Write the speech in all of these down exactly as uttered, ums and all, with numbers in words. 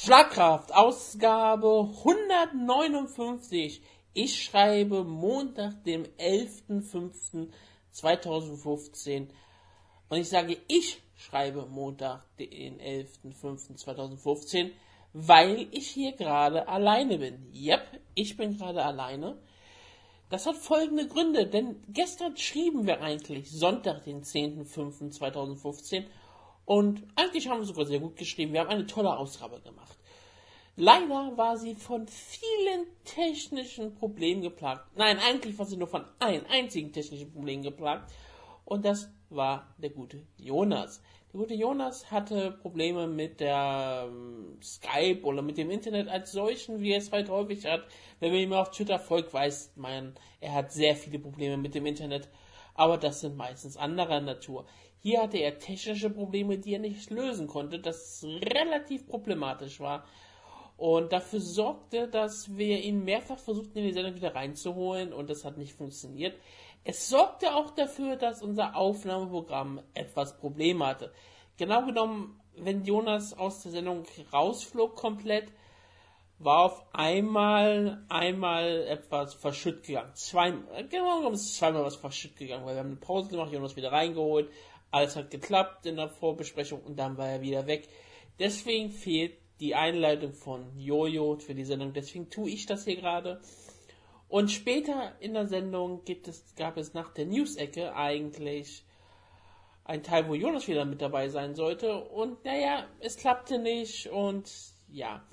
Schlagkraft, Ausgabe hundertneunundfünfzig. Ich schreibe Montag, dem elften fünften zweitausendfünfzehn. Und ich sage, ich schreibe Montag, den elften fünften zweitausendfünfzehn, weil ich hier gerade alleine bin. Yep, ich bin gerade alleine. Das hat folgende Gründe, denn gestern schrieben wir eigentlich Sonntag, den zehnten fünften zweitausendfünfzehn. Und eigentlich haben wir sogar sehr gut geschrieben. Wir haben eine tolle Ausgabe gemacht. Leider war sie von vielen technischen Problemen geplagt. Nein, eigentlich war sie nur von einem einzigen technischen Problem geplagt. Und das war der gute Jonas. Der gute Jonas hatte Probleme mit der ähm, Skype oder mit dem Internet als solchen, wie er es halt häufig hat. Wenn man ihm auf Twitter folgt, weiß man, er hat sehr viele Probleme mit dem Internet. Aber das sind meistens anderer Natur. Hier hatte er technische Probleme, die er nicht lösen konnte, das relativ problematisch war. Und dafür sorgte, dass wir ihn mehrfach versuchten, in die Sendung wieder reinzuholen, und das hat nicht funktioniert. Es sorgte auch dafür, dass unser Aufnahmeprogramm etwas Probleme hatte. Genau genommen, wenn Jonas aus der Sendung rausflog komplett, war auf einmal einmal etwas verschütt gegangen. Zweimal, genau genommen ist zweimal was verschütt gegangen, weil wir haben eine Pause gemacht, Jonas wieder reingeholt, alles hat geklappt in der Vorbesprechung und dann war er wieder weg. Deswegen fehlt die Einleitung von Jojo für die Sendung, deswegen tue ich das hier gerade. Und später in der Sendung gibt es, gab es nach der News-Ecke eigentlich einen Teil, wo Jonas wieder mit dabei sein sollte. Und naja, es klappte nicht und ja,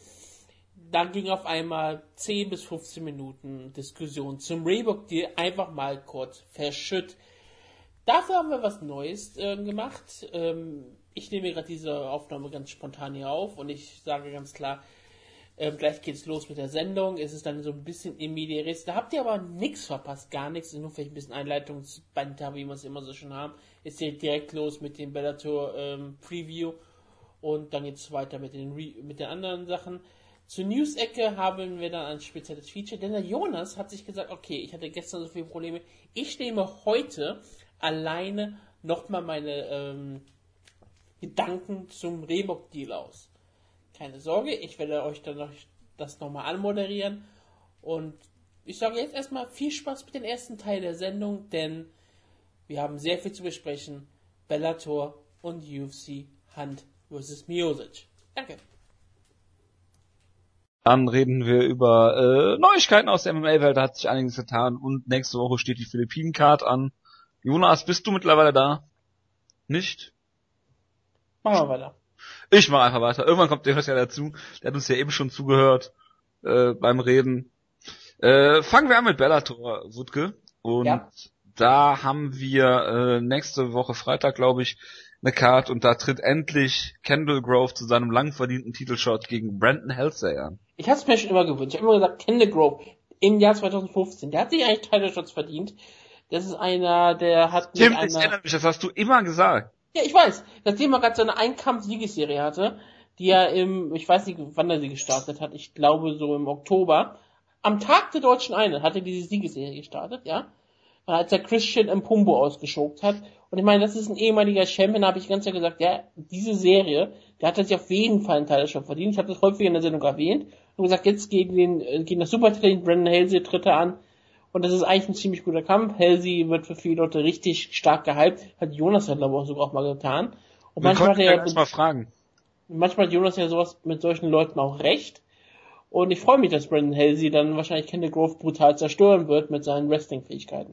dann ging auf einmal zehn bis fünfzehn Minuten Diskussion zum Reebok-Deal einfach mal kurz verschütt. Dafür haben wir was Neues äh, gemacht. Ähm, ich nehme gerade diese Aufnahme ganz spontan hier auf und ich sage ganz klar, äh, gleich geht's los mit der Sendung. Es ist dann so ein bisschen in medias res. Da habt ihr aber nichts verpasst, gar nichts. Nur vielleicht ein bisschen Einleitungsbanter, wie wir es immer so schon haben. Es geht direkt los mit dem Bellator ähm, Preview und dann geht's weiter mit den, Re- mit den anderen Sachen. Zur News-Ecke haben wir dann ein spezielles Feature, denn der Jonas hat sich gesagt, okay, ich hatte gestern so viele Probleme, ich nehme heute alleine nochmal meine ähm, Gedanken zum Reebok-Deal aus. Keine Sorge, ich werde euch dann noch das nochmal anmoderieren und ich sage jetzt erstmal viel Spaß mit dem ersten Teil der Sendung, denn wir haben sehr viel zu besprechen. Bellator und U F C, Hunt versus Miocic. Danke. Dann reden wir über äh, Neuigkeiten aus der M M A-Welt, da hat sich einiges getan und nächste Woche steht die Philippinen-Card an. Jonas, bist du mittlerweile da? Nicht? Machen wir weiter. Ich mache einfach weiter. Irgendwann kommt der Jonas ja dazu. Der hat uns ja eben schon zugehört äh, beim Reden. Äh, fangen wir an mit Bellator, Wutke. Und Ja. da haben wir äh, nächste Woche Freitag, glaube ich, eine Card und da tritt endlich Kendall Grove zu seinem lang verdienten Titelshot gegen Brandon Halsey an. Ich hatte es mir schon immer gewünscht. Ich habe immer gesagt, Kendall Grove im Jahr zweitausendfünfzehn, der hat sich eigentlich Titelshots verdient. Das ist einer, der hat mit Tim, ich einer... erinnere mich, das hast du immer gesagt. Ja, ich weiß. Nachdem er gerade so eine Einkampf-Siegesserie hatte, die er im, ich weiß nicht, wann er sie gestartet hat, ich glaube so im Oktober, am Tag der deutschen Einheit hat er diese Siegesserie gestartet, ja, als er Christian Mpumbo ausgeschokt hat. Und ich meine, das ist ein ehemaliger Champion, da habe ich ganz klar gesagt, ja, diese Serie, der hat sich auf jeden Fall einen Teil schon verdient. Ich habe das häufig in der Sendung erwähnt und gesagt, jetzt gegen den, äh, gegen das Supertalent Brandon Halsey tritt er an. Und das ist eigentlich ein ziemlich guter Kampf. Halsey wird für viele Leute richtig stark gehypt. Hat Jonas ja, glaube ich, auch sogar auch mal getan. Und Wir manchmal hat er ja mal fragen. manchmal hat Jonas ja sowas mit solchen Leuten auch recht. Und ich freue mich, dass Brandon Halsey dann wahrscheinlich Kendall Grove brutal zerstören wird mit seinen Wrestling-Fähigkeiten.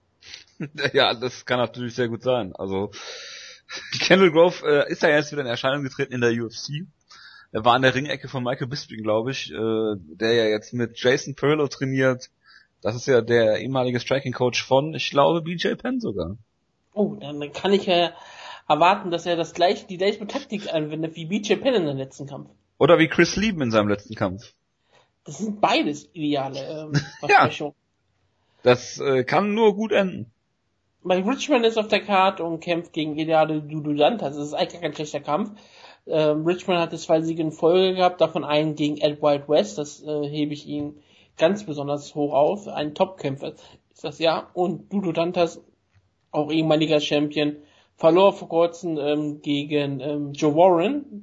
Ja, das kann natürlich sehr gut sein. Also, Kendall Grove äh, ist ja jetzt wieder in Erscheinung getreten in der U F C. Er war an der Ringecke von Michael Bisping, glaube ich, äh, der ja jetzt mit Jason Perillo trainiert. Das ist ja der ehemalige Striking-Coach von, ich glaube, B J Penn sogar. Oh, dann kann ich ja erwarten, dass er das gleiche, die gleiche Taktik anwendet wie B J Penn in seinem letzten Kampf. Oder wie Chris Lieben in seinem letzten Kampf. Das sind beides ideale ähm, Versprechungen. Ja, das äh, kann nur gut enden. Weil Richmond ist auf der Karte und kämpft gegen Ideale Dudu Dantas. Das ist eigentlich kein schlechter Kampf. Ähm, Richmond hatte zwei Siege in Folge gehabt, davon einen gegen Ed Wild West. Das äh, hebe ich ihm ganz besonders hoch auf. Ein Top-Kämpfer ist das ja. Und Dudu Dantas, auch ehemaliger Champion, verlor vor kurzem ähm, gegen ähm, Joe Warren. Das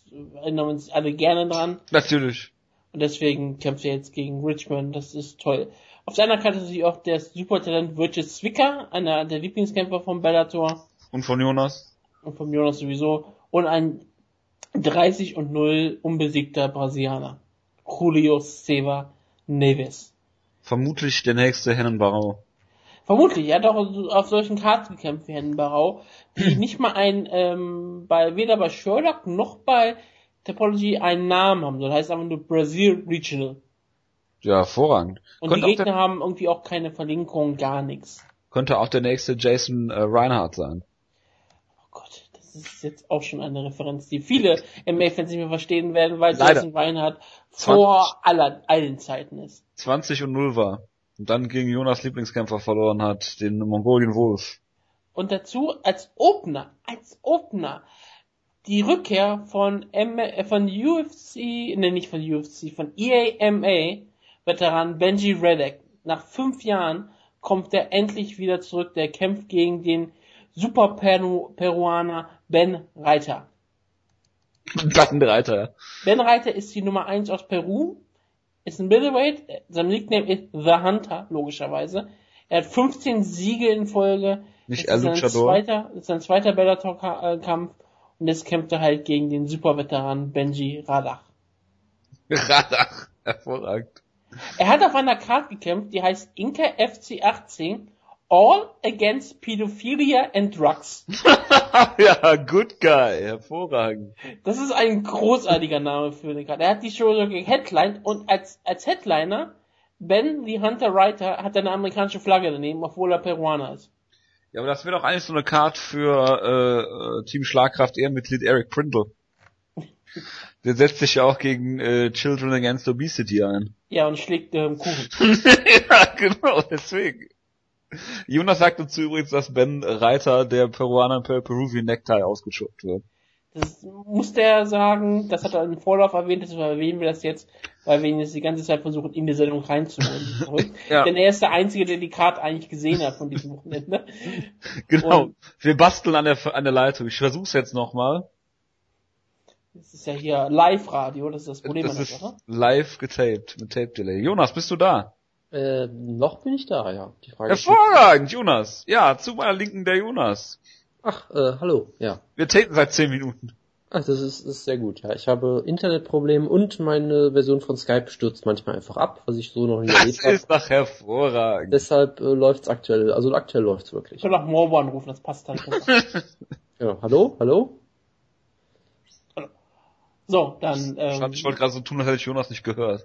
erinnern wir uns alle gerne dran. Natürlich. Und deswegen kämpft er jetzt gegen Richmond, das ist toll. Auf der anderen Karte ist natürlich auch der Supertalent Virgil Zwicker, einer der Lieblingskämpfer von Bellator. Und von Jonas. Und von Jonas sowieso. Und ein dreißig und null unbesiegter Brasilianer. Julio César Neves. Vermutlich der nächste Hennen Barrow. Vermutlich, er hat auch auf solchen Karten gekämpft wie Hennen Barrow, die nicht mal ein, ähm, bei, weder bei Sherlock noch bei Topology einen Namen haben. Das heißt einfach nur Brazil Regional. Ja, hervorragend. Und Könnte die auch Gegner der, haben irgendwie auch keine Verlinkung, gar nichts. könnte auch der nächste Jason äh, Reinhardt sein. Oh Gott, das ist jetzt auch schon eine Referenz, die viele M M A-Fans nicht mehr verstehen werden, weil Leider. Jason Reinhardt vor aller, allen Zeiten ist. zwanzig und null war. Und dann gegen Jonas Lieblingskämpfer verloren hat, den Mongolian Wolf. Und dazu als Opener, als Opener, die Rückkehr von M äh, von U F C, ne nicht von U F C, von E A M A-Veteran Benji Reddick. Nach fünf Jahren kommt er endlich wieder zurück, der kämpft gegen den Super-Peruaner Ben Reiter. Ben Reiter, ja. Ben Reiter ist die Nummer eins aus Peru, ist ein Middleweight, sein Nickname ist The Hunter, logischerweise. Er hat fünfzehn Siege in Folge. Nicht das El ist sein Luchador. zweiter, das ist sein zweiter Bellator-Kampf und jetzt kämpft er halt gegen den Superveteran Benji Radach. Radach, hervorragend. Er hat auf einer Card gekämpft, die heißt Inca F C achtzehn, All Against Pedophilia and Drugs. Ja, good guy, hervorragend. Das ist ein großartiger Name für eine Karte. Er hat die Show so geheadlined und als, als Headliner, Ben the Hunter Reiter, hat eine amerikanische Flagge daneben, obwohl er Peruaner ist. Ja, aber das wäre doch eigentlich so eine Card für äh, Team Schlagkraft Ehrenmitglied Eric Prindle. Der setzt sich ja auch gegen äh, Children Against Obesity ein. Ja, und schlägt ähm, Kuchen. Ja, genau, deswegen. Jonas sagt dazu übrigens, dass Ben Reiter der Peruaner per Peruvian Necktie ausgeschuckt wird. Das muss der sagen, das hat er im Vorlauf erwähnt, deshalb erwähnen wir das jetzt, weil wir ihn jetzt die ganze Zeit versuchen, in die Sendung reinzuholen. Ja. Denn er ist der Einzige, der die Karte eigentlich gesehen hat von diesem Wochenende. Genau. Und wir basteln an der, an der Leitung. Ich versuch's jetzt nochmal. das ist ja hier Live-Radio, das ist das Problem das an der ist Sache. live getaped, mit Tape-Delay. Jonas, bist du da? Äh, noch bin ich da, ja. Die Frage ist, Hervorragend, Jonas. Ja, zu meiner Linken der Jonas. ach, äh, hallo, ja. Wir tapen seit zehn Minuten. Ach, das ist, ist sehr gut, ja. Ich habe Internetprobleme und meine Version von Skype stürzt manchmal einfach ab, was ich so noch nie Das erlebt habe. ist doch hervorragend. Deshalb äh, läuft's aktuell, also aktuell läuft's wirklich. Ich soll auch Morbo anrufen, das passt halt. Ja, hallo, hallo? So, dann, ähm, Ich wollte gerade so tun, als hätte ich Jonas nicht gehört.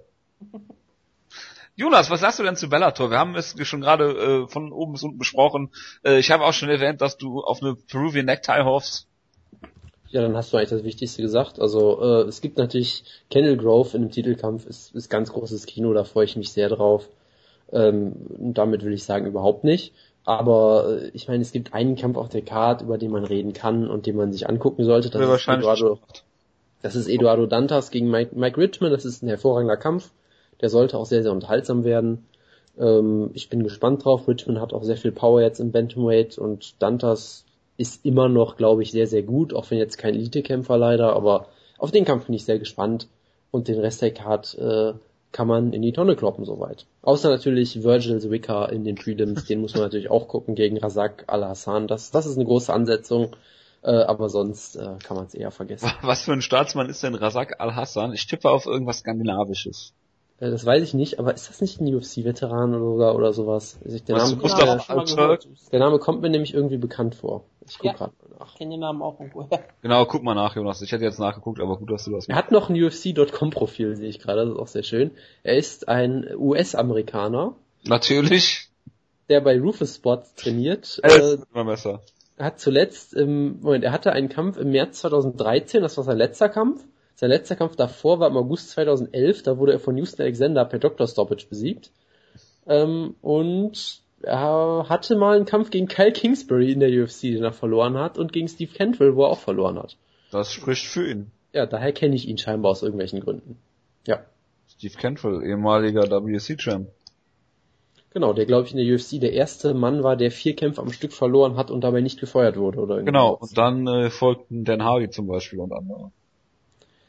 Jonas, was sagst du denn zu Bellator? Wir haben es schon gerade äh, von oben bis unten besprochen. Äh, ich habe auch schon erwähnt, dass du auf eine Peruvian Necktie hoffst. Ja, dann hast du eigentlich das Wichtigste gesagt. Also äh, es gibt natürlich Kennel Grove in dem Titelkampf, ist, ist ganz großes Kino, da freue ich mich sehr drauf. Ähm, damit will ich sagen, überhaupt nicht. Aber äh, ich meine, es gibt einen Kampf auf der Card, über den man reden kann und den man sich angucken sollte. Das, Ja, ist, wahrscheinlich Eduardo, das ist Eduardo Dantas gegen Mike, Mike Richmond. Das ist ein hervorragender Kampf. Der sollte auch sehr, sehr unterhaltsam werden. Ähm, ich bin gespannt drauf. Richmond hat auch sehr viel Power jetzt im Bantamweight und Dantas ist immer noch, glaube ich, sehr, sehr gut, auch wenn jetzt kein Elite-Kämpfer leider, aber auf den Kampf bin ich sehr gespannt und den Rest der Card äh, kann man in die Tonne kloppen soweit. Außer natürlich Virgil Zwicker in den Prelims, den muss man natürlich auch gucken gegen Razak Al-Hassan, das, das ist eine große Ansetzung, äh, aber sonst äh, kann man es eher vergessen. Was für ein Staatsmann ist denn Razak Al-Hassan? Ich tippe auf irgendwas Skandinavisches. Äh, das weiß ich nicht, aber ist das nicht ein U F C-Veteran oder, oder sowas? Der Was, Name, du musst ja, doch hab ich schon mal Alter- gehört. der Name kommt mir nämlich irgendwie bekannt vor. Ich guck Ja. grad mal nach. Ich kenne den Namen auch irgendwo. Genau, guck mal nach, Jonas. Ich hätte jetzt nachgeguckt, aber gut, dass du das Er machst. hat noch ein U F C Punkt com Profil, sehe ich gerade, das ist auch sehr schön. Er ist ein U S-Amerikaner, Natürlich. der bei Rufus Sports trainiert. Es Äh, ist immer besser. er hat zuletzt, im, Moment, er hatte einen Kampf im März zweitausenddreizehn, das war sein letzter Kampf. Sein letzter Kampf davor war im August zweitausendelf, da wurde er von Houston Alexander per Doctor Stoppage besiegt. Ähm, und er hatte mal einen Kampf gegen Kyle Kingsbury in der U F C, den er verloren hat, und gegen Steve Cantwell, wo er auch verloren hat. Das spricht für ihn. Ja, daher kenne ich ihn scheinbar aus irgendwelchen Gründen. Ja. Steve Cantwell, ehemaliger W C Champ. Genau, der glaube ich in der U F C der erste Mann war, der vier Kämpfe am Stück verloren hat und dabei nicht gefeuert wurde, oder irgendwie Genau. sowas. Und dann äh, folgten Dan Hardy zum Beispiel und andere.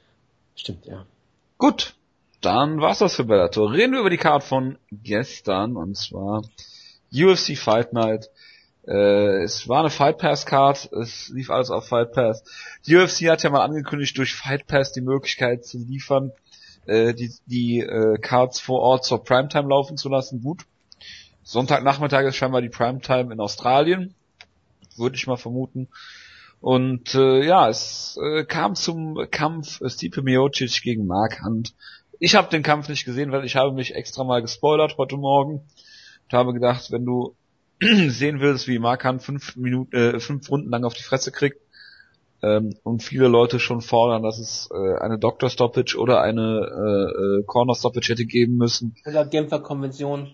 Stimmt, ja. Gut, dann war's das für Bellator. Reden wir über die Card von gestern, und zwar U F C Fight Night. Äh, es war eine Fight Pass Card, es lief alles auf Fight Pass. Die U F C hat ja mal angekündigt, durch Fight Pass die Möglichkeit zu liefern, äh, die, die äh, Cards vor Ort zur Primetime laufen zu lassen. Gut. Sonntagnachmittag ist scheinbar die Primetime in Australien, würde ich mal vermuten. Und äh, ja, es äh, kam zum Kampf äh, Stipe Miocic gegen Mark Hunt. Ich habe den Kampf nicht gesehen, weil ich habe mich extra mal gespoilert heute Morgen und habe gedacht, wenn du sehen willst, wie Mark Hunt fünf Minuten, äh, fünf Runden lang auf die Fresse kriegt ähm, und viele Leute schon fordern, dass es äh, eine Doctor Stoppage oder eine äh, äh, Corner Stoppage hätte geben müssen. Oder Genfer Konvention.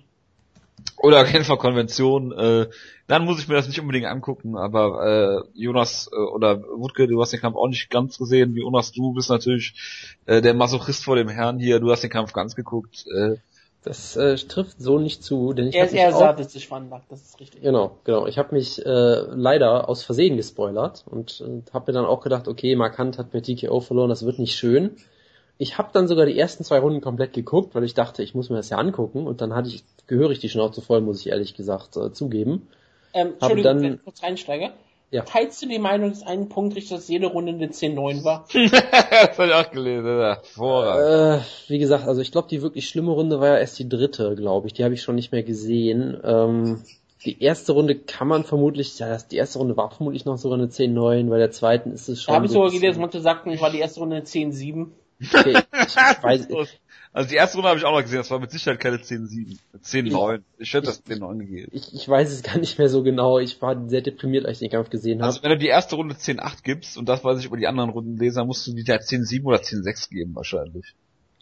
Oder Genfer Konvention, äh, dann muss ich mir das nicht unbedingt angucken, aber äh, Jonas äh, oder Wutke, du hast den Kampf auch nicht ganz gesehen. Jonas, du bist natürlich äh, der Masochist vor dem Herrn hier, du hast den Kampf ganz geguckt. Äh, Das äh, trifft so nicht zu, denn ich Er habe ist mich eher auch, sadistisch veranlagt, das ist richtig. Genau, genau. Ich habe mich äh, leider aus Versehen gespoilert und äh, habe mir dann auch gedacht, okay, Mark Hunt hat per T K O verloren, das wird nicht schön. Ich habe dann sogar die ersten zwei Runden komplett geguckt, weil ich dachte, ich muss mir das ja angucken, und dann hatte ich gehörig die Schnauze voll, muss ich ehrlich gesagt äh, zugeben. Ähm, Hab Entschuldigung, dann- wenn ich kurz reinsteige. Ja. Teilst du die Meinung, dass ein Punkt richtig, dass jede Runde eine zehn neun war? das habe ich auch gelesen, ja. Hervorragend. Äh, wie gesagt, also ich glaube, die wirklich schlimme Runde war ja erst die dritte, glaube ich. Die habe ich schon nicht mehr gesehen. Ähm, die erste Runde kann man vermutlich, ja, das- die erste Runde war vermutlich noch sogar eine zehn neun, bei der zweiten ist es schon... Da habe ich so ein sogar gelesen, bisschen- manche sagten, ich war die erste Runde eine zehn sieben. Okay, ich, ich weiß, Also die erste Runde habe ich auch noch gesehen, das war mit Sicherheit keine zehn sieben, zehn neun. Ich hätte das zehn neun gegeben. ich, ich weiß es gar nicht mehr so genau. Ich war sehr deprimiert, als ich den Kampf gesehen habe. Also wenn du die erste Runde zehn acht gibst, und das weiß ich über die anderen Runden lese, dann musst du die da zehn sieben oder zehn sechs geben wahrscheinlich.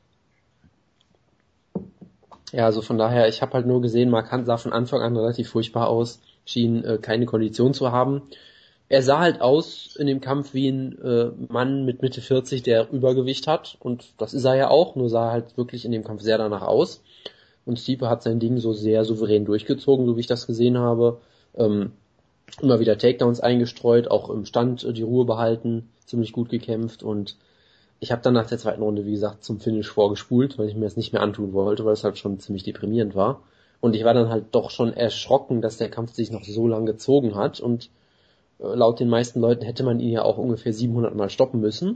Ja, also von daher, ich habe halt nur gesehen, Mark Hunt sah von Anfang an relativ furchtbar aus, schien äh, keine Kondition zu haben. Er sah halt aus in dem Kampf wie ein äh, Mann mit Mitte vierzig, der Übergewicht hat, und das ist er ja auch, nur sah er halt wirklich in dem Kampf sehr danach aus. Und Stipe hat sein Ding so sehr souverän durchgezogen, so wie ich das gesehen habe. Ähm, immer wieder Takedowns eingestreut, auch im Stand äh, die Ruhe behalten, ziemlich gut gekämpft, und ich habe dann nach der zweiten Runde, wie gesagt, zum Finish vorgespult, weil ich mir das nicht mehr antun wollte, weil es halt schon ziemlich deprimierend war. Und ich war dann halt doch schon erschrocken, dass der Kampf sich noch so lang gezogen hat, und äh, laut den meisten Leuten hätte man ihn ja auch ungefähr siebenhundert Mal stoppen müssen.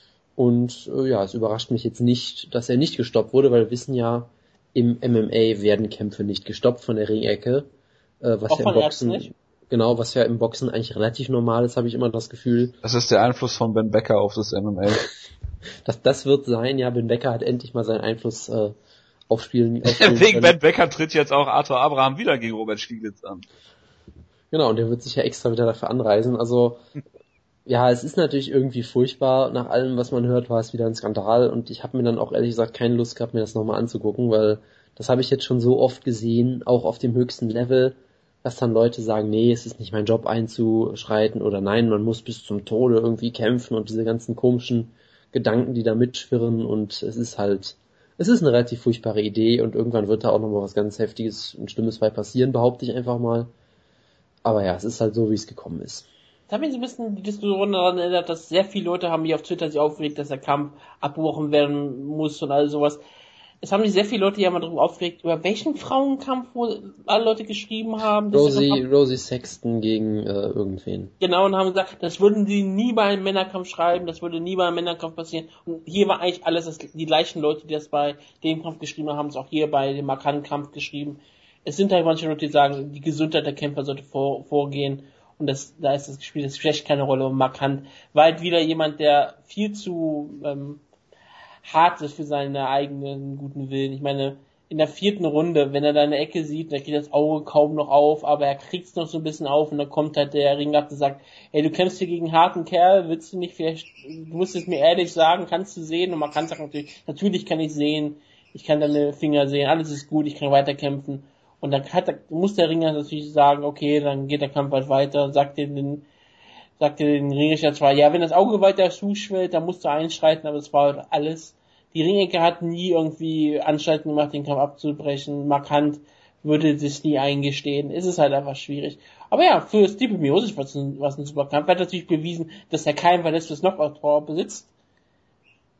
Und äh, ja, es überrascht mich jetzt nicht, dass er nicht gestoppt wurde, weil wir wissen ja, im M M A werden Kämpfe nicht gestoppt von der Ringecke, äh, was Auch ja im von Ärzten Boxen, nicht? genau, was ja im Boxen eigentlich relativ normal ist, habe ich immer das Gefühl. Das ist der Einfluss von Ben Becker auf das M M A. Das, das wird sein, ja, Ben Becker hat endlich mal seinen Einfluss äh, aufspielen, aufspielen Wegen können. Ben Becker tritt jetzt auch Arthur Abraham wieder gegen Robert Stieglitz an. Genau, und der wird sich ja extra wieder dafür anreisen. Also, ja, es ist natürlich irgendwie furchtbar. Nach allem, was man hört, war es wieder ein Skandal. Und ich habe mir dann auch ehrlich gesagt keine Lust gehabt, mir das nochmal anzugucken, weil das habe ich jetzt schon so oft gesehen, auch auf dem höchsten Level, dass dann Leute sagen, nee, es ist nicht mein Job einzuschreiten, oder nein, man muss bis zum Tode irgendwie kämpfen, und diese ganzen komischen Gedanken, die da mitschwirren, und es ist halt, es ist eine relativ furchtbare Idee, und irgendwann wird da auch nochmal was ganz Heftiges und Schlimmes bei passieren, behaupte ich einfach mal. Aber ja, es ist halt so, wie es gekommen ist. Das hat mich so ein bisschen die Diskussion daran erinnert, dass sehr viele Leute haben mich auf Twitter sich aufgeregt, dass der Kampf abgebrochen werden muss und all sowas. Es haben sich sehr viele Leute ja mal darüber aufgeregt, über welchen Frauenkampf, wo alle Leute geschrieben haben. dass der Rosie, Kampf- Rosie Sexton gegen äh, irgendwen. Genau, und haben gesagt, das würden sie nie bei einem Männerkampf schreiben, das würde nie bei einem Männerkampf passieren. Und hier war eigentlich alles, das, die gleichen Leute, die das bei dem Kampf geschrieben haben, haben es auch hier bei dem Markant-Kampf geschrieben. Es sind halt manche Leute, die sagen, die Gesundheit der Kämpfer sollte vor, vorgehen. Und das, da ist das Spiel, das schlecht keine Rolle. Und Markant war halt wieder jemand, der viel zu ähm, hart ist für seinen eigenen guten Willen. Ich meine, in der vierten Runde, wenn er da eine Ecke sieht, da geht das Auge kaum noch auf, aber er kriegt's noch so ein bisschen auf, und dann kommt halt der Ringarzt und sagt, ey, du kämpfst hier gegen einen harten Kerl, willst du nicht vielleicht, du musst es mir ehrlich sagen, kannst du sehen? Und man kann sagen natürlich, natürlich kann ich sehen, ich kann deine Finger sehen, alles ist gut, ich kann weiterkämpfen. Und dann hat er, muss der Ringer natürlich sagen, okay, dann geht der Kampf halt weiter, sagt dir den, sagt dir den Ringrichter zwar, ja, wenn das Auge weiter zuschwellt, dann musst du einschreiten, aber es war halt alles. Die Ringecke hat nie irgendwie Anstalten gemacht, den Kampf abzubrechen. Markant würde sich nie eingestehen. Es ist halt einfach schwierig. Aber ja, für Stipe Miocic war es ein, ein super Kampf. Er hat natürlich bewiesen, dass er kein verletztes Knockout-Power besitzt.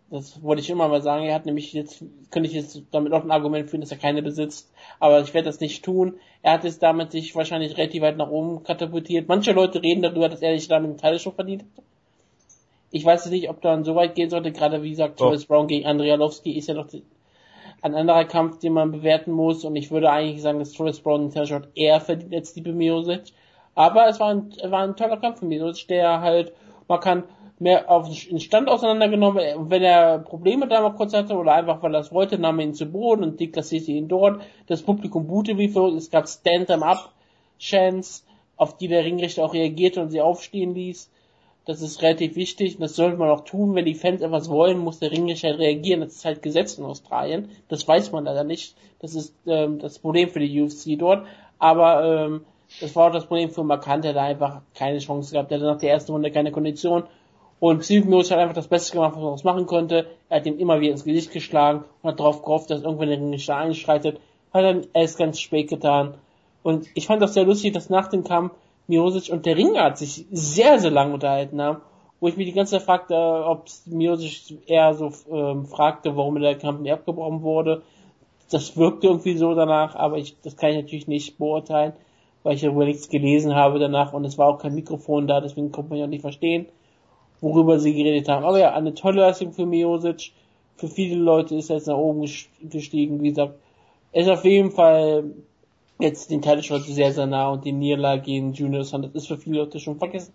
Das wollte ich immer mal sagen. Er hat nämlich jetzt, könnte ich jetzt damit noch ein Argument führen, dass er keine besitzt. Aber ich werde das nicht tun. Er hat es damit sich wahrscheinlich relativ weit nach oben katapultiert. Manche Leute reden darüber, dass er sich damit einen Teil schon verdient hat. Ich weiß nicht, ob dann so weit gehen sollte. Gerade wie gesagt, Oh. Travis Brown gegen Andrei Arlovski ist ja noch ein anderer Kampf, den man bewerten muss. Und ich würde eigentlich sagen, dass Travis Brown den Titelshot eher verdient als Stipe Miocic. Aber es war ein, war ein toller Kampf für Miocic, der halt, man kann mehr auf den Stand auseinandergenommen. Und wenn er Probleme da mal kurz hatte oder einfach weil er es wollte, nahm er ihn zu Boden und deklassierte ihn dort. Das Publikum buhte wie verrückt. Es gab Stand-em-up-Chants, auf die der Ringrichter auch reagierte und sie aufstehen ließ. Das ist relativ wichtig und das sollte man auch tun. Wenn die Fans etwas wollen, muss der Ringrichter halt reagieren. Das ist halt Gesetz in Australien. Das weiß man leider nicht. Das ist ähm, das Problem für die U F C dort. Aber ähm, das war auch das Problem für Markant, der da einfach keine Chance gehabt. Der hatte nach der ersten Runde keine Kondition. Und Stipe Miocic hat einfach das Beste gemacht, was man was machen konnte. Er hat ihm immer wieder ins Gesicht geschlagen und hat darauf gehofft, dass irgendwann der Ringrichter einschreitet. Hat dann erst ganz spät getan. Und ich fand das sehr lustig, dass nach dem Kampf Miocic und der Ringarzt sich sehr, sehr lang unterhalten haben. Wo ich mich die ganze Zeit fragte, ob Miocic eher so ähm, fragte, warum der Kampf nicht abgebrochen wurde. Das wirkte irgendwie so danach, aber ich, das kann ich natürlich nicht beurteilen, weil ich darüber nichts gelesen habe danach und es war auch kein Mikrofon da, deswegen konnte man ja nicht verstehen, worüber sie geredet haben. Aber ja, eine tolle Leistung für Miocic. Für viele Leute ist er jetzt nach oben gestiegen. Wie gesagt, er ist auf jeden Fall jetzt den Titelshot sehr, sehr nah und die Niederlage gegen Junior Sanders ist für viele Leute schon vergessen.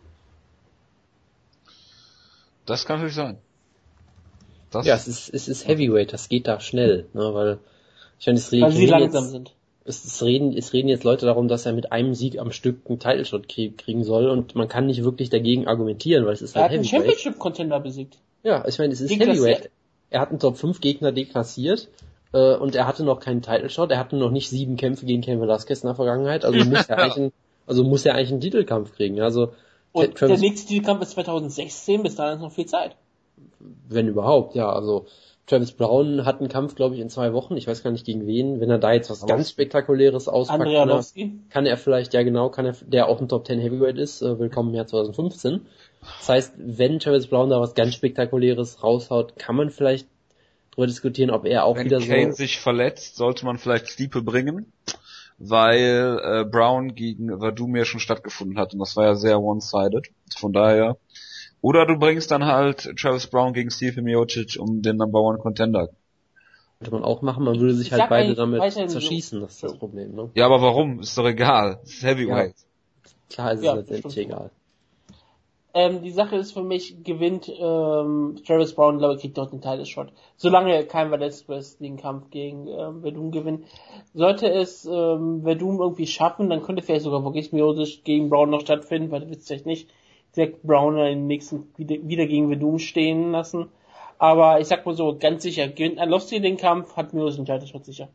Das kann natürlich sein. Das Ja, es ist, es ist Heavyweight, das geht da schnell, ne, weil, ich meine, es Weil reden, sie langsam jetzt, sind. es, es reden, es reden jetzt Leute darum, dass er mit einem Sieg am Stück einen Title-Shot krieg, kriegen soll und man kann nicht wirklich dagegen argumentieren, weil es ist Er halt hat einen Heavyweight. Championship-Contender besiegt. Ja, ich meine, es ist Deklassiert. Heavyweight. Er hat einen Top fünf Gegner deklassiert, äh, und er hatte noch keinen Title-Shot, er hatte noch nicht sieben Kämpfe gegen Ken Velasquez in der Vergangenheit, also muss er eigentlich einen, also muss er eigentlich einen Titelkampf kriegen, also, Und Travis, der nächste Titelkampf ist zwanzig sechzehn, bis dahin ist noch viel Zeit. wenn überhaupt, ja, also, Travis Brown hat einen Kampf, glaube ich, in zwei Wochen. Ich weiß gar nicht gegen wen. Wenn er da jetzt was Aber ganz Spektakuläres auspackt, Andrei kann er, Arlovski. kann er vielleicht, ja genau, kann er, der auch ein Top zehn Heavyweight ist, äh, willkommen im Jahr zwanzig fünfzehn. Das heißt, wenn Travis Brown da was ganz Spektakuläres raushaut, kann man vielleicht drüber diskutieren, ob er auch Wenn wieder Kane so... sich verletzt, sollte man vielleicht Stipe bringen, weil äh, Brown gegen Werdum ja schon stattgefunden hat und das war ja sehr one-sided. Von daher. Oder du bringst dann halt Travis Brown gegen Stipe Miocic um den Number One Contender. Könnte man auch machen, man würde sich Ich halt sag beide eigentlich damit weiterhin so. zerschießen, das ist das Problem, ne? Ja, aber warum? Ist doch egal. Es ist Heavyweight. Klar ist es Ja, letztendlich stimmt. egal. Ähm, die Sache ist für mich, gewinnt ähm, Travis Brown, glaube ich, kriegt dort den Title-Shot. Solange kein Velasquez den Kampf gegen ähm, Werdum gewinnt. Sollte es ähm, Werdum irgendwie schaffen, dann könnte vielleicht sogar wirklich Miocic gegen Brown noch stattfinden, weil du willst vielleicht nicht direkt Brown in den nächsten wieder, wieder gegen Werdum stehen lassen. Aber ich sag mal so, ganz sicher, gewinnt Arlovski den Kampf, hat Miocic den Title-Shot sicher.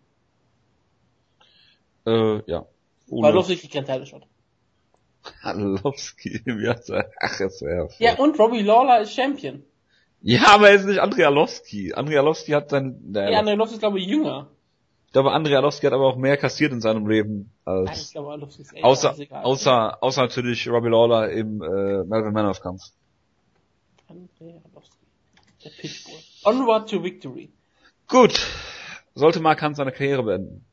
Äh, ja. Weil Arlovski kriegt keinen Title-Shot. Arlovski, wie hat er? Ach, das wäre Ja, und Robbie Lawler ist Champion. Ja, aber er ist nicht Andrei Arlovski. Andrei Arlovski hat dann, naja, Ja, Andrei Arlovski ist, glaube ich, jünger. ich glaube, Andrei Arlovski hat aber auch mehr kassiert in seinem Leben Nein, ich als, glaube, Arlovski ist älter, außer, ist egal. außer, außer natürlich Robbie Lawler im, äh, Melvin Manoff Kampf. Andrei Arlovski. Der Pitbull. Onward to Victory. Gut. Sollte Mark Hunt seine Karriere beenden?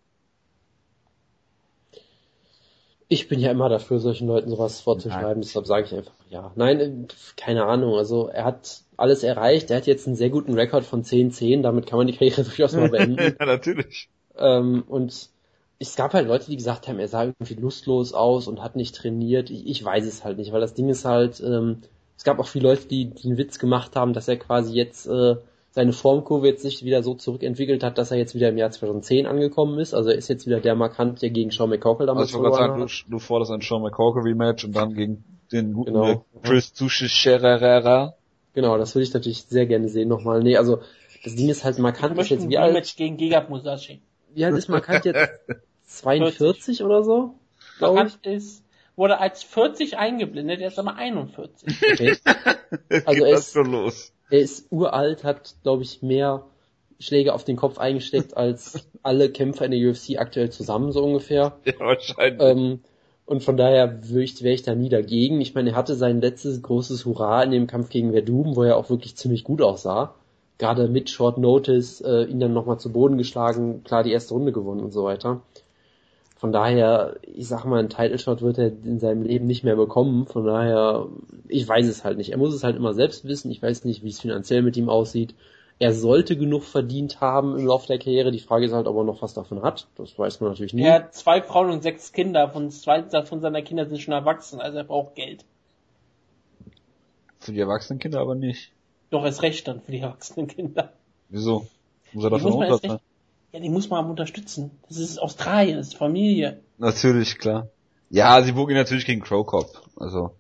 Ich bin ja immer dafür, solchen Leuten sowas vorzuschreiben, deshalb sage ich einfach ja. Nein, äh, keine Ahnung, also er hat alles erreicht, er hat jetzt einen sehr guten Rekord von zehn zehn, damit kann man die Karriere durchaus mal beenden. Ja, natürlich. ähm, und es gab halt Leute, die gesagt haben, er sah irgendwie lustlos aus und hat nicht trainiert. Ich, ich weiß es halt nicht, weil das Ding ist halt, ähm, es gab auch viele Leute, die, die einen Witz gemacht haben, dass er quasi jetzt äh, seine Formkurve jetzt sich wieder so zurückentwickelt hat, dass er jetzt wieder im Jahr zwanzig zehn angekommen ist. Also er ist jetzt wieder der Markant, der gegen Sean McCorkle damals Also ich wollte gerade verloren sagen, hat. du, du forderst ein Sean McCorkle Rematch und dann gegen den guten Genau. äh, Chris Tuchscherer. Genau, das würde ich natürlich sehr gerne sehen nochmal. Nee, also das Ding ist halt, Ich Markant ist möchte jetzt ein wie alt, Rematch gegen Gegard Musashi. wie alt ist Markant jetzt? zweiundvierzig oder so? Glaube ich. Markant ist, wurde als vierzig eingeblendet, er ist aber einundvierzig. Okay. Geht Also er das ist, schon los? er ist uralt, hat, glaube ich, mehr Schläge auf den Kopf eingesteckt als alle Kämpfer in der U F C aktuell zusammen, so ungefähr. Ja, wahrscheinlich. Ähm, und von daher wäre ich, wär ich da nie dagegen. Ich meine, er hatte sein letztes großes Hurra in dem Kampf gegen Werdum, wo er auch wirklich ziemlich gut aussah. gerade mit Short Notice äh, ihn dann nochmal zu Boden geschlagen, klar die erste Runde gewonnen und so weiter. Von daher, ich sag mal, einen Title Shot wird er in seinem Leben nicht mehr bekommen. Von daher, ich weiß es halt nicht. Er muss es halt immer selbst wissen. Ich weiß nicht, wie es finanziell mit ihm aussieht. Er sollte genug verdient haben im Laufe der Karriere. Die Frage ist halt, ob er noch was davon hat. Das weiß man natürlich nie. Er hat zwei Frauen und sechs Kinder. Von zwei davon seiner Kinder sind schon erwachsen. Also er braucht Geld. Für die erwachsenen Kinder aber nicht. Doch, erst recht dann für die erwachsenen Kinder. Wieso? Muss er Die davon muss man erst runter? recht, ja, die muss man unterstützen. Das ist Australien, das ist Familie. Natürlich, klar. Ja, sie buchen ihn natürlich gegen Crow Cop. Also.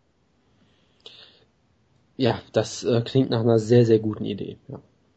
Ja, das äh, klingt nach einer sehr, sehr guten Idee. Ja.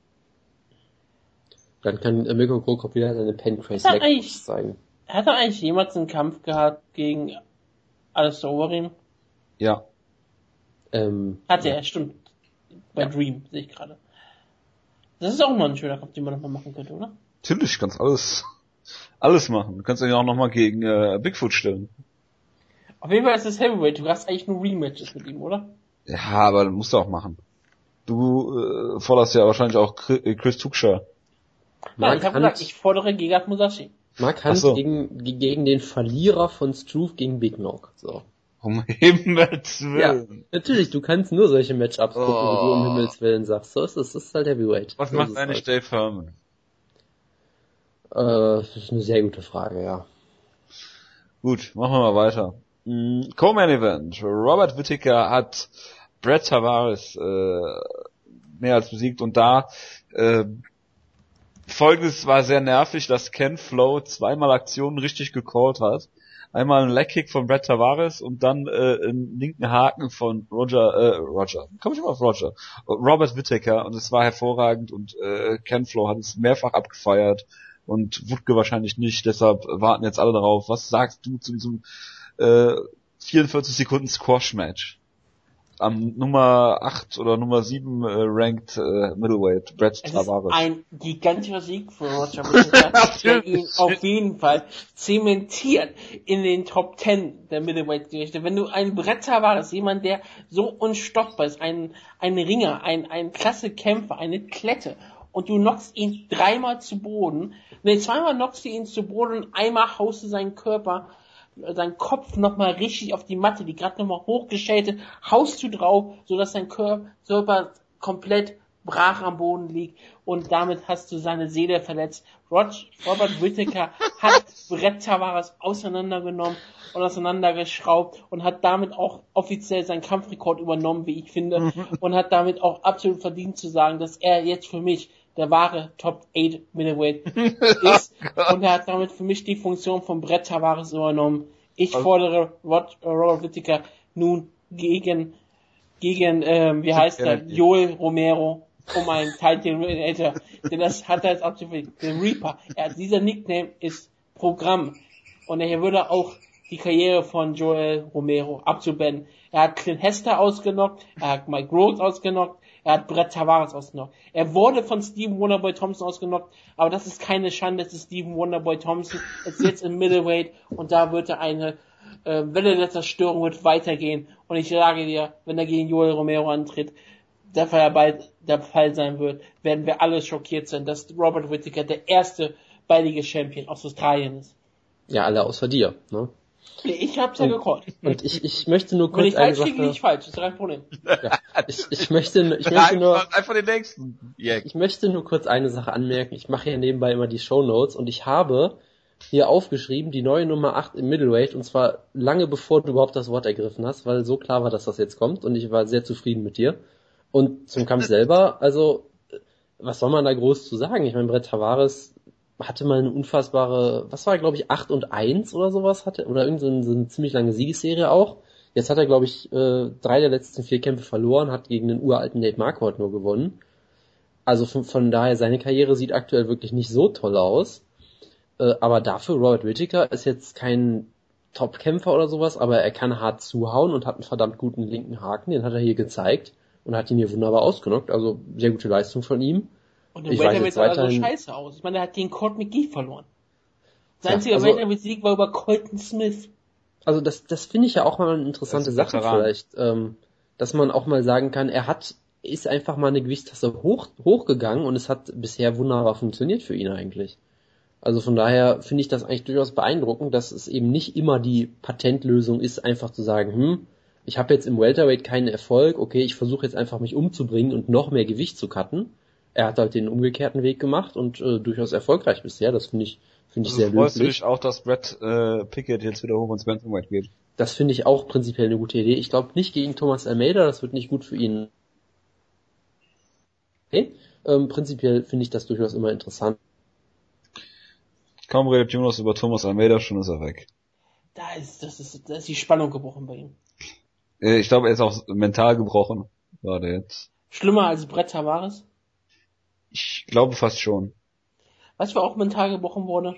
Dann kann äh, Mirko Crow Cop wieder seine Pancrase Hat er Leg eigentlich- zeigen. Hat er eigentlich jemals einen Kampf gehabt gegen Alistair Overeem? Ja. Ähm, Hatte er, stimmt. Bei Dream, sehe ich gerade. Das ist auch mal ein schöner Kampf, den man nochmal machen könnte, oder? Natürlich, kannst alles, alles machen. Du kannst dich auch nochmal gegen äh, Bigfoot stellen. Auf jeden Fall ist es Heavyweight, du hast eigentlich nur Rematches mit ihm, oder? Ja, aber das musst du auch machen. Du äh, forderst ja wahrscheinlich auch Chris, Chris Tuchscherer. Ja, Mark ich habe Hunt- gesagt, ich fordere Gegard Musashi. Mark Hunt Ach so. gegen, gegen den Verlierer von Struve gegen Big Nog. So. Um Himmels Willen. Natürlich, du kannst nur solche Matchups gucken, Oh. wo du um Himmels Willen sagst. So ist es, das ist halt Heavyweight. Was so macht ist es eigentlich halt. Dave Furman? Äh, das ist eine sehr gute Frage, ja. Gut, machen wir mal weiter. Mm, Co-Main Event. Robert Whittaker hat Brett Tavares äh, mehr als besiegt und da äh, Folgendes war sehr nervig, dass Ken Flo zweimal Aktionen richtig gecallt hat. Einmal ein Leg-Kick von Brett Tavares und dann äh, einen linken Haken von Roger, äh, Roger, komm ich mal auf Roger, Robert Whittaker und es war hervorragend und äh, Ken Flo hat es mehrfach abgefeiert und Wutke wahrscheinlich nicht, deshalb warten jetzt alle darauf. Was sagst du zu diesem äh, vierundvierzig Sekunden Squash-Match? Am Nummer acht oder Nummer sieben äh, ranked äh, Middleweight, Brett Es ist Tavares. ein gigantischer Sieg für Roger Whittaker, der ihn auf jeden Fall zementiert in den Top Ten der Middleweight-Gewichte. Wenn du einen Brett Tavares, jemand, der so unstoppbar ist, ein, ein Ringer, ein, ein klasse Kämpfer, eine Klette, und du knockst ihn dreimal zu Boden, ne, zweimal knockst du ihn zu Boden, einmal haust du seinen Körper, seinen Kopf nochmal richtig auf die Matte, die gerade nochmal hochgestellte, haust du drauf, sodass sein Körper komplett brach am Boden liegt und damit hast du seine Seele verletzt. Rod, Robert Whittaker hat Brett Tavares auseinandergenommen und auseinandergeschraubt und hat damit auch offiziell seinen Kampfrekord übernommen, wie ich finde, und hat damit auch absolut verdient zu sagen, dass er jetzt für mich der wahre Top acht Middleweight ist und er hat damit für mich die Funktion von Brett Tavares übernommen. Ich fordere Rod, äh, Robert Whittaker nun gegen gegen, ähm, wie heißt er, Joel Romero um einen Title, äh, denn das hat er jetzt absolut, der Reaper. Ja, dieser Nickname ist Programm und er würde auch die Karriere von Joel Romero abzubeenden. Er hat Clint Hester ausgenockt, er hat Mike Rhodes ausgenockt, er hat Brett Tavares ausgenockt. Er wurde von Stephen Wonderboy Thompson ausgenockt, aber das ist keine Schande, das ist Stephen Wonderboy Thompson. Es ist jetzt im Middleweight und da wird er eine äh, Welle der Zerstörung wird weitergehen. Und ich sage dir, wenn er gegen Joel Romero antritt, der Fall bald der Fall sein wird, werden wir alle schockiert sein, dass Robert Whittaker der erste baldige Champion aus Australien ist. Ja, alle außer dir, ne? Ich hab's ja gecallt. Und ich, ich möchte nur Wenn kurz ich eine falsch liege, liege ich Sache, falsch. Das ist kein Problem. ja, ich, ich möchte, ich möchte nur, einfach, einfach den nächsten. Yeah. ich möchte nur kurz eine Sache anmerken. Ich mache ja nebenbei immer die Shownotes und ich habe hier aufgeschrieben, die neue Nummer acht im Middleweight, und zwar lange bevor du überhaupt das Wort ergriffen hast, weil so klar war, dass das jetzt kommt und ich war sehr zufrieden mit dir. Und zum Kampf selber, also, was soll man da groß zu sagen? Ich meine, Brett Tavares hatte mal eine unfassbare, was war, glaube ich, acht und eins oder sowas hatte, oder irgend so eine, so eine ziemlich lange Siegesserie auch. Jetzt hat er, glaube ich, äh, drei der letzten vier Kämpfe verloren, hat gegen den uralten Nate Marquardt nur gewonnen. Also von, von daher, seine Karriere sieht aktuell wirklich nicht so toll aus. Äh, aber dafür, Robert Whittaker ist jetzt kein Top-Kämpfer oder sowas, aber er kann hart zuhauen und hat einen verdammt guten linken Haken, den hat er hier gezeigt und hat ihn hier wunderbar ausgenockt, also sehr gute Leistung von ihm. Und im Ich weiß Welterweight jetzt sah er so weiterhin- scheiße aus. Ich meine, er hat gegen Court McGee verloren. Sein Ja, einziger also- Welterweight-Sieg war über Colton Smith. Also das, das finde ich ja auch mal eine interessante Das ist ein Sache Veteran. vielleicht, ähm, dass man auch mal sagen kann, er hat ist einfach mal eine Gewichtstasse hoch, hochgegangen und es hat bisher wunderbar funktioniert für ihn eigentlich. Also von daher finde ich das eigentlich durchaus beeindruckend, dass es eben nicht immer die Patentlösung ist, einfach zu sagen, hm, ich habe jetzt im Welterweight keinen Erfolg, okay, ich versuche jetzt einfach mich umzubringen und noch mehr Gewicht zu cutten. Er hat halt den umgekehrten Weg gemacht und äh, durchaus erfolgreich bisher, das finde ich finde ich Also sehr freust löblich. du dich auch, dass Brett äh, Pickett jetzt wieder hoch ins Bantamweight geht? Das finde ich auch prinzipiell eine gute Idee. Ich glaube nicht gegen Thomas Almeida, das wird nicht gut für ihn. Okay. Ähm, prinzipiell finde ich das durchaus immer interessant. Kaum redet Jonas über Thomas Almeida, schon ist er weg. Da ist, das ist, da ist die Spannung gebrochen bei ihm. Äh, ich glaube, er ist auch mental gebrochen, gerade jetzt. Schlimmer als Brett Tavares? Ich glaube fast schon. Weißt du, wer auch mental gebrochen wurde?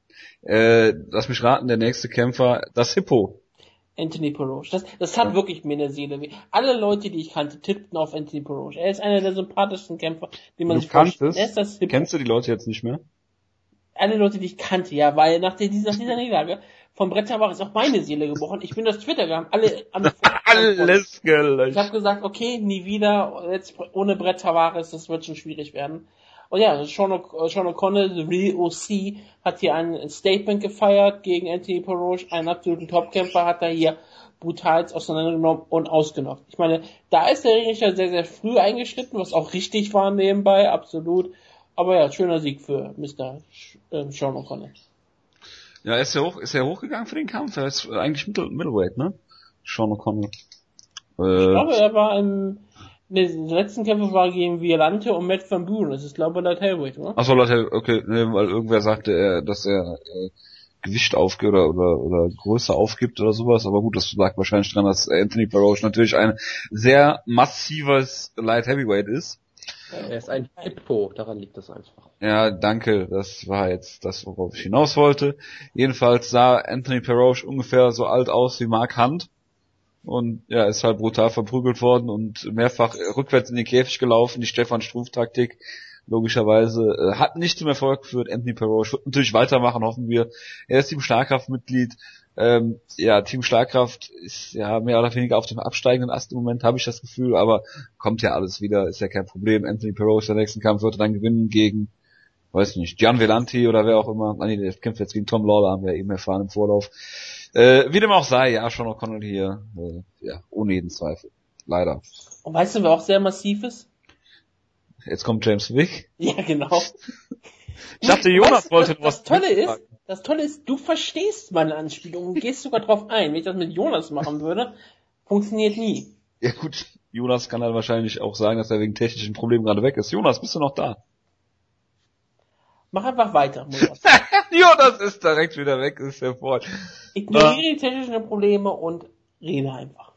Äh, lass mich raten, der nächste Kämpfer, das Hippo. Anthony Perosh. Das, das hat Ja. wirklich mir in der Seele weh. Alle Leute, die ich kannte, tippten auf Anthony Perosh. Er ist einer der sympathischsten Kämpfer, die man Du sich vorstellt. kanntest, Er ist das Hippo. kennst du die Leute jetzt nicht mehr? Alle Leute, die ich kannte, ja, weil nach, der, nach dieser Niederlage von Brett Tavares ist auch meine Seele gebrochen. Ich bin auf Twitter, wir haben alle an Alles gelöscht. Ich habe gesagt, okay, nie wieder, jetzt ohne Brett Tavares, das wird schon schwierig werden. Und ja, Sean, o- Sean O'Connell, The Real O C, hat hier ein Statement gefeiert gegen Anthony Perosh, einen absoluten Topkämpfer hat er hier brutal auseinandergenommen und ausgenockt. Ich meine, da ist der Ringrichter sehr, sehr früh eingeschritten, was auch richtig war nebenbei, absolut. Aber ja, schöner Sieg für Mister Sch- äh, Sean O'Connell. Ja, ist er hoch, ist er hochgegangen für den Kampf? Er ist eigentlich Middle, Middleweight, ne? Sean O'Connell. Äh, Ich glaube, er war im, ne, die letzten Kämpfe war gegen Violante und Matt Van Buren. Das ist, glaube ich, Light Heavyweight, oder? Achso, Leute, okay, ne, weil irgendwer sagte, er, dass er äh, Gewicht aufgibt oder, oder, oder Größe aufgibt oder sowas, aber gut, das lag wahrscheinlich dran, dass Anthony Perosh natürlich ein sehr massives Light Heavyweight ist. Er ist ein Hippo, daran liegt das einfach. Ja, danke, das war jetzt das, worauf ich hinaus wollte. Jedenfalls sah Anthony Perosh ungefähr so alt aus wie Mark Hunt und ja, ist halt brutal verprügelt worden und mehrfach rückwärts in den Käfig gelaufen, die Stefan Struff-Taktik. Logischerweise äh, hat nicht zum Erfolg geführt. Anthony Perosh wird natürlich weitermachen, hoffen wir. Er ist Team Schlagkraft-Mitglied. Ähm, ja, Team Schlagkraft ist ja mehr oder weniger auf dem absteigenden Ast im Moment, habe ich das Gefühl, aber kommt ja alles wieder, ist ja kein Problem. Anthony Perosh, der nächsten Kampf, wird er dann gewinnen gegen, weiß nicht, Gian Vellanti oder wer auch immer. Ah, nee, der kämpft jetzt gegen Tom Lawler, haben wir eben erfahren im Vorlauf. Äh, wie dem auch sei, ja, Sean O'Connell hier, äh, ja, ohne jeden Zweifel. Leider. Und weißt du, wer auch sehr massiv ist? Jetzt kommt James Wick. Ja, genau. Ich dachte, Jonas Weißt du, wollte das, was das Tolle ist, sagen. das Tolle ist, du verstehst meine Anspielung und gehst sogar drauf ein. Wenn ich das mit Jonas machen würde, funktioniert nie. Ja gut, Jonas kann dann wahrscheinlich auch sagen, dass er wegen technischen Problemen gerade weg ist. Jonas, bist du noch da? Mach einfach weiter, Murat. Jonas ist direkt wieder weg, ist hervor. Ignoriere die technischen Probleme und rede einfach.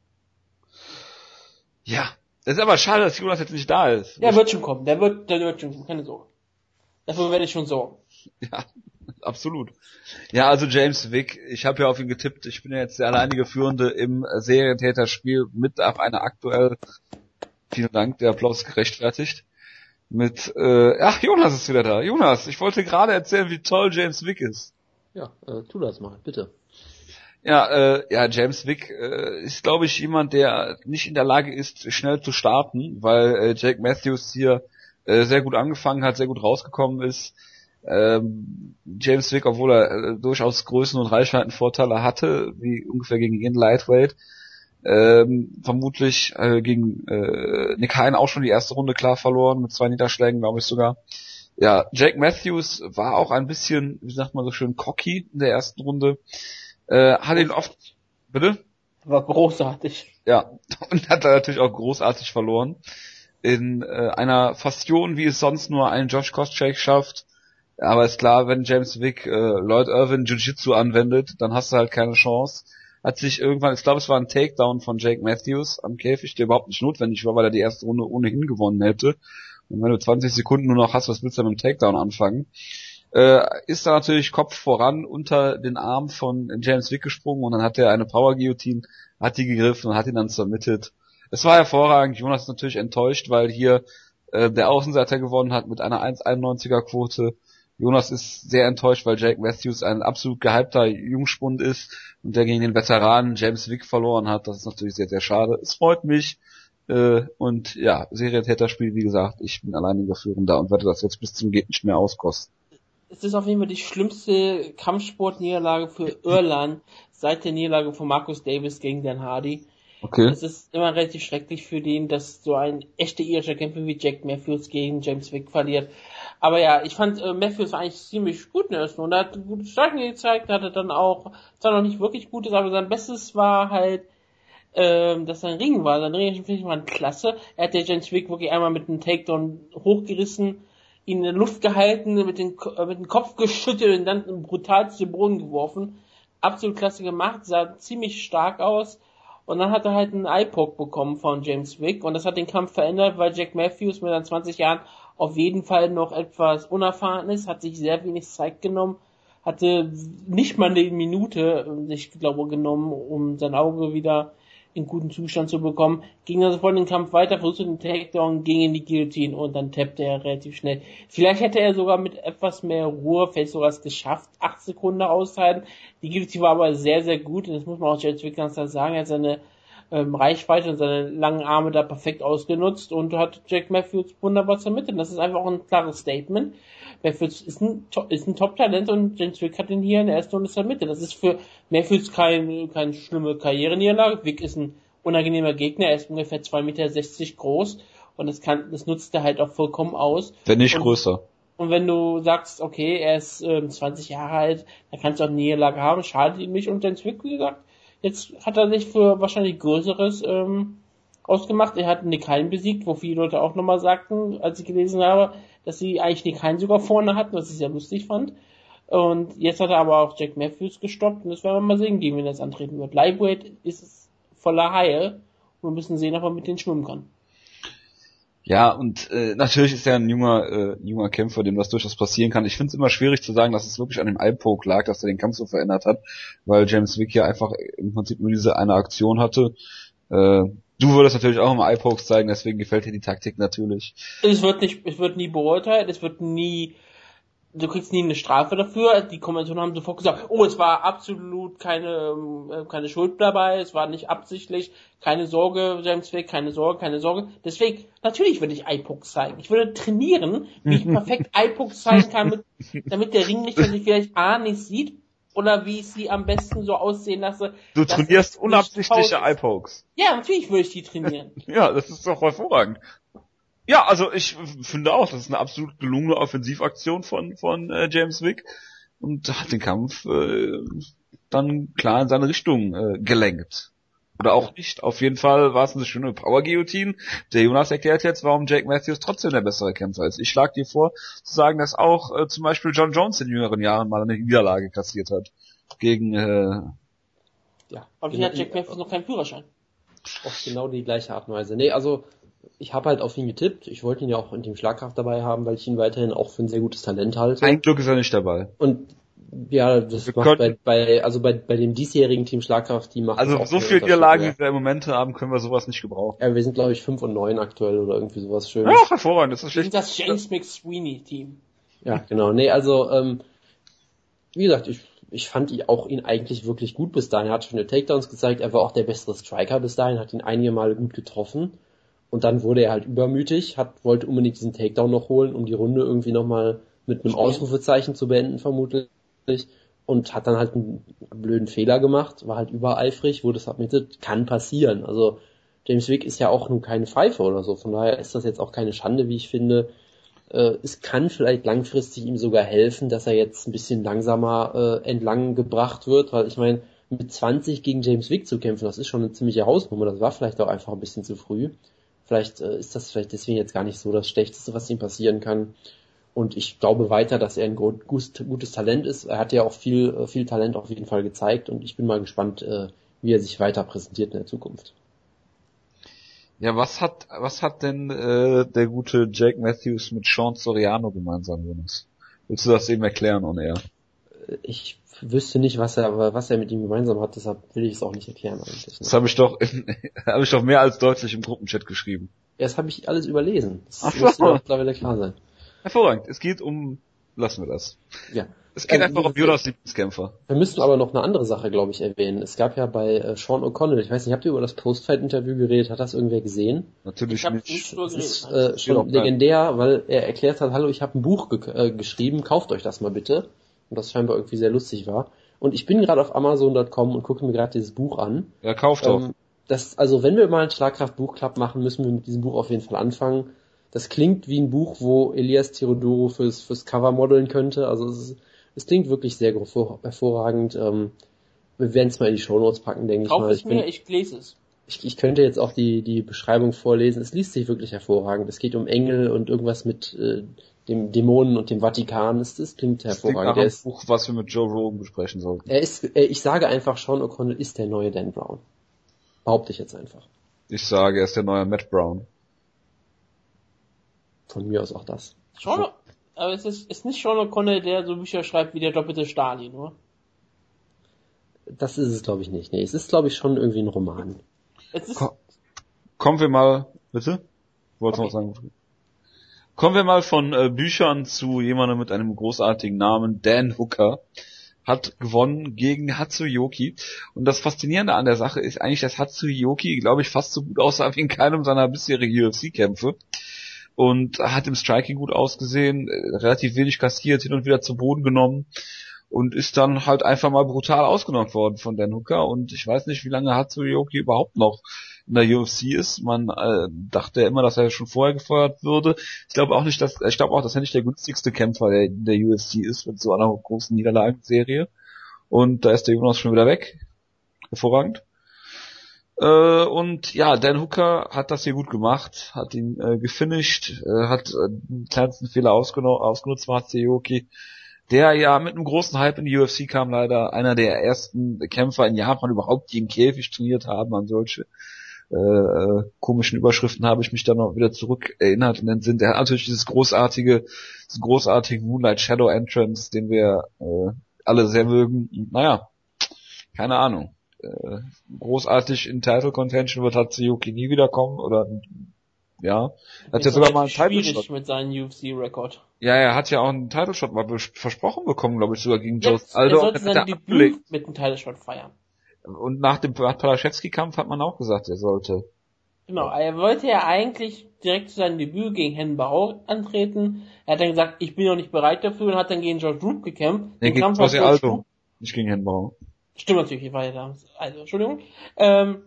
Ja, das ist aber schade, dass Jonas jetzt nicht da ist. Der wird schon kommen, der wird, der wird schon kommen, keine Sorge. Dafür werde ich schon sorgen. Ja, absolut. Ja, also James Wick, ich habe ja auf ihn getippt. Ich bin ja jetzt der alleinige Führende im Serientäterspiel mit auf einer aktuell, vielen Dank, der Applaus gerechtfertigt. Mit, äh, ach, Jonas ist wieder da. Jonas, ich wollte gerade erzählen, wie toll James Wick ist. Ja, äh, tu das mal, bitte. Ja, äh, ja, James Wick äh, ist, glaube ich, jemand, der nicht in der Lage ist, schnell zu starten, weil äh, Jake Matthews hier äh, sehr gut angefangen hat, sehr gut rausgekommen ist. Ähm, James Wick, obwohl er äh, durchaus Größen- und Reichweitenvorteile hatte, wie ungefähr gegen jeden Lightweight, ähm, vermutlich äh, gegen äh, Nick Hein auch schon die erste Runde klar verloren, mit zwei Niederschlägen, glaube ich sogar. Ja, Jake Matthews war auch ein bisschen, wie sagt man so schön, cocky in der ersten Runde. Äh, hat ihn oft, bitte? War großartig. Ja, und hat er natürlich auch großartig verloren. In äh, einer Fastion, wie es sonst nur ein Josh Koscheck schafft. Aber ist klar, wenn James Wick äh, Lloyd Irvin Jiu-Jitsu anwendet, dann hast du halt keine Chance. Hat sich irgendwann, ich glaube, es war ein Takedown von Jake Matthews am Käfig, der überhaupt nicht notwendig war, weil er die erste Runde ohnehin gewonnen hätte. Und wenn du zwanzig Sekunden nur noch hast, was willst du mit dem Takedown anfangen? Äh, ist da natürlich Kopf voran unter den Arm von James Wick gesprungen und dann hat er eine Power Guillotine, hat die gegriffen und hat ihn dann submitted. Es war hervorragend. Jonas ist natürlich enttäuscht, weil hier äh, der Außenseiter gewonnen hat mit einer eins Komma einundneunziger Quote. Jonas ist sehr enttäuscht, weil Jake Matthews ein absolut gehypter Jungspund ist und der gegen den Veteranen James Wick verloren hat. Das ist natürlich sehr, sehr schade. Es freut mich. Äh, und ja, Serientäterspiel, wie gesagt, ich bin alleiniger Führender und werde das jetzt bis zum geht nicht mehr auskosten. Es ist auf jeden Fall die schlimmste Kampfsportniederlage für Irland seit der Niederlage von Marcus Davis gegen Dan Hardy. Okay. Es ist immer relativ schrecklich für den, dass so ein echter irischer Kämpfer wie Jack Matthews gegen James Vick verliert. Aber ja, ich fand äh, Matthews eigentlich ziemlich gut in der ersten Runde. Er hat gute Stärken gezeigt, hatte dann auch, zwar noch nicht wirklich Gutes, aber sein Bestes war halt, ähm, dass sein Ring war. Sein Ring finde ich mal klasse. Er hat der James Vick wirklich einmal mit einem Takedown hochgerissen, ihn in der Luft gehalten, mit, den, äh, mit dem Kopf geschüttelt und dann brutal zu Boden geworfen. Absolut klasse gemacht, sah ziemlich stark aus. Und dann hat er halt einen Eye-Poke bekommen von James Vick und das hat den Kampf verändert, weil Jack Matthews mit seinen zwanzig Jahren auf jeden Fall noch etwas unerfahren ist, hat sich sehr wenig Zeit genommen, hatte nicht mal eine Minute sich, glaube ich, genommen, um sein Auge wieder in guten Zustand zu bekommen, ging dann sofort den Kampf weiter, versuchte den Takedown, ging in die Guillotine und dann tappte er relativ schnell. Vielleicht hätte er sogar mit etwas mehr Ruhe, vielleicht sogar es geschafft, acht Sekunden auszuhalten. Die Guillotine war aber sehr, sehr gut und das muss man auch James Vick ganz klar sagen, er hat seine ähm, Reichweite und seine langen Arme da perfekt ausgenutzt und hat Jack Matthews wunderbar zermittelt. Das ist einfach auch ein klares Statement. Matthews ist ein, ist ein Top-Talent und James Vick hat ihn hier in der ersten Runde zermittelt. Das ist für Matthews keine, keine schlimme Karriereniederlage. Vick ist ein unangenehmer Gegner, er ist ungefähr zwei Meter sechzig groß und das kann, das nutzt er halt auch vollkommen aus. Wenn nicht und, größer. Und wenn du sagst, okay, er ist ähm, zwanzig Jahre alt, dann kannst du auch eine Niederlage haben, schadet ihm nicht. Und James Vick, wie gesagt, jetzt hat er sich für wahrscheinlich Größeres ähm, ausgemacht. Er hat Nick Hein besiegt, wo viele Leute auch nochmal sagten, als ich gelesen habe, dass sie eigentlich Nick Hein sogar vorne hatten, was ich sehr lustig fand. Und jetzt hat er aber auch Jack Matthews gestoppt und das werden wir mal sehen, gegen wen er das antreten wird. Lightweight ist es voller Haie und wir müssen sehen, ob er mit denen schwimmen kann. Ja, und äh, natürlich ist er ein junger äh, junger Kämpfer, dem das durchaus passieren kann. Ich finde es immer schwierig zu sagen, dass es wirklich an dem Eye-Poke lag, dass er den Kampf so verändert hat, weil James Vick ja einfach im Prinzip nur diese eine Aktion hatte. Äh, du würdest natürlich auch immer Eye-Pokes zeigen, deswegen gefällt dir die Taktik natürlich. Es wird nicht, es wird nie beurteilt, es wird nie, du kriegst nie eine Strafe dafür. Die Kommentatoren haben sofort gesagt, oh, es war absolut keine keine Schuld dabei, es war nicht absichtlich, keine Sorge, James Vick, keine Sorge, keine Sorge. Deswegen, natürlich würde ich Eye-Pokes zeigen. Ich würde trainieren, wie ich perfekt Eye-Pokes zeigen kann, mit, damit der Ringrichter sich vielleicht A nicht sieht oder wie ich sie am besten so aussehen lasse. Du trainierst unabsichtliche Eye-Pokes. Ja, natürlich würde ich die trainieren. Ja, das ist doch hervorragend. Ja, also ich finde auch, das ist eine absolut gelungene Offensivaktion von von äh, James Vick und hat den Kampf äh, dann klar in seine Richtung äh, gelenkt. Oder auch nicht. Auf jeden Fall war es eine schöne Power-Guillotine. Der Jonas erklärt jetzt, warum Jack Matthews trotzdem der bessere Kämpfer ist. Ich schlage dir vor, zu sagen, dass auch äh, zum Beispiel John Jones in jüngeren Jahren mal eine Niederlage kassiert hat. Gegen äh, ja. Aber wie hat Jack Matthews noch keinen Führerschein? Auf genau die gleiche Art und Weise. Nee, also ich habe halt auf ihn getippt. Ich wollte ihn ja auch in Team Schlagkraft dabei haben, weil ich ihn weiterhin auch für ein sehr gutes Talent halte. Ein Glück ist er nicht dabei. Und ja, das Wir macht bei, bei also bei bei dem diesjährigen Team Schlagkraft, die macht also auch so viel Niederlagen, wie wir im Moment haben, können wir sowas nicht gebrauchen. Ja, wir sind glaube ich fünf und neun aktuell oder irgendwie sowas schön. Ja, hervorragend, das ist schlecht. Das James McSweeney Team. Ja, genau. Nee, also ähm, wie gesagt, ich ich fand ihn auch ihn eigentlich wirklich gut bis dahin. Er hat schöne Takedowns gezeigt, er war auch der bessere Striker bis dahin, hat ihn einige Male gut getroffen. Und dann wurde er halt übermütig, hat wollte unbedingt diesen Takedown noch holen, um die Runde irgendwie nochmal mit einem Ausrufezeichen zu beenden, vermutlich. Und hat dann halt einen blöden Fehler gemacht, war halt übereifrig, wurde submitted, kann passieren. Also James Vick ist ja auch nur keine Pfeife oder so, von daher ist das jetzt auch keine Schande, wie ich finde. Äh, es kann vielleicht langfristig ihm sogar helfen, dass er jetzt ein bisschen langsamer äh, entlang gebracht wird, weil ich meine, mit zwanzig gegen James Vick zu kämpfen, das ist schon eine ziemliche Hausnummer, das war vielleicht auch einfach ein bisschen zu früh. Vielleicht äh, ist das vielleicht deswegen jetzt gar nicht so das Schlechteste, was ihm passieren kann. Und ich glaube weiter, dass er ein gutes, gutes Talent ist. Er hat ja auch viel, viel Talent auf jeden Fall gezeigt und ich bin mal gespannt, wie er sich weiter präsentiert in der Zukunft. Ja, was hat, was hat denn äh, der gute Jack Matthews mit Sean Soriano gemeinsam, Jonas? Willst du das eben erklären, on air? Ich wüsste nicht, was er, was er mit ihm gemeinsam hat, deshalb will ich es auch nicht erklären eigentlich. Ne? Das habe ich doch, habe ich doch mehr als deutlich im Gruppenchat geschrieben. Ja, das habe ich alles überlesen. Das Ach muss so. mir mittlerweile klar sein. Hervorragend. Es geht um, lassen wir das. Ja. Es geht Ähm, einfach um Yodas Lieblingskämpfer. Wir müssen aber noch eine andere Sache, glaube ich, erwähnen. Es gab ja bei äh, Sean O'Connell, ich weiß nicht, habt ihr über das Post-Fight-Interview geredet? Hat das irgendwer gesehen? Natürlich Ich habe nicht. nicht drüber Es ist geredet. äh, schon legendär, weil er erklärt hat, hallo, ich habe ein Buch ge- äh, geschrieben, kauft euch das mal bitte. Und das scheinbar irgendwie sehr lustig war. Und ich bin gerade auf Amazon Punkt com und gucke mir gerade dieses Buch an. Ja, kauft doch. Ähm, das, also wenn wir mal einen Schlagkraft-Buchclub machen, müssen wir mit diesem Buch auf jeden Fall anfangen. Das klingt wie ein Buch, wo Elias Theodoro fürs, fürs Cover modeln könnte. Also es, ist, es klingt wirklich sehr hervorragend. Ähm, wir werden es mal in die Shownotes packen, denke ich Kauf mal. es Ich, mir, bin, ich lese es. ich, ich könnte jetzt auch die, die Beschreibung vorlesen. Es liest sich wirklich hervorragend. Es geht um Engel und irgendwas mit äh, dem Dämonen und dem Vatikan. Es, es klingt Das klingt hervorragend. nach Er einem ist, Buch, was wir mit Joe Rogan besprechen sollten. er ist, äh, ich sage einfach, Sean O'Connell ist der neue Dan Brown. Behaupte ich jetzt einfach. Ich sage, er ist der neue Matt Brown. Von mir aus auch das. Sean, aber es ist, ist nicht Sean O'Connell, der so Bücher schreibt wie der doppelte Stalin, oder? Das ist es, glaube ich, nicht. Nee, es ist, glaube ich, schon irgendwie ein Roman. Es ist, Ko- Kommen wir mal, bitte? Wolltest du Okay. noch sagen? Kommen wir mal von äh, Büchern zu jemandem mit einem großartigen Namen. Dan Hooker hat gewonnen gegen Hatsuyoki. Und das Faszinierende an der Sache ist eigentlich, dass Hatsuyoki, glaube ich, fast so gut aussah wie in keinem seiner bisherigen U F C-Kämpfe. Und hat im Striking gut ausgesehen, äh, relativ wenig kassiert, hin und wieder zu Boden genommen. Und ist dann halt einfach mal brutal ausgenockt worden von Dan Hooker. Und ich weiß nicht, wie lange Hatsuyoki überhaupt noch in der U F C ist. Man äh, dachte ja immer, dass er schon vorher gefeuert würde. Ich glaube auch nicht, dass ich glaube auch, dass er nicht der günstigste Kämpfer der, der U F C ist mit so einer großen Niederlagenserie. Und da ist der Jonas schon wieder weg. Hervorragend. Äh, und ja, Dan Hooker hat das hier gut gemacht, hat ihn äh, gefinisht, äh, hat äh, den kleinsten Fehler ausgeno- ausgenutzt von Hatsuyoki, der ja mit einem großen Hype in die U F C kam, leider einer der ersten Kämpfer in Japan überhaupt, die im Käfig trainiert haben. An solche äh, äh, komischen Überschriften habe ich mich dann noch wieder zurück erinnert in den Sinn. Der hat natürlich dieses großartige, diesen großartigen Moonlight Shadow Entrance, den wir äh, alle sehr mögen. Und, naja, keine Ahnung. Äh, großartig in Title Contention wird Hatsuyoki nie wiederkommen, oder ja, hat ja sogar mal einen Title schwierig Shot. mit seinem U F C-Rekord. Ja, er hat ja auch einen Title Shot mal bes- versprochen bekommen, glaube ich, sogar gegen Joe Jetzt, Aldo. er sollte und hat sein er Debüt abgelegt. mit einem Title-Shot feiern. Und nach dem Palaschewski-Kampf hat man auch gesagt, er sollte. Genau, er wollte ja eigentlich direkt zu seinem Debüt gegen Hen Bao antreten. Er hat dann gesagt, ich bin noch nicht bereit dafür und hat dann gegen George Roop gekämpft. Nee, Den gegen Kampf hat Jose George Aldo, Roop, nicht gegen Henbauer. stimmt natürlich, ich war ja da, also, Entschuldigung. Ähm,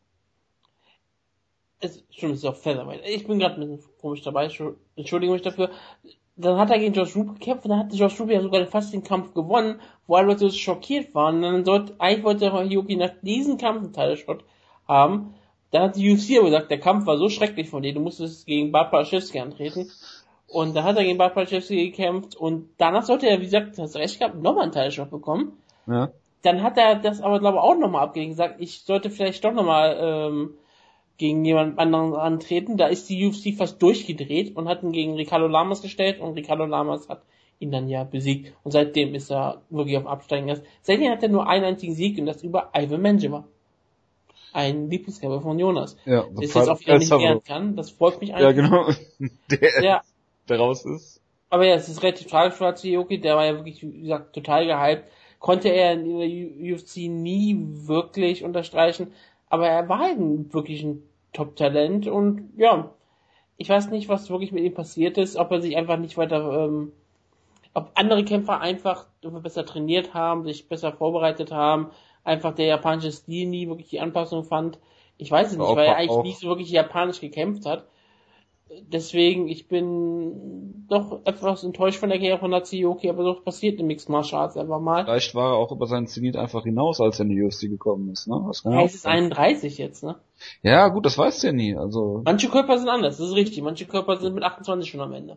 es, stimmt, es ist auch Featherweight. Ich bin gerade ein bisschen komisch dabei, entschuldige mich dafür. Dann hat er gegen George Roop gekämpft und dann hat George Roop ja sogar fast den Kampf gewonnen, wo alle Leute so schockiert waren. Und dann sollte, eigentlich wollte Hatsuyoki nach diesem Kampf einen Title-Shot haben. Dann hat die U F C aber gesagt, der Kampf war so schrecklich von dir, du musstest gegen Bart Palaschewski antreten. Und dann hat er gegen Bart Palaschewski gekämpft und danach sollte er, wie gesagt, hast du recht gehabt, nochmal einen Title-Shot bekommen. Ja. Dann hat er das aber, glaube ich, auch nochmal abgelehnt, gesagt, ich sollte vielleicht doch nochmal ähm, gegen jemand anderen antreten. Da ist die U F C fast durchgedreht und hat ihn gegen Ricardo Lamas gestellt und Ricardo Lamas hat ihn dann ja besiegt. Und seitdem ist er wirklich auf Absteigen. Seitdem hat er nur einen einzigen Sieg und das über Ivan Menjivar. Ein Lieblingskämpfer von Jonas. Ja, der es jetzt auch wieder nicht wehren kann. Das freut mich eigentlich. Ja, genau. Der, Ja. der raus ist. Aber ja, es ist relativ tragisch für Hatsuyoki, der war ja wirklich, wie gesagt, total gehypt. Konnte er in der U F C nie wirklich unterstreichen. Aber er war halt ein, wirklich ein Top-Talent und ja, ich weiß nicht, was wirklich mit ihm passiert ist, ob er sich einfach nicht weiter, ähm, ob andere Kämpfer einfach besser trainiert haben, sich besser vorbereitet haben, einfach der japanische Stil nie wirklich die Anpassung fand. Ich weiß es nicht, Auch- weil er eigentlich auch- nicht so wirklich japanisch gekämpft hat. Deswegen, ich bin doch etwas enttäuscht von der Karriere von Hatsuyoki, aber so passiert in Mixed Martial Arts einfach mal. Vielleicht war er auch über seinen Zenit einfach hinaus, als er in die U F C gekommen ist, ne? Das kann ja Er auch ist sein. einunddreißig jetzt, ne? Ja, gut, das weißt du ja nie, also. Manche Körper sind anders, das ist richtig. Manche Körper sind mit achtundzwanzig schon am Ende.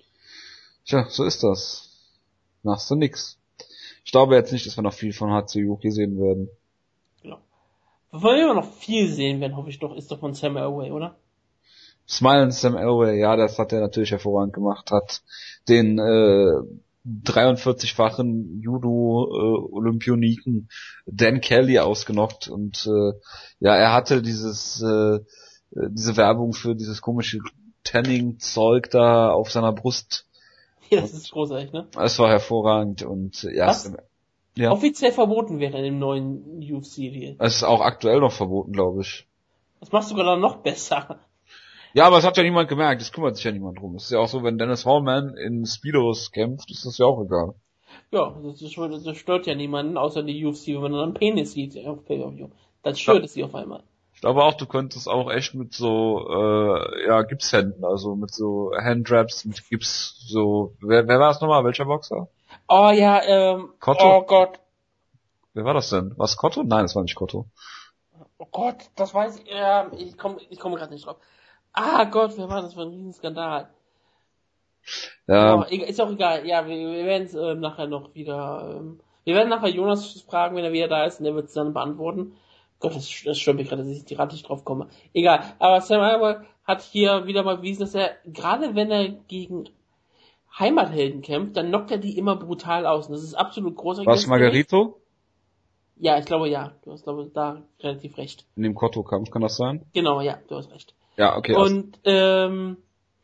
Tja, so ist das. Machst du nix. Ich glaube jetzt nicht, dass wir noch viel von Hatsuyoki sehen werden. Genau. Wovon wir immer noch viel sehen werden, hoffe ich doch, ist doch von Sam Elway, oder? Smile and Sam Elway, ja, das hat er natürlich hervorragend gemacht, hat den äh, dreiundvierzigfachen Judo-Olympioniken Dan Kelly ausgenockt und äh, ja, er hatte dieses äh, diese Werbung für dieses komische Tanning-Zeug da auf seiner Brust das ist großartig, ne? Es war hervorragend und ja, Was es, ja. offiziell verboten wäre in dem neuen U F C-Deal. Es ist auch aktuell noch verboten, glaube ich. Das machst du sogar noch besser. Ja, aber es hat ja niemand gemerkt, es kümmert sich ja niemand drum. Es ist ja auch so, wenn Dennis Hallman in Speedos kämpft, ist das ja auch egal. Ja, das, das, das stört ja niemanden, außer die U F C, wenn man dann einen Penis sieht auf Pay-Per-View. Dann stört ja. es sie auf einmal. Ich glaube auch, du könntest auch echt mit so, äh, ja, Gipshänden, also mit so Handwraps, mit Gips, so, wer, wer war das nochmal? Welcher Boxer? Oh ja, ähm, Cotto? oh Gott. Wer war das denn? War es Cotto? Nein, das war nicht Cotto. Oh Gott, das weiß ich, ja, ich komme ich komme gerade nicht drauf. Ah Gott, wer war das für ein Riesenskandal? Ja. Oh, ist auch egal, ja, wir, wir werden es ähm, nachher noch wieder, ähm, wir werden nachher Jonas fragen, wenn er wieder da ist, und der wird es dann beantworten. Gott, das, das stört mich gerade, dass ich gerade nicht drauf komme. Egal, aber Sam Alvey hat hier wieder mal bewiesen, dass er, gerade wenn er gegen Heimathelden kämpft, dann knockt er die immer brutal aus. Und das ist absolut großartig. Was, Margarito? Ja, ich glaube ja. Du hast, glaube ich, da relativ recht. In dem Cotto-Kampf, kann das sein? Genau, ja, du hast recht. Ja, okay. Und, ähm,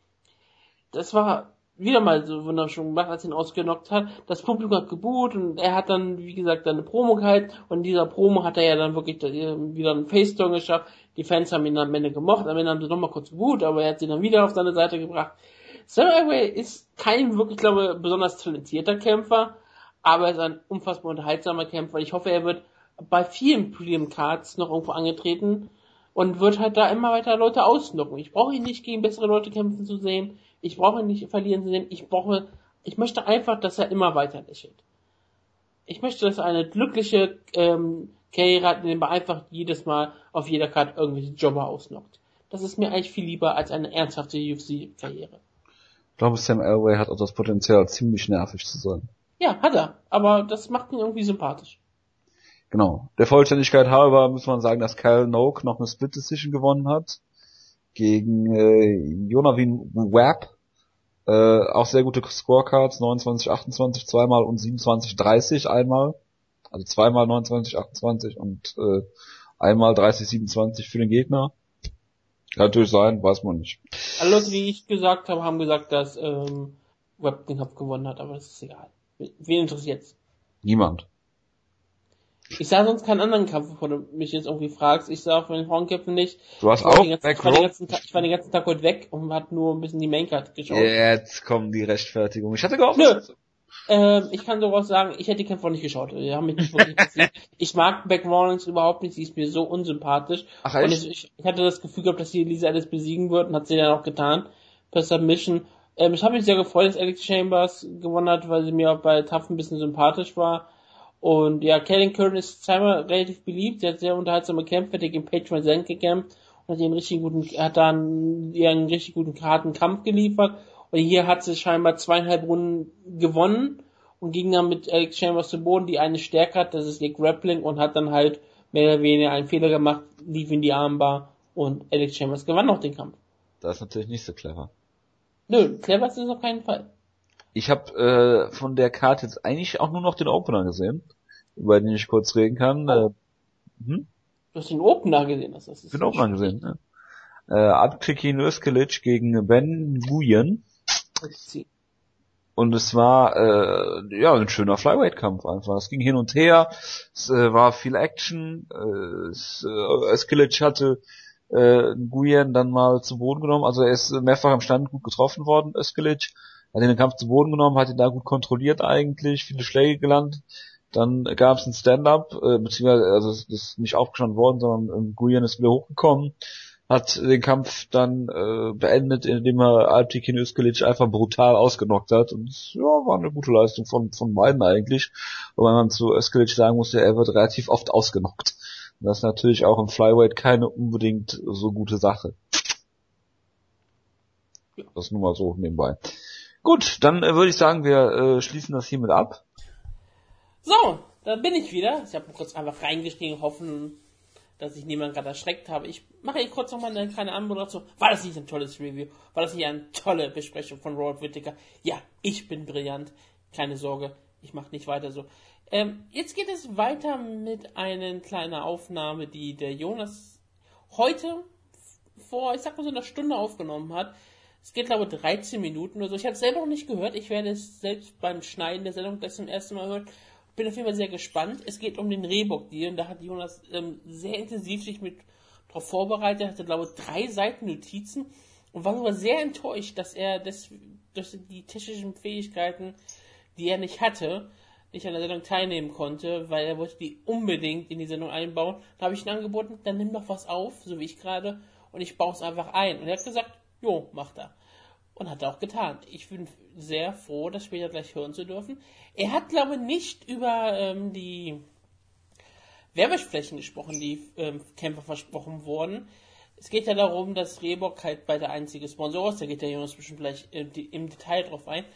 das war wieder mal so wunderschön gemacht, als er ihn ausgenockt hat. Das Publikum hat geboot und er hat dann, wie gesagt, dann eine Promo gehalten und in dieser Promo hat er ja dann wirklich wieder einen Face-Turn geschafft. Die Fans haben ihn am Ende gemocht, am Ende haben sie nochmal kurz geboot, aber er hat sie dann wieder auf seine Seite gebracht. Sam Alvey ist kein wirklich, glaube ich, besonders talentierter Kämpfer, aber er ist ein unfassbar unterhaltsamer Kämpfer. Ich hoffe, er wird bei vielen Premium Cards noch irgendwo angetreten und wird halt da immer weiter Leute ausnocken. Ich brauche ihn nicht gegen bessere Leute kämpfen zu sehen. Ich brauche ihn nicht verlieren zu sehen. Ich brauche, ich möchte einfach, dass er immer weiter lächelt. Ich möchte, dass er eine glückliche ähm, Karriere hat, indem er einfach jedes Mal auf jeder Karte irgendwelche Jobber ausnockt. Das ist mir eigentlich viel lieber als eine ernsthafte U F C-Karriere. Ich glaube, Sam Alvey hat auch das Potenzial, ziemlich nervig zu sein. Ja, hat er. Aber das macht ihn irgendwie sympathisch. Genau. Der Vollständigkeit halber muss man sagen, dass Kyle Noak noch eine Split Decision gewonnen hat. Gegen äh, Jonavin Webb. Äh, auch sehr gute Scorecards. neunundzwanzig achtundzwanzig zweimal und siebenundzwanzig dreißig einmal. Also zweimal neunundzwanzig achtundzwanzig und äh, einmal dreißig siebenundzwanzig für den Gegner. Kann natürlich sein, weiß man nicht. Alle Leute, die ich gesagt habe, haben gesagt, dass ähm, Webb den Kampf gewonnen hat, aber das ist egal. Wen interessiert's? Niemand. Ich sah sonst keinen anderen Kampf, bevor du mich jetzt irgendwie fragst. Ich sah auch von den Hornkämpfen nicht. Du hast ich war auch den ganzen, ich, war den ganzen Tag, ich war den ganzen Tag heute weg und hat nur ein bisschen die Maincard geschaut. Jetzt kommen die Rechtfertigungen. Ich hatte gehofft, Nö. Ähm, ich kann sowas sagen, ich hätte die Kämpfe auch nicht geschaut. Die haben mich nicht wirklich interessiert. Ich mag Beck Rawlings überhaupt nicht, sie ist mir so unsympathisch. Ach, echt? Und ich, ich, ich hatte das Gefühl gehabt, dass sie Elisa Ellis besiegen wird und hat sie dann auch getan. Per Submission. Ähm, ich habe mich sehr gefreut, dass Alex Chambers gewonnen hat, weil sie mir auch bei Tough ein bisschen sympathisch war. Und ja, Kellen Curran ist zweimal relativ beliebt, sie hat sehr unterhaltsame Kämpfe, hat gegen Paige VanZant gekämpft und hat ihren richtig guten, hat dann ihren richtig guten harten Kampf geliefert. Und hier hat sie scheinbar zweieinhalb Runden gewonnen und ging dann mit Alex Chambers zu Boden, die eine Stärke hat, das ist ihr Grappling, und hat dann halt mehr oder weniger einen Fehler gemacht, lief in die Armbar und Alex Chambers gewann noch den Kampf. Das ist natürlich nicht so clever. Nö, clever ist es auf keinen Fall. Ich habe äh, von der Karte jetzt eigentlich auch nur noch den Opener gesehen, über den ich kurz reden kann. Äh, hm? Du hast den Opener gesehen, das ist den Opener gesehen, ne? Äh, Abkrikin Özkilic gegen Ben Nguyen. Und es war äh, ja ein schöner Flyweight-Kampf einfach. Es ging hin und her, es äh, war viel Action. Äh, es, äh, Özkilic hatte äh, Nguyen dann mal zu Boden genommen. Also er ist mehrfach im Stand gut getroffen worden, Özkilic. Hat ihn den Kampf zu Boden genommen, hat ihn da gut kontrolliert eigentlich, viele Schläge gelandet. Dann gab es ein Stand-up, äh, beziehungsweise also es ist nicht aufgestanden worden, sondern ähm, Nguyen ist wieder hochgekommen, hat den Kampf dann äh, beendet, indem er Alptekin Özkilic einfach brutal ausgenockt hat. Und ja, war eine gute Leistung von von beiden eigentlich. Wobei man zu Özkilic sagen musste, er wird relativ oft ausgenockt. Und das ist natürlich auch im Flyweight keine unbedingt so gute Sache. Das nur mal so nebenbei. Gut, dann äh, würde ich sagen, wir äh, schließen das hiermit ab. So, da bin ich wieder. Ich habe kurz einfach reingeschrieben, hoffen, dass ich niemanden gerade erschreckt habe. Ich mache hier kurz nochmal eine kleine Anmoderation. War das nicht ein tolles Review? War das nicht eine tolle Besprechung von Robert Whittaker? Ja, ich bin brillant. Keine Sorge, ich mache nicht weiter so. Ähm, jetzt geht es weiter mit einer kleinen Aufnahme, die der Jonas heute vor, ich sag mal so einer Stunde aufgenommen hat. Es geht, glaube ich, dreizehn Minuten oder so. Ich habe es selber noch nicht gehört. Ich werde es selbst beim Schneiden der Sendung das zum ersten Mal hören. Bin auf jeden Fall sehr gespannt. Es geht um den Reebok-Deal. Und da hat Jonas ähm, sehr intensiv sich mit darauf vorbereitet. Er hatte, glaube ich, drei Seiten Notizen. Und war sogar sehr enttäuscht, dass er das, durch die technischen Fähigkeiten, die er nicht hatte, nicht an der Sendung teilnehmen konnte, weil er wollte die unbedingt in die Sendung einbauen. Da habe ich ihm angeboten, dann nimm doch was auf, so wie ich gerade, und ich baue es einfach ein. Und er hat gesagt, jo, mach da. Und hat er auch getan. Ich bin sehr froh, das später gleich hören zu dürfen. Er hat, glaube ich, nicht über ähm, die Werbeflächen gesprochen, die ähm, Kämpfer versprochen wurden. Es geht ja darum, dass Reebok halt bei der einzige Sponsor ist. Da geht der Jonas bestimmt gleich äh, die, im Detail drauf ein.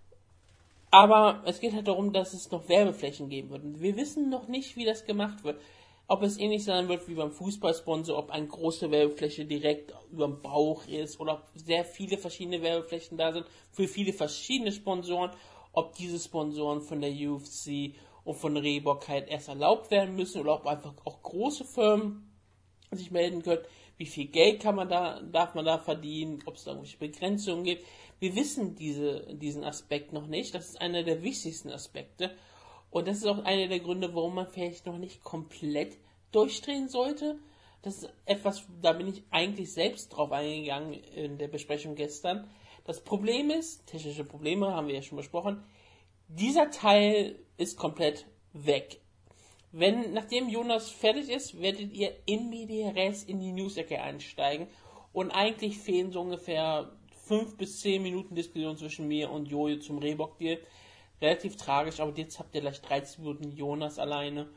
Aber es geht halt darum, dass es noch Werbeflächen geben wird. Und wir wissen noch nicht, wie das gemacht wird. Ob es ähnlich sein wird wie beim Fußballsponsor, ob eine große Werbefläche direkt über dem Bauch ist oder ob sehr viele verschiedene Werbeflächen da sind für viele verschiedene Sponsoren. Ob diese Sponsoren von der U F C und von Reebok halt erst erlaubt werden müssen oder ob einfach auch große Firmen sich melden können. Wie viel Geld kann man da, darf man da verdienen, ob es da irgendwelche Begrenzungen gibt. Wir wissen diese, diesen Aspekt noch nicht. Das ist einer der wichtigsten Aspekte. Und das ist auch einer der Gründe, warum man vielleicht noch nicht komplett durchdrehen sollte. Das ist etwas, da bin ich eigentlich selbst drauf eingegangen in der Besprechung gestern. Das Problem ist, technische Probleme haben wir ja schon besprochen, dieser Teil ist komplett weg. Wenn, nachdem Jonas fertig ist, werdet ihr in medias res in die News-Ecke einsteigen und eigentlich fehlen so ungefähr fünf bis zehn Minuten Diskussion zwischen mir und Jojo zum Reebok-Deal. Relativ tragisch, aber jetzt habt ihr gleich dreizehn Minuten Jonas alleine.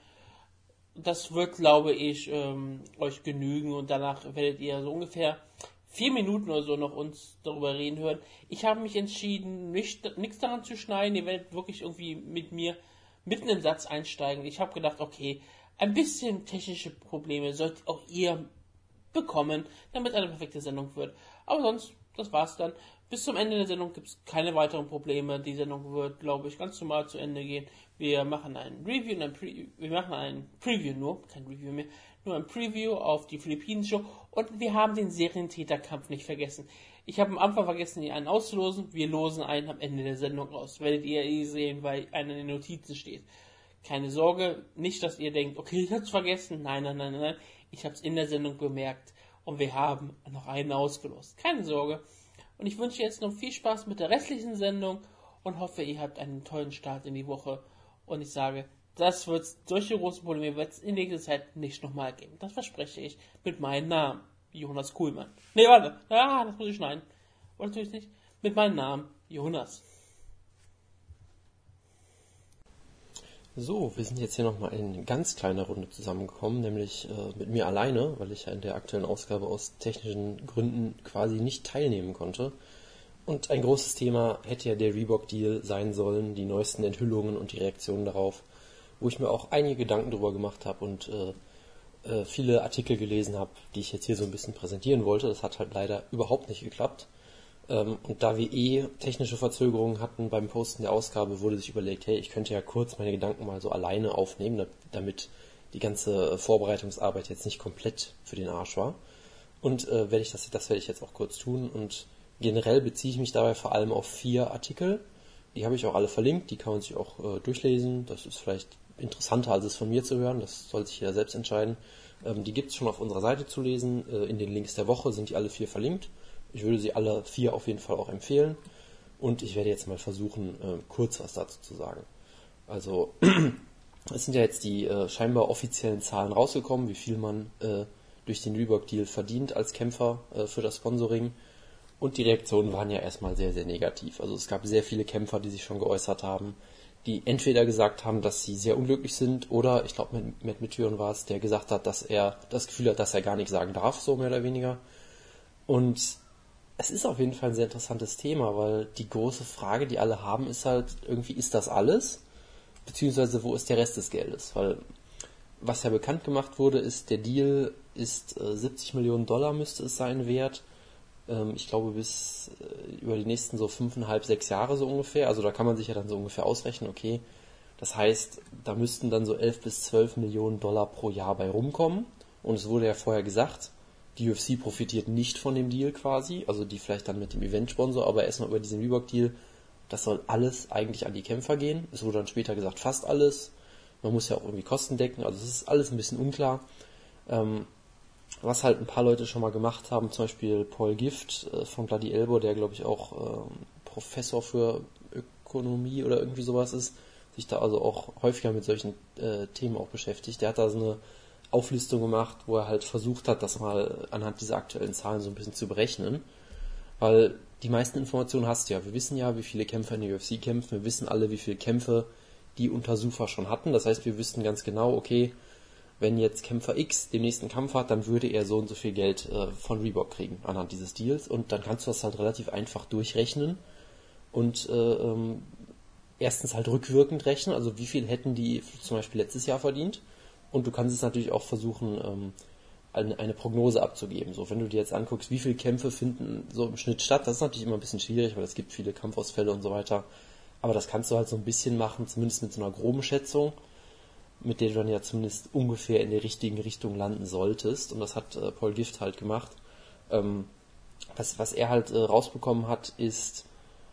Das wird, glaube ich, ähm, euch genügen und danach werdet ihr so ungefähr vier Minuten oder so noch uns darüber reden hören. Ich habe mich entschieden, nicht, nichts daran zu schneiden. Ihr werdet wirklich irgendwie mit mir mitten im Satz einsteigen. Ich habe gedacht, okay, ein bisschen technische Probleme solltet auch ihr bekommen, damit eine perfekte Sendung wird. Aber sonst, das war's dann. Bis zum Ende der Sendung gibt es keine weiteren Probleme. Die Sendung wird, glaube ich, ganz normal zu Ende gehen. Wir machen ein Review und ein Pre- wir machen ein Preview nur, kein Review mehr, nur ein Preview auf die Philippinen-Show und wir haben den Serientäterkampf nicht vergessen. Ich habe am Anfang vergessen, ihn einen auszulosen. Wir losen einen am Ende der Sendung aus. Werdet ihr eh sehen, weil einer in den Notizen steht. Keine Sorge, nicht, dass ihr denkt, okay, ich hab's vergessen. Nein, nein, nein, nein. Ich hab's in der Sendung bemerkt und wir haben noch einen ausgelost. Keine Sorge. Und ich wünsche jetzt noch viel Spaß mit der restlichen Sendung und hoffe, ihr habt einen tollen Start in die Woche. Und ich sage, das wird solche großen Probleme wird es in nächster Zeit nicht nochmal geben. Das verspreche ich mit meinem Namen. Jonas Kuhlmann. Nee, warte. Ah, das muss ich schneiden. Oder tue ich nicht? Mit meinem Namen. Jonas. So, wir sind jetzt hier nochmal in ganz kleiner Runde zusammengekommen, nämlich äh, mit mir alleine, weil ich ja in der aktuellen Ausgabe aus technischen Gründen quasi nicht teilnehmen konnte. Und ein großes Thema hätte ja der Reebok-Deal sein sollen, die neuesten Enthüllungen und die Reaktionen darauf, wo ich mir auch einige Gedanken drüber gemacht habe und äh, äh, viele Artikel gelesen habe, die ich jetzt hier so ein bisschen präsentieren wollte. Das hat halt leider überhaupt nicht geklappt. Ähm, und da wir eh technische Verzögerungen hatten beim Posten der Ausgabe, wurde sich überlegt, hey, ich könnte ja kurz meine Gedanken mal so alleine aufnehmen, damit die ganze Vorbereitungsarbeit jetzt nicht komplett für den Arsch war. Und äh, werde ich das, das werde ich jetzt auch kurz tun. Und generell beziehe ich mich dabei vor allem auf vier Artikel. Die habe ich auch alle verlinkt, die kann man sich auch äh, durchlesen. Das ist vielleicht interessanter, als es von mir zu hören. Das soll sich jeder selbst entscheiden. Ähm, die gibt es schon auf unserer Seite zu lesen. Äh, in den Links der Woche sind die alle vier verlinkt. Ich würde sie alle vier auf jeden Fall auch empfehlen. Und ich werde jetzt mal versuchen, äh, kurz was dazu zu sagen. Also, es sind ja jetzt die äh, scheinbar offiziellen Zahlen rausgekommen, wie viel man äh, durch den Reebok-Deal verdient als Kämpfer äh, für das Sponsoring. Und die Reaktionen waren ja erstmal sehr, sehr negativ. Also es gab sehr viele Kämpfer, die sich schon geäußert haben, die entweder gesagt haben, dass sie sehr unglücklich sind, oder ich glaube, mit, mit Mithyron war es, der gesagt hat, dass er das Gefühl hat, dass er gar nicht sagen darf, so mehr oder weniger. Und es ist auf jeden Fall ein sehr interessantes Thema, weil die große Frage, die alle haben, ist halt irgendwie, ist das alles? Beziehungsweise, wo ist der Rest des Geldes? Weil, was ja bekannt gemacht wurde, ist, der Deal ist äh, siebzig Millionen Dollar müsste es sein wert. Ähm, ich glaube, bis äh, über die nächsten so fünfeinhalb, sechs Jahre so ungefähr. Also da kann man sich ja dann so ungefähr ausrechnen, okay, das heißt, da müssten dann so elf bis zwölf Millionen Dollar pro Jahr bei rumkommen. Und es wurde ja vorher gesagt, Die U F C profitiert nicht von dem Deal quasi, also die vielleicht dann mit dem Event-Sponsor, aber erstmal über diesen Reebok-Deal, das soll alles eigentlich an die Kämpfer gehen. Es wurde dann später gesagt, fast alles. Man muss ja auch irgendwie Kosten decken, also es ist alles ein bisschen unklar. Ähm, was halt ein paar Leute schon mal gemacht haben, zum Beispiel Paul Gift äh, von Bloody Elbow, der glaube ich auch ähm, Professor für Ökonomie oder irgendwie sowas ist, sich da also auch häufiger mit solchen äh, Themen auch beschäftigt. Der hat da so eine Auflistung gemacht, wo er halt versucht hat, das mal anhand dieser aktuellen Zahlen so ein bisschen zu berechnen, weil die meisten Informationen hast du ja. Wir wissen ja, wie viele Kämpfer in der U F C kämpfen, wir wissen alle, wie viele Kämpfe die Untersucher schon hatten, das heißt, wir wüssten ganz genau, okay, wenn jetzt Kämpfer X den nächsten Kampf hat, dann würde er so und so viel Geld äh, von Reebok kriegen anhand dieses Deals und dann kannst du das halt relativ einfach durchrechnen und äh, ähm, erstens halt rückwirkend rechnen, also wie viel hätten die zum Beispiel letztes Jahr verdient und du kannst es natürlich auch versuchen, ähm, eine, eine Prognose abzugeben. So, wenn du dir jetzt anguckst, wie viele Kämpfe finden so im Schnitt statt, das ist natürlich immer ein bisschen schwierig, weil es gibt viele Kampfausfälle und so weiter, aber das kannst du halt so ein bisschen machen, zumindest mit so einer groben Schätzung, mit der du dann ja zumindest ungefähr in der richtigen Richtung landen solltest. Und das hat äh, Paul Gift halt gemacht. Ähm, was, was er halt äh, rausbekommen hat, ist,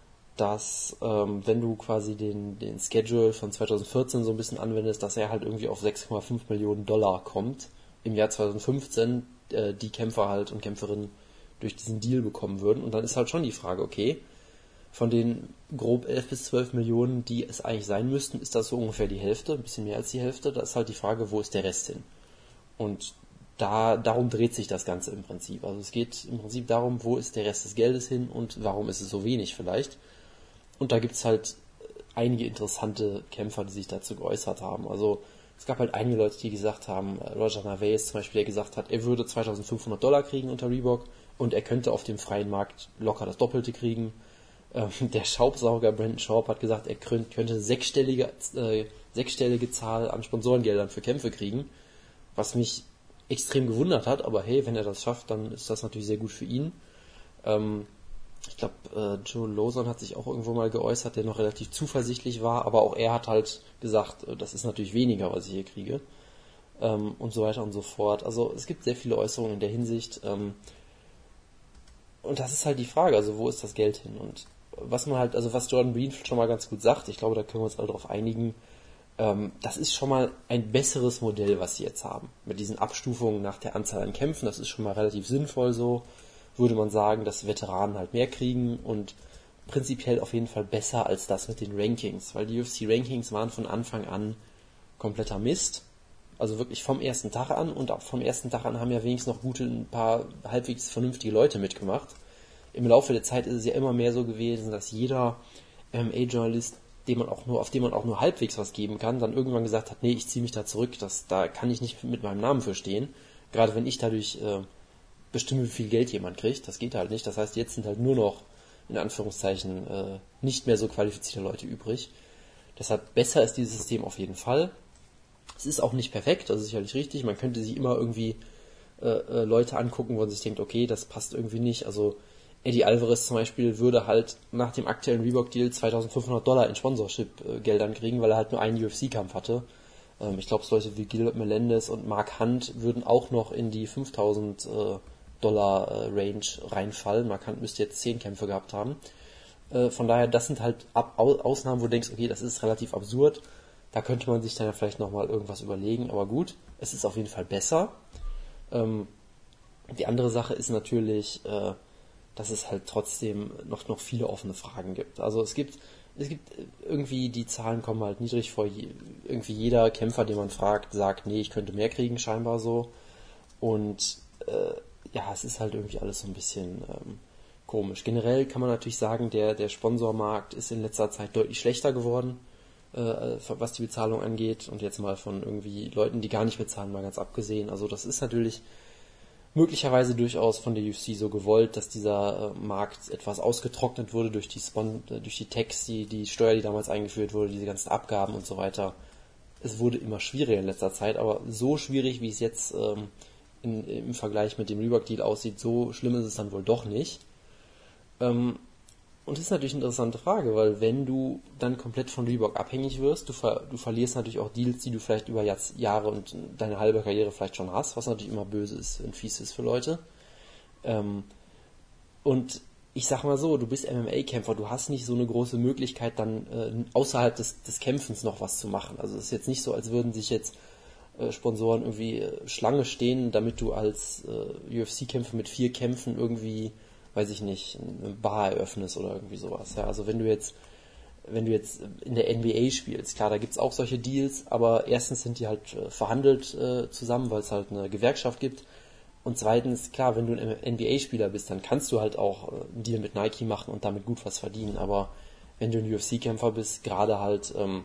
dass ähm, wenn du quasi den, den Schedule von zwanzig vierzehn so ein bisschen anwendest, dass er halt irgendwie auf sechs Komma fünf Millionen Dollar kommt, im Jahr zwanzig fünfzehn äh, die Kämpfer halt und Kämpferinnen durch diesen Deal bekommen würden. Und dann ist halt schon die Frage, okay, von den grob elf bis zwölf Millionen, die es eigentlich sein müssten, ist das so ungefähr die Hälfte, ein bisschen mehr als die Hälfte. Da ist halt die Frage, wo ist der Rest hin? Und da darum dreht sich das Ganze im Prinzip. Also es geht im Prinzip darum, wo ist der Rest des Geldes hin und warum ist es so wenig vielleicht. Und da gibt es halt einige interessante Kämpfer, die sich dazu geäußert haben. Also es gab halt einige Leute, die gesagt haben, Roger Narvaez zum Beispiel, der gesagt hat, er würde zweitausendfünfhundert Dollar kriegen unter Reebok und er könnte auf dem freien Markt locker das Doppelte kriegen. Der Staubsauger Brandon Schaub hat gesagt, er könnte sechsstellige, äh, sechsstellige Zahl an Sponsorengeldern für Kämpfe kriegen, was mich extrem gewundert hat, aber hey, wenn er das schafft, dann ist das natürlich sehr gut für ihn. Ähm, ich glaube, äh, Joe Lawson hat sich auch irgendwo mal geäußert, der noch relativ zuversichtlich war, aber auch er hat halt gesagt, das ist natürlich weniger, was ich hier kriege, ähm, und so weiter und so fort. Also es gibt sehr viele Äußerungen in der Hinsicht, ähm, und das ist halt die Frage, also wo ist das Geld hin? Und was man halt, also was Jordan Breen schon mal ganz gut sagt, ich glaube, da können wir uns alle drauf einigen, ähm, das ist schon mal ein besseres Modell, was sie jetzt haben. Mit diesen Abstufungen nach der Anzahl an Kämpfen, das ist schon mal relativ sinnvoll so. Würde man sagen, dass Veteranen halt mehr kriegen und prinzipiell auf jeden Fall besser als das mit den Rankings, weil die U F C-Rankings waren von Anfang an kompletter Mist. Also wirklich vom ersten Tag an und auch vom ersten Tag an haben ja wenigstens noch gute, ein paar halbwegs vernünftige Leute mitgemacht. Im Laufe der Zeit ist es ja immer mehr so gewesen, dass jeder M M A-Journalist, dem man auch nur, auf dem man auch nur halbwegs was geben kann, dann irgendwann gesagt hat, nee, ich ziehe mich da zurück, das, da kann ich nicht mit meinem Namen für stehen. Gerade wenn ich dadurch äh, bestimme, wie viel Geld jemand kriegt, das geht halt nicht. Das heißt, jetzt sind halt nur noch, in Anführungszeichen, äh, nicht mehr so qualifizierte Leute übrig. Deshalb besser ist dieses System auf jeden Fall. Es ist auch nicht perfekt, das ist sicherlich richtig. Man könnte sich immer irgendwie äh, äh, Leute angucken, wo man sich denkt, okay, das passt irgendwie nicht. Also Eddie Alvarez zum Beispiel würde halt nach dem aktuellen Reebok-Deal zweitausendfünfhundert Dollar in Sponsorship-Geldern kriegen, weil er halt nur einen U F C-Kampf hatte. Ähm, ich glaube, so Leute wie Gilbert Melendez und Mark Hunt würden auch noch in die fünftausend äh, Dollar äh, Range reinfallen. Mark Hunt müsste jetzt zehn Kämpfe gehabt haben. Äh, von daher, das sind halt Ab- Ausnahmen, wo du denkst, okay, das ist relativ absurd. Da könnte man sich dann ja vielleicht nochmal irgendwas überlegen, aber gut, es ist auf jeden Fall besser. Ähm, die andere Sache ist natürlich, äh, dass es halt trotzdem noch, noch viele offene Fragen gibt. Also es gibt, es gibt irgendwie, die Zahlen kommen halt niedrig vor. Irgendwie jeder Kämpfer, den man fragt, sagt, nee, ich könnte mehr kriegen, scheinbar so. Und äh, ja, es ist halt irgendwie alles so ein bisschen ähm, komisch. Generell kann man natürlich sagen, der, der Sponsormarkt ist in letzter Zeit deutlich schlechter geworden, äh, was die Bezahlung angeht. Und jetzt mal von irgendwie Leuten, die gar nicht bezahlen, mal ganz abgesehen. Also das ist natürlich möglicherweise durchaus von der U F C so gewollt, dass dieser äh, Markt etwas ausgetrocknet wurde durch die Spon- äh, durch die Tax, die, die Steuer, die damals eingeführt wurde, diese ganzen Abgaben und so weiter. Es wurde immer schwieriger in letzter Zeit, aber so schwierig, wie es jetzt ähm, in, im Vergleich mit dem Reebok-Deal aussieht, so schlimm ist es dann wohl doch nicht. Ähm, und das ist natürlich eine interessante Frage, weil wenn du dann komplett von Reebok abhängig wirst, du, ver- du verlierst natürlich auch Deals, die du vielleicht über Jahr- Jahre und deine halbe Karriere vielleicht schon hast, was natürlich immer böse ist und fies ist für Leute. Ähm, und ich sag mal so, du bist M M A-Kämpfer, du hast nicht so eine große Möglichkeit, dann äh, außerhalb des, des Kämpfens noch was zu machen. Also es ist jetzt nicht so, als würden sich jetzt äh, Sponsoren irgendwie äh, Schlange stehen, damit du als äh, U F C-Kämpfer mit vier Kämpfen irgendwie, weiß ich nicht, eine Bar eröffnest oder irgendwie sowas. Ja, also wenn du jetzt wenn du jetzt in der N B A spielst, klar, da gibt's auch solche Deals, aber erstens sind die halt äh, verhandelt äh, zusammen, weil es halt eine Gewerkschaft gibt. Und zweitens, klar, wenn du ein N B A-Spieler bist, dann kannst du halt auch äh, einen Deal mit Nike machen und damit gut was verdienen. Aber wenn du ein U F C-Kämpfer bist, gerade halt ähm,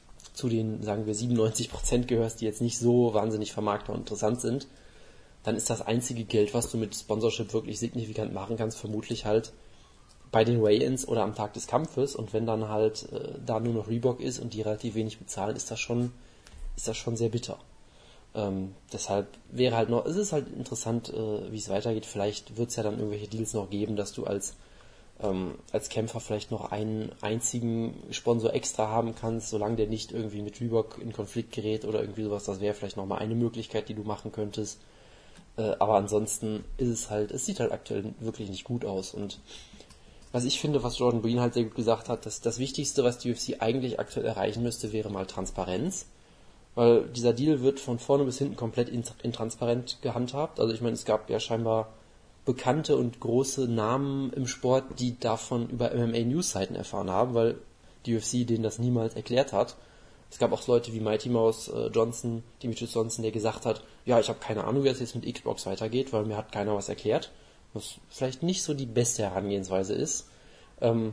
zu den, sagen wir, siebenundneunzig Prozent gehörst, die jetzt nicht so wahnsinnig vermarktbar und interessant sind, dann ist das einzige Geld, was du mit Sponsorship wirklich signifikant machen kannst, vermutlich halt bei den Weigh-Ins oder am Tag des Kampfes. Und wenn dann halt äh, da nur noch Reebok ist und die relativ wenig bezahlen, ist das schon, ist das schon sehr bitter. Ähm, deshalb wäre halt noch, es ist halt interessant, äh, wie es weitergeht. Vielleicht wird es ja dann irgendwelche Deals noch geben, dass du als ähm, als Kämpfer vielleicht noch einen einzigen Sponsor extra haben kannst, solange der nicht irgendwie mit Reebok in Konflikt gerät oder irgendwie sowas. Das wäre vielleicht nochmal eine Möglichkeit, die du machen könntest. Äh, aber ansonsten ist es halt, es sieht halt aktuell wirklich nicht gut aus. Und was ich finde, was Jordan Breen halt sehr gut gesagt hat, dass das Wichtigste, was die U F C eigentlich aktuell erreichen müsste, wäre mal Transparenz. Weil dieser Deal wird von vorne bis hinten komplett intransparent gehandhabt. Also ich meine, es gab ja scheinbar bekannte und große Namen im Sport, die davon über M M A-News-Seiten erfahren haben, weil die U F C denen das niemals erklärt hat. Es gab auch Leute wie Mighty Mouse äh, Johnson, Demetrius Johnson, der gesagt hat, ja, ich habe keine Ahnung, wie das jetzt mit Xbox weitergeht, weil mir hat keiner was erklärt. Was vielleicht nicht so die beste Herangehensweise ist. Ähm,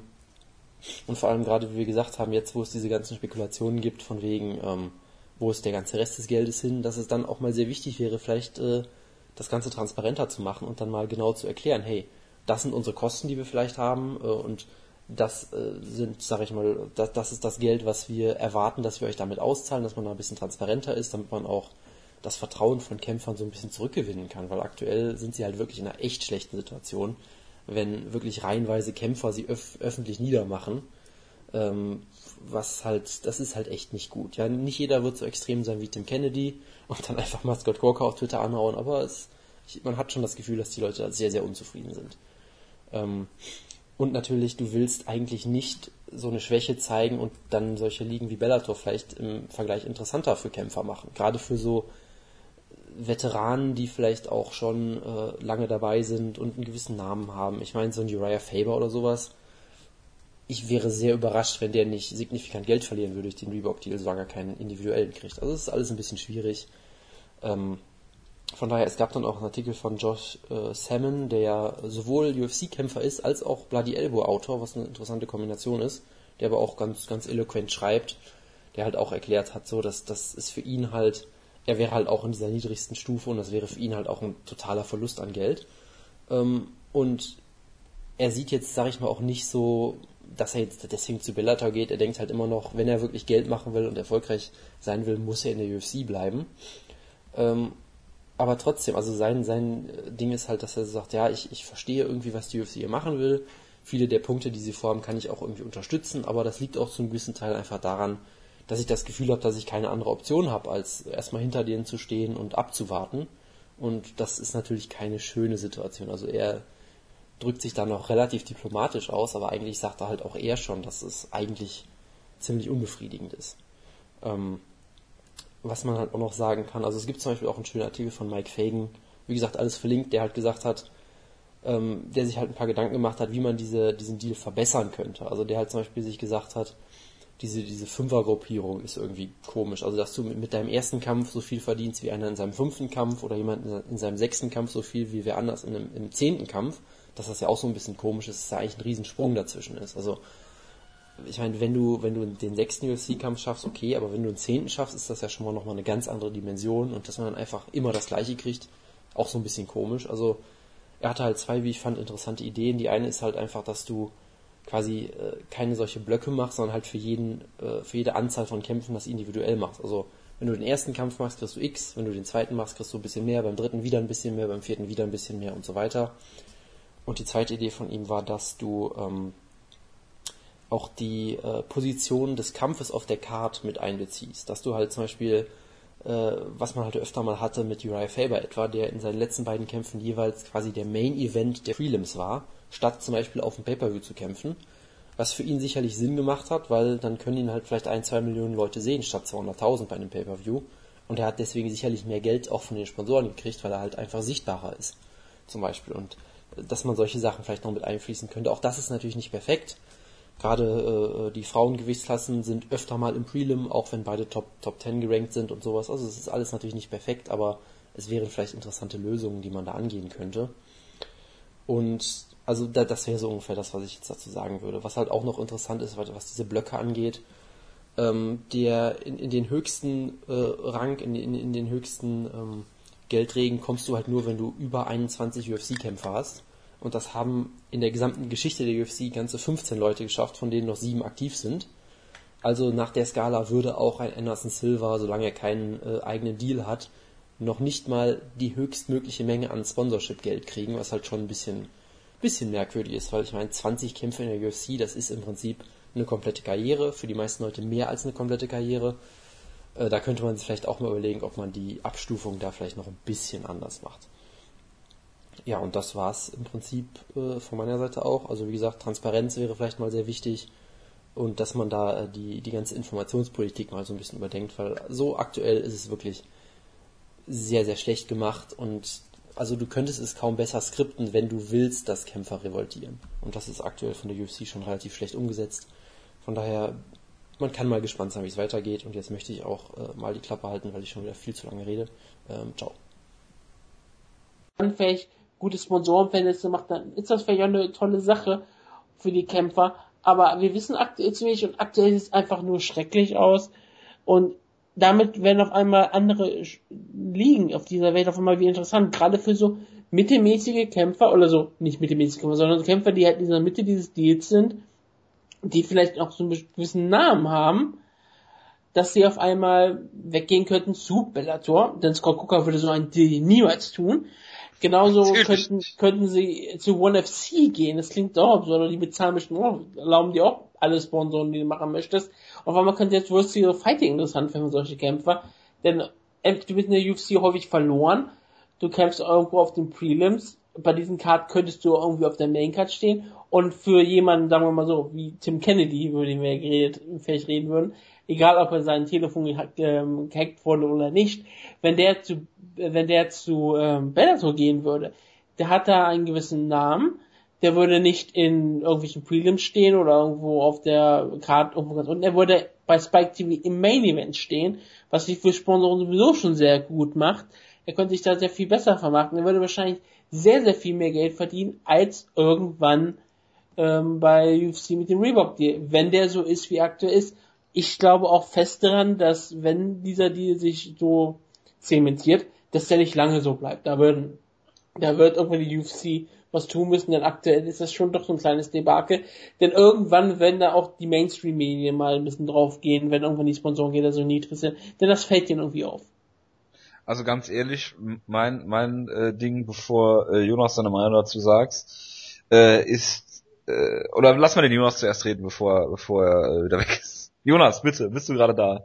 und vor allem gerade, wie wir gesagt haben, jetzt, wo es diese ganzen Spekulationen gibt, von wegen, ähm, wo ist der ganze Rest des Geldes hin, dass es dann auch mal sehr wichtig wäre, vielleicht äh, das Ganze transparenter zu machen und dann mal genau zu erklären, hey, das sind unsere Kosten, die wir vielleicht haben, äh, und das äh, sind, sag ich mal, das, das ist das Geld, was wir erwarten, dass wir euch damit auszahlen, dass man da ein bisschen transparenter ist, damit man auch das Vertrauen von Kämpfern so ein bisschen zurückgewinnen kann, weil aktuell sind sie halt wirklich in einer echt schlechten Situation, wenn wirklich reihenweise Kämpfer sie öf- öffentlich niedermachen, ähm, was halt, das ist halt echt nicht gut. Ja, nicht jeder wird so extrem sein wie Tim Kennedy und dann einfach mal Scott Coker auf Twitter anhauen, aber es, ich, man hat schon das Gefühl, dass die Leute da sehr, sehr unzufrieden sind. Ähm, und natürlich, du willst eigentlich nicht so eine Schwäche zeigen und dann solche Ligen wie Bellator vielleicht im Vergleich interessanter für Kämpfer machen. Gerade für so Veteranen, die vielleicht auch schon äh, lange dabei sind und einen gewissen Namen haben. Ich meine, so ein Uriah Faber oder sowas. Ich wäre sehr überrascht, wenn der nicht signifikant Geld verlieren würde durch den Reebok-Deal, solange er keinen individuellen kriegt. Also es ist alles ein bisschen schwierig. Ähm, von daher, es gab dann auch einen Artikel von Josh äh, Salmon, der ja sowohl U F C-Kämpfer ist, als auch Bloody Elbow-Autor, was eine interessante Kombination ist, der aber auch ganz, ganz eloquent schreibt, der halt auch erklärt hat, so, dass das ist für ihn halt, er wäre halt auch in dieser niedrigsten Stufe und das wäre für ihn halt auch ein totaler Verlust an Geld. Ähm, und er sieht jetzt, sag ich mal, auch nicht so, dass er jetzt deswegen zu Bellator geht. Er denkt halt immer noch, wenn er wirklich Geld machen will und erfolgreich sein will, muss er in der U F C bleiben. Ähm, aber trotzdem, also sein, sein Ding ist halt, dass er sagt, ja, ich, ich verstehe irgendwie, was die U F C hier machen will. Viele der Punkte, die sie vorhaben, kann ich auch irgendwie unterstützen, aber das liegt auch zu einem gewissen Teil einfach daran, dass ich das Gefühl habe, dass ich keine andere Option habe, als erstmal hinter denen zu stehen und abzuwarten. Und das ist natürlich keine schöne Situation. Also er drückt sich da noch relativ diplomatisch aus, aber eigentlich sagt er halt auch er schon, dass es eigentlich ziemlich unbefriedigend ist. Ähm, was man halt auch noch sagen kann, also es gibt zum Beispiel auch einen schönen Artikel von Mike Fagan, wie gesagt, alles verlinkt, der halt gesagt hat, ähm, der sich halt ein paar Gedanken gemacht hat, wie man diese, diesen Deal verbessern könnte. Also der halt zum Beispiel sich gesagt hat, diese, diese Fünfergruppierung ist irgendwie komisch. Also dass du mit, mit deinem ersten Kampf so viel verdienst wie einer in seinem fünften Kampf oder jemand in, in seinem sechsten Kampf so viel wie wer anders in einem, im zehnten Kampf, dass das ja auch so ein bisschen komisch ist, dass da eigentlich ein Riesensprung dazwischen ist. Also ich meine, wenn du, wenn du den sechsten U F C-Kampf schaffst, okay, aber wenn du den zehnten schaffst, ist das ja schon mal nochmal eine ganz andere Dimension und dass man dann einfach immer das Gleiche kriegt, auch so ein bisschen komisch. Also er hatte halt zwei, wie ich fand, interessante Ideen. Die eine ist halt einfach, dass du quasi äh, keine solche Blöcke machst, sondern halt für jeden, äh, für jede Anzahl von Kämpfen das individuell machst. Also wenn du den ersten Kampf machst, kriegst du X, wenn du den zweiten machst, kriegst du ein bisschen mehr, beim dritten wieder ein bisschen mehr, beim vierten wieder ein bisschen mehr und so weiter. Und die zweite Idee von ihm war, dass du ähm, auch die äh, Position des Kampfes auf der Card mit einbeziehst. Dass du halt zum Beispiel äh, was man halt öfter mal hatte mit Uriah Faber etwa, der in seinen letzten beiden Kämpfen jeweils quasi der Main-Event der Prelims war, statt zum Beispiel auf dem Pay-Per-View zu kämpfen, was für ihn sicherlich Sinn gemacht hat, weil dann können ihn halt vielleicht ein, zwei Millionen Leute sehen, statt zweihunderttausend bei einem Pay-Per-View, und er hat deswegen sicherlich mehr Geld auch von den Sponsoren gekriegt, weil er halt einfach sichtbarer ist, zum Beispiel, und dass man solche Sachen vielleicht noch mit einfließen könnte. Auch das ist natürlich nicht perfekt. Gerade äh, die Frauengewichtsklassen sind öfter mal im Prelim, auch wenn beide Top Top zehn gerankt sind und sowas. Also es ist alles natürlich nicht perfekt, aber es wären vielleicht interessante Lösungen, die man da angehen könnte. Und also da, das wäre so ungefähr das, was ich jetzt dazu sagen würde. Was halt auch noch interessant ist, was diese Blöcke angeht, ähm, der in, in den höchsten äh, Rang, in, in, in den höchsten ähm, Geldregen kommst du halt nur, wenn du über einundzwanzig U F C-Kämpfer hast. Und das haben in der gesamten Geschichte der U F C ganze fünfzehn Leute geschafft, von denen noch sieben aktiv sind. Also nach der Skala würde auch ein Anderson Silva, solange er keinen äh, eigenen Deal hat, noch nicht mal die höchstmögliche Menge an Sponsorship-Geld kriegen, was halt schon ein bisschen, bisschen merkwürdig ist, weil ich meine, zwanzig Kämpfe in der U F C, das ist im Prinzip eine komplette Karriere, für die meisten Leute mehr als eine komplette Karriere. Äh, da könnte man sich vielleicht auch mal überlegen, ob man die Abstufung da vielleicht noch ein bisschen anders macht. Ja, und das war's im Prinzip äh, von meiner Seite auch. Also wie gesagt, Transparenz wäre vielleicht mal sehr wichtig und dass man da äh, die, die ganze Informationspolitik mal so ein bisschen überdenkt, weil so aktuell ist es wirklich sehr, sehr schlecht gemacht und also du könntest es kaum besser skripten, wenn du willst, dass Kämpfer revoltieren. Und das ist aktuell von der U F C schon relativ schlecht umgesetzt. Von daher, man kann mal gespannt sein, wie es weitergeht. Und jetzt möchte ich auch äh, mal die Klappe halten, weil ich schon wieder viel zu lange rede. Ähm, ciao. Vielleicht gute Sponsorenverhältnisse macht, dann ist das vielleicht auch eine tolle Sache für die Kämpfer. Aber wir wissen aktuell zu wenig und aktuell sieht es einfach nur schrecklich aus. Und damit werden auf einmal andere Ligen auf dieser Welt auf einmal wieder interessant. Gerade für so mittelmäßige Kämpfer oder so, nicht mittelmäßige Kämpfer, sondern Kämpfer, die halt in der Mitte dieses Deals sind, die vielleicht auch so einen gewissen Namen haben, dass sie auf einmal weggehen könnten zu Bellator, denn Scott Coker würde so einen Deal niemals tun. Genauso könnten, könnten sie zu ONE F C gehen, das klingt doch absurd, oder die bezahlen bestimmt auch, erlauben die auch alle Sponsoren, die du machen möchtest. Auf einmal könnte jetzt World Series of Fighting interessant werden für solche Kämpfer, denn du bist in der U F C häufig verloren, du kämpfst irgendwo auf den Prelims, bei diesem Card könntest du irgendwie auf der Main Card stehen und für jemanden, sagen wir mal so, wie Tim Kennedy, über den wir geredet, vielleicht reden würden, egal ob er sein Telefon gehackt, ähm, gehackt wurde oder nicht, wenn der zu, wenn der zu ähm, Bellator gehen würde, der hat da einen gewissen Namen, der würde nicht in irgendwelchen Prelims stehen oder irgendwo auf der Card irgendwo ganz unten, er würde bei Spike T V im Main Event stehen, was sich für Sponsoren sowieso schon sehr gut macht. Er könnte sich da sehr viel besser vermarkten, er würde wahrscheinlich sehr, sehr viel mehr Geld verdienen, als irgendwann ähm, bei U F C mit dem Reebok-Deal, wenn der so ist, wie aktuell ist. Ich glaube auch fest daran, dass wenn dieser Deal sich so zementiert, dass der nicht lange so bleibt. Da würden, da wird irgendwann die U F C was tun müssen, denn aktuell ist das schon doch so ein kleines Debakel. Denn irgendwann werden da auch die Mainstream-Medien mal ein bisschen drauf gehen, wenn irgendwann die Sponsoren Gelder so niedrig sind. Denn das fällt denen irgendwie auf. Also ganz ehrlich, mein mein äh, Ding, bevor äh, Jonas seine Meinung dazu sagt, äh, ist äh, oder lass mal den Jonas zuerst reden, bevor bevor er äh, wieder weg ist. Jonas, bitte, bist du gerade da?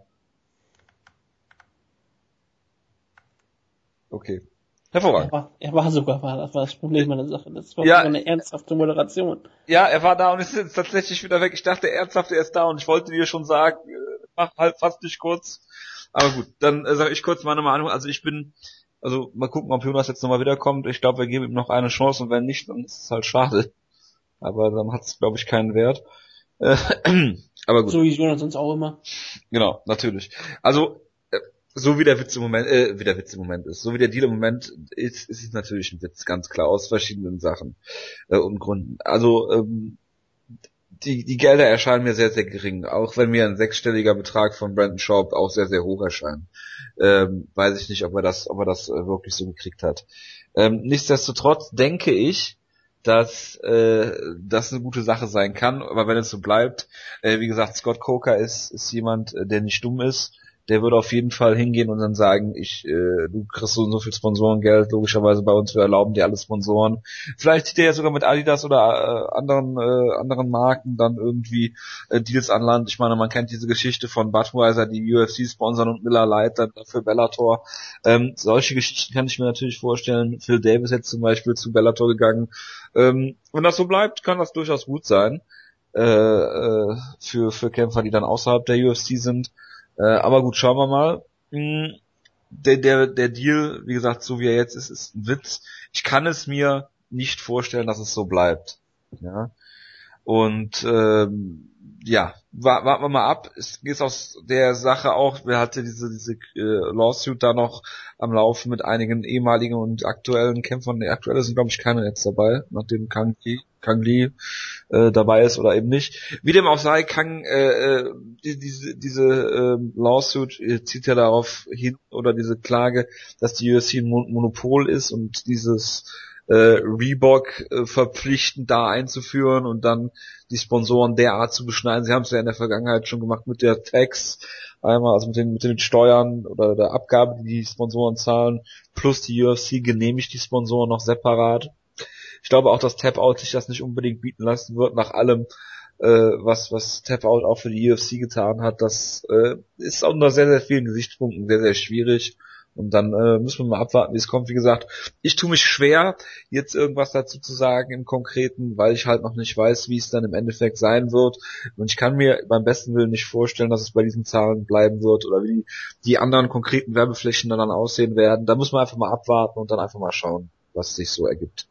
Okay. Hervorragend. Er war, er war sogar da, das war das Problem an der Sache. Das war ja, so eine ernsthafte Moderation. Ja, er war da und ist jetzt tatsächlich wieder weg. Ich dachte ernsthaft, er ist da und ich wollte dir schon sagen, mach halt fast nicht kurz. Aber gut, dann äh, sage ich kurz meine Meinung. Also ich bin, also mal gucken, ob Jonas jetzt nochmal wiederkommt. Ich glaube, wir geben ihm noch eine Chance und wenn nicht, dann ist es halt schade. Aber dann hat es, glaube ich, keinen Wert. Äh, aber gut. So wie Jonas sonst auch immer. Genau, natürlich. Also äh, so wie der Witz im Moment, äh, wie der Witz im Moment ist, so wie der Deal im Moment ist, ist es natürlich ein Witz, ganz klar, aus verschiedenen Sachen äh, und Gründen. Also ähm, die die Gelder erscheinen mir sehr, sehr gering, auch wenn mir ein sechsstelliger Betrag von Brandon Schaub auch sehr, sehr hoch erscheint. Ähm, weiß ich nicht, ob er das, ob er das äh, wirklich so gekriegt hat. Ähm, nichtsdestotrotz denke ich, dass äh, das eine gute Sache sein kann, aber wenn es so bleibt, äh, wie gesagt, Scott Coker ist ist jemand, der nicht dumm ist, der würde auf jeden Fall hingehen und dann sagen, ich, äh, du kriegst so und so viel Sponsorengeld, logischerweise bei uns, wir erlauben dir alle Sponsoren. Vielleicht zieht er ja sogar mit Adidas oder äh, anderen äh, anderen Marken dann irgendwie äh, Deals an Land. Ich meine, man kennt diese Geschichte von Budweiser, die U F C sponsern und Miller Lite dann für Bellator. Ähm, solche Geschichten kann ich mir natürlich vorstellen. Phil Davis jetzt zum Beispiel zu Bellator gegangen. Ähm, wenn das so bleibt, kann das durchaus gut sein äh, äh, für für Kämpfer, die dann außerhalb der U F C sind. Äh, aber gut, schauen wir mal. Hm, der, der, der Deal, wie gesagt, so wie er jetzt ist, ist ein Witz. Ich kann es mir nicht vorstellen, dass es so bleibt. Ja. Und ähm, ja, warten wir mal ab. Es ist aus der Sache auch, wer hatte diese diese äh, Lawsuit da noch am Laufen mit einigen ehemaligen und aktuellen Kämpfern. Die aktuelle sind, glaube ich, keine jetzt dabei, nachdem Kang Lee, Kang Lee äh, dabei ist oder eben nicht. Wie dem auch sei, Kang äh, die, diese diese äh, Lawsuit äh, zieht ja darauf hin, oder diese Klage, dass die U F C ein Mon- Monopol ist und dieses äh, Reebok äh, verpflichtend da einzuführen und dann die Sponsoren derart zu beschneiden. Sie haben es ja in der Vergangenheit schon gemacht mit der Tax, einmal, also mit den, mit den Steuern oder der Abgabe, die die Sponsoren zahlen, plus die U F C genehmigt die Sponsoren noch separat. Ich glaube auch, dass Tap-Out sich das nicht unbedingt bieten lassen wird, nach allem, äh, was, was Tap-Out auch für die U F C getan hat. Das äh, ist unter sehr, sehr vielen Gesichtspunkten sehr, sehr schwierig. Und dann äh, müssen wir mal abwarten, wie es kommt. Wie gesagt, ich tue mich schwer, jetzt irgendwas dazu zu sagen im Konkreten, weil ich halt noch nicht weiß, wie es dann im Endeffekt sein wird. Und ich kann mir beim besten Willen nicht vorstellen, dass es bei diesen Zahlen bleiben wird oder wie die, die anderen konkreten Werbeflächen dann, dann aussehen werden. Da muss man einfach mal abwarten und dann einfach mal schauen, was sich so ergibt.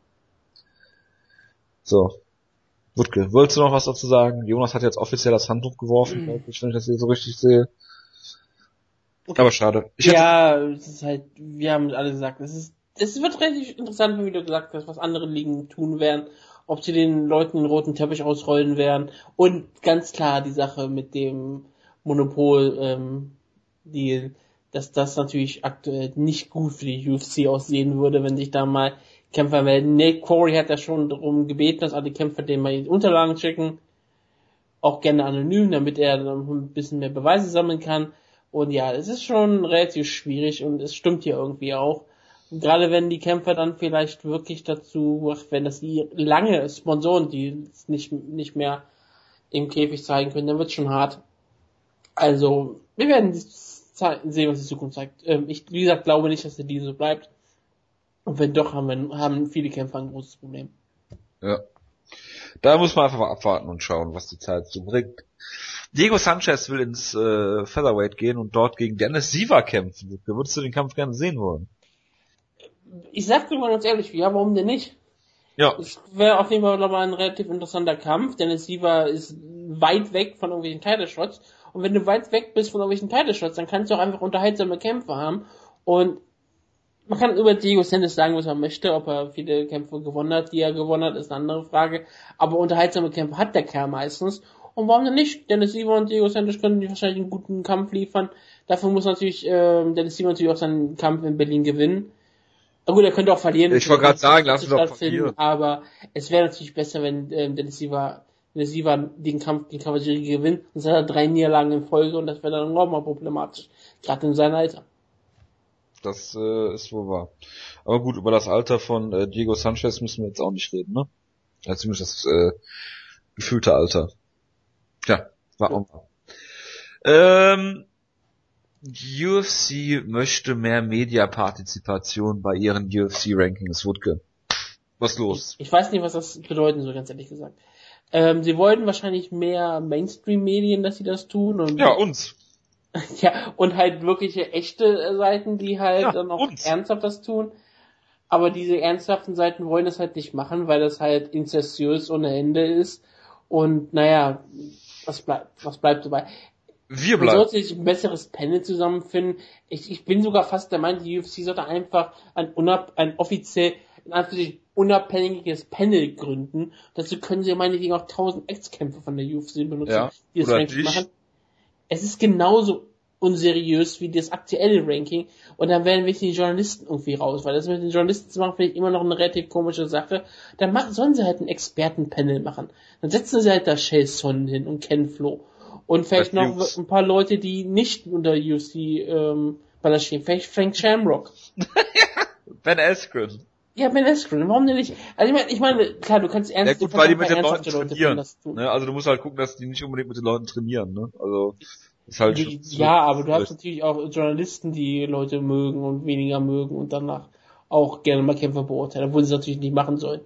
So. Wutke, wolltest du noch was dazu sagen? Jonas hat jetzt offiziell das Handtuch geworfen, mhm. ich, wenn ich das hier so richtig sehe. Okay. Aber schade. Ich ja, es ist halt, wir haben alle gesagt, es ist, es wird relativ interessant, wie du gesagt hast, was andere Ligen tun werden, ob sie den Leuten den roten Teppich ausrollen werden und ganz klar die Sache mit dem Monopol, ähm, Deal, dass das natürlich aktuell nicht gut für die U F C aussehen würde, wenn sich da mal Kämpfer melden. Nate Quarry hat ja schon darum gebeten, dass alle Kämpfer dem mal die Unterlagen schicken, auch gerne anonym, damit er dann ein bisschen mehr Beweise sammeln kann. Und ja, es ist schon relativ schwierig und es stimmt hier irgendwie auch. Und gerade wenn die Kämpfer dann vielleicht wirklich dazu, wenn das die lange Sponsoren, die nicht, nicht mehr im Käfig zeigen können, dann wird es schon hart. Also, wir werden sehen, was die Zukunft zeigt. Ich, wie gesagt, glaube nicht, dass der Deal so bleibt. Und wenn doch, haben wir, haben viele Kämpfer ein großes Problem. Ja. Da muss man einfach mal abwarten und schauen, was die Zeit so bringt. Diego Sanchez will ins äh, Featherweight gehen und dort gegen Dennis Siver kämpfen. Würdest du den Kampf gerne sehen wollen? Ich sag dir mal ganz ehrlich, ja, warum denn nicht? Ja. Es wäre auf jeden Fall nochmal ein relativ interessanter Kampf. Dennis Siver ist weit weg von irgendwelchen Title-Shots. Und wenn du weit weg bist von irgendwelchen Title-Shots, dann kannst du auch einfach unterhaltsame Kämpfe haben. Und man kann über Diego Sanchez sagen, was man möchte. Ob er viele Kämpfe gewonnen hat, die er gewonnen hat, ist eine andere Frage. Aber unterhaltsame Kämpfe hat der Kerl meistens. Und warum denn nicht? Dennis Siver und Diego Sanchez können die wahrscheinlich einen guten Kampf liefern. Dafür muss natürlich äh, Dennis Siver natürlich auch seinen Kampf in Berlin gewinnen. Na gut, er könnte auch verlieren. Ich wollte gerade sagen, lass uns doch verlieren. Aber es wäre natürlich besser, wenn äh, Dennis Siver, Dennis Siver den Kampf gegen Cavalieri gewinnt. Sonst hat er drei Niederlagen in Folge und das wäre dann nochmal problematisch. Gerade in seinem Alter. Das äh, ist wohl wahr. Aber gut, über das Alter von äh, Diego Sanchez müssen wir jetzt auch nicht reden, ne? Ja, zumindest das äh, gefühlte Alter. Ja, warum? Ja. Ähm, U F C möchte mehr Media-Partizipation bei ihren U F C-Rankings, Wutke. Was los? Ich, ich weiß nicht, was das bedeuten soll, ganz ehrlich gesagt. Ähm, sie wollten wahrscheinlich mehr Mainstream-Medien, dass sie das tun. Und ja, uns. Ja, und halt wirkliche echte Seiten, die halt ja, dann auch uns. ernsthaft das tun. Aber diese ernsthaften Seiten wollen das halt nicht machen, weil das halt inzestiös ohne Ende ist. Und naja, was bleibt, was bleibt dabei? Wir bleiben. Man sollte sich ein besseres Panel zusammenfinden. Ich, ich bin sogar fast der Meinung, die U F C sollte einfach ein, unab, ein offiziell, in Anführungszeichen, unabhängiges Panel gründen. Dazu können sie meinetwegen auch tausend Ex-Kämpfer von der U F C benutzen, ja, die das Ranking machen. Es ist genauso unseriös wie das aktuelle Ranking und dann werden wirklich die Journalisten irgendwie raus, weil das mit den Journalisten zu machen finde ich immer noch eine relativ komische Sache. Dann machen, sollen sie halt ein Expertenpanel machen. Dann setzen sie halt da Chael Sonnen hin und Ken Flo Und vielleicht Vielleicht noch Hughes. ein paar Leute, die nicht unter U F C ähm, Baller stehen. Vielleicht Frank Shamrock. Ben Askren. Ja, Ben Askren, warum denn nicht? Also ich meine, ich meine, klar, du kannst Ja ernst, gut, du weil die kannst mit auch den Leuten ernsthafte Leute trainieren. das tun. Ne? Also du musst halt gucken, dass die nicht unbedingt mit den Leuten trainieren. Ne? Also ist halt schon Ja, aber du hast natürlich auch Journalisten, die Leute mögen und weniger mögen und danach auch gerne mal Kämpfer beurteilen, obwohl sie es natürlich nicht machen sollen.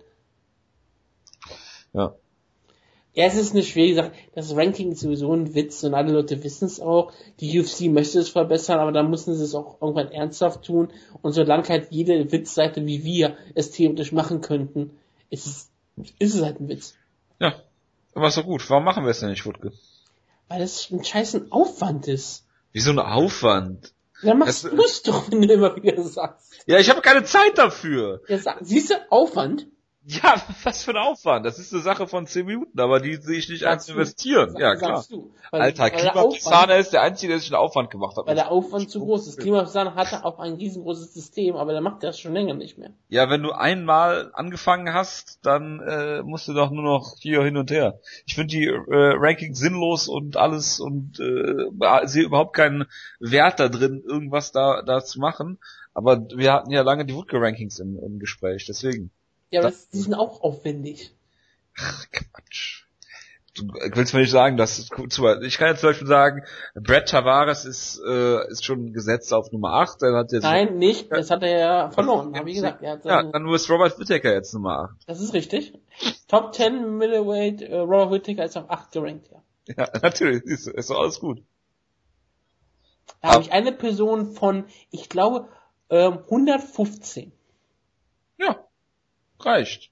Ja. Ja, es ist eine schwierige Sache. Das Ranking ist sowieso ein Witz und alle Leute wissen es auch. Die U F C möchte es verbessern, aber dann müssen sie es auch irgendwann ernsthaft tun. Und solange halt jede Witzseite wie wir es theoretisch machen könnten, ist es, ist es halt ein Witz. Ja. Aber ist doch gut. Warum machen wir es denn nicht, Wutke? Weil das ein scheißen Aufwand ist. Wieso ein Aufwand? Dann machst Das- du es doch, wenn du immer wieder sagst. Ja, ich habe keine Zeit dafür. Ja, sag, siehst du, Aufwand? Ja, was für ein Aufwand. Das ist eine Sache von zehn Minuten, aber die sehe ich nicht Sagst als du. investieren. Sag- Ja, klar. sagst du. Weil, Alter, weil der Klima Aufwand, Pisana ist der Einzige, der sich einen Aufwand gemacht hat. weil der Aufwand zu groß ist. Klimapisana hatte auch ein riesengroßes System, aber der macht das schon länger nicht mehr. Ja, wenn du einmal angefangen hast, dann äh, musst du doch nur noch hier hin und her. Ich finde die äh, Rankings sinnlos und alles und äh, sehe überhaupt keinen Wert da drin, irgendwas da da zu machen. Aber wir hatten ja lange die Wutke-Rankings im, im Gespräch, deswegen. Ja, aber Das- das, die sind auch aufwendig. Ach, Quatsch. Du willst mir nicht sagen, dass es gut zu. Ich kann jetzt zum Beispiel sagen, Brett Tavares ist äh, ist schon gesetzt auf Nummer acht. Er hat jetzt Nein, nicht. Das hat er ja verloren. Hab ich gesagt. Er hat ja, seine, dann ist Robert Whittaker jetzt Nummer acht. das ist richtig. Top zehn Middleweight, äh, Robert Whittaker ist auf acht gerankt, ja. Ja, natürlich, ist, ist doch alles gut. Da habe ich eine Person von, ich glaube, ähm, hundertfünfzehn. Ja, reicht.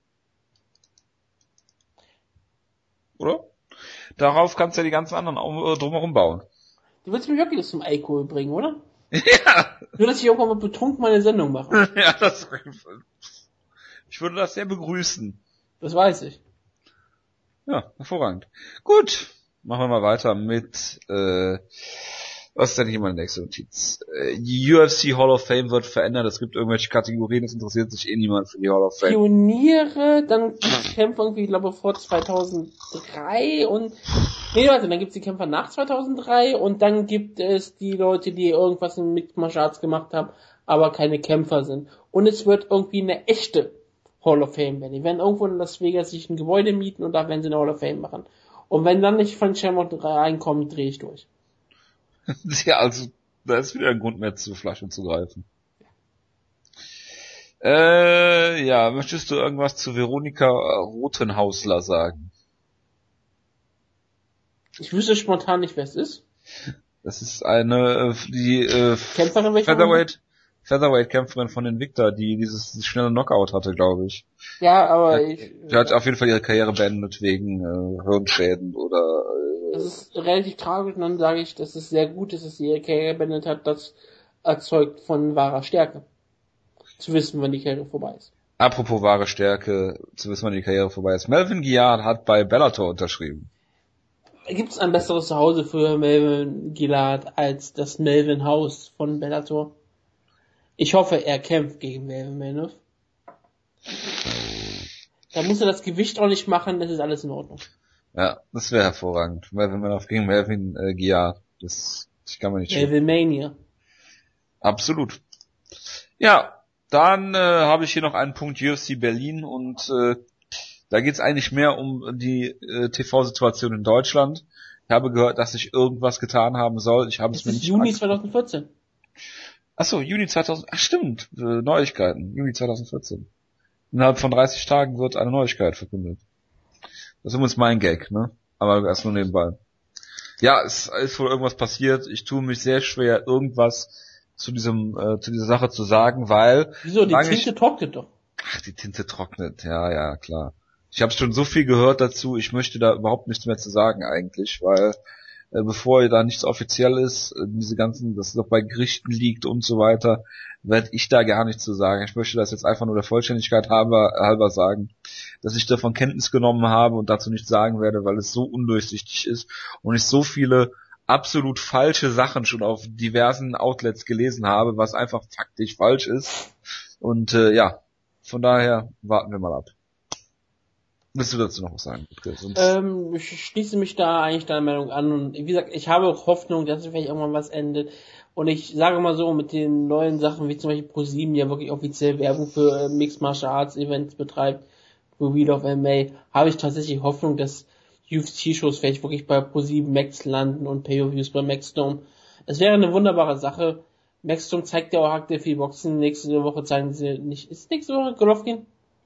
Oder? Darauf kannst du ja die ganzen anderen auch, äh, drumherum bauen. Du willst mich wirklich zum Alkohol bringen, oder? Ja, Nur, dass ich irgendwann mal betrunken meine Sendung mache. ja, das. Ich würde das sehr begrüßen. Das weiß ich. Ja, hervorragend. Gut, machen wir mal weiter mit, äh, was ist denn hier meine nächste Notiz? Äh, die U F C Hall of Fame wird verändert, es gibt irgendwelche Kategorien, es interessiert sich eh niemand für die Hall of Fame. Pioniere, dann Kämpfer irgendwie, ich glaube, vor zweitausenddrei und, nee, warte, dann gibt's die Kämpfer nach zweitausenddrei und dann gibt es die Leute, die irgendwas mit Martial Arts gemacht haben, aber keine Kämpfer sind. Und es wird irgendwie eine echte Hall of Fame werden. Die werden irgendwo in Las Vegas sich ein Gebäude mieten und da werden sie eine Hall of Fame machen. Und wenn dann nicht Frank Shamrock reinkommt, drehe ich durch. Ja, also, da ist wieder ein Grund mehr zur Flasche zu greifen. Äh, ja, möchtest du irgendwas zu Veronika Rothenhausler sagen? Ich wüsste spontan nicht, wer es ist. Das ist eine, äh, die, äh, Kämpferin, welche Featherweight, Featherweight-Kämpferin von Invicta, die dieses, dieses schnelle Knockout hatte, glaube ich. Ja, aber ich, Die hat auf jeden Fall ihre Karriere beendet wegen äh, Hirnschäden oder äh, das ist relativ tragisch und dann sage ich, dass es sehr gut ist, dass sie ihre Karriere beendet hat. Das erzeugt von wahrer Stärke. Zu wissen, wann die Karriere vorbei ist. apropos wahre Stärke, zu wissen, wann die Karriere vorbei ist. Melvin Guillard hat bei Bellator unterschrieben. Gibt es ein besseres Zuhause für Melvin Gillard als das Melvin Haus von Bellator? Ich hoffe, er kämpft gegen Melvin Manov. Da muss er das Gewicht auch nicht machen, das ist alles in Ordnung. Ja, das wäre hervorragend. Melvin Manov gegen Melvin äh, Guillard. Das, das kann man nicht schieben. Melvin Mania. Absolut. Ja, dann äh, habe ich hier noch einen Punkt U F C Berlin und äh, da geht es eigentlich mehr um die äh, T V-Situation in Deutschland. Ich habe gehört, dass sich irgendwas getan haben soll. Ich habe es Das mir ist nicht Juni angeguckt. zweitausendvierzehn. Achso, Juni zweitausend. Ach stimmt, äh, Neuigkeiten. Juni zweitausendvierzehn. Innerhalb von dreißig Tagen wird eine Neuigkeit verkündet. Das ist übrigens mein Gag, ne? Aber erst nur nebenbei. Ja, es ist wohl irgendwas passiert. Ich tue mich sehr schwer, irgendwas zu diesem äh, zu dieser Sache zu sagen, weil Wieso? Die solange Tinte ich- trocknet doch. Ach, die Tinte trocknet. Ja, ja, klar. Ich habe schon so viel gehört dazu. Ich möchte da überhaupt nichts mehr zu sagen eigentlich, weil äh, bevor da nichts offiziell ist, äh, diese ganzen, das noch bei Gerichten liegt und so weiter, werde ich da gar nichts zu sagen. Ich möchte das jetzt einfach nur der Vollständigkeit halber, halber sagen, dass ich davon Kenntnis genommen habe und dazu nichts sagen werde, weil es so undurchsichtig ist und ich so viele absolut falsche Sachen schon auf diversen Outlets gelesen habe, was einfach faktisch falsch ist. Und äh, ja, von daher warten wir mal ab. Willst du dazu noch was sagen? Ähm, ich schließe mich da eigentlich deiner Meinung an und wie gesagt, ich habe auch Hoffnung, dass vielleicht irgendwann was endet. Und ich sage mal so, mit den neuen Sachen, wie zum Beispiel ProSieben ja wirklich offiziell Werbung für äh, Mixed Martial Arts Events betreibt, für Wheel of M M A, habe ich tatsächlich Hoffnung, dass U F C-Shows vielleicht wirklich bei ProSieben Max landen und Pay-Per-Views bei Maxdome. Es wäre eine wunderbare Sache. Maxdome zeigt ja auch aktuell viel Boxen. Nächste Woche zeigen sie nicht. Ist nächste Woche Golovkin?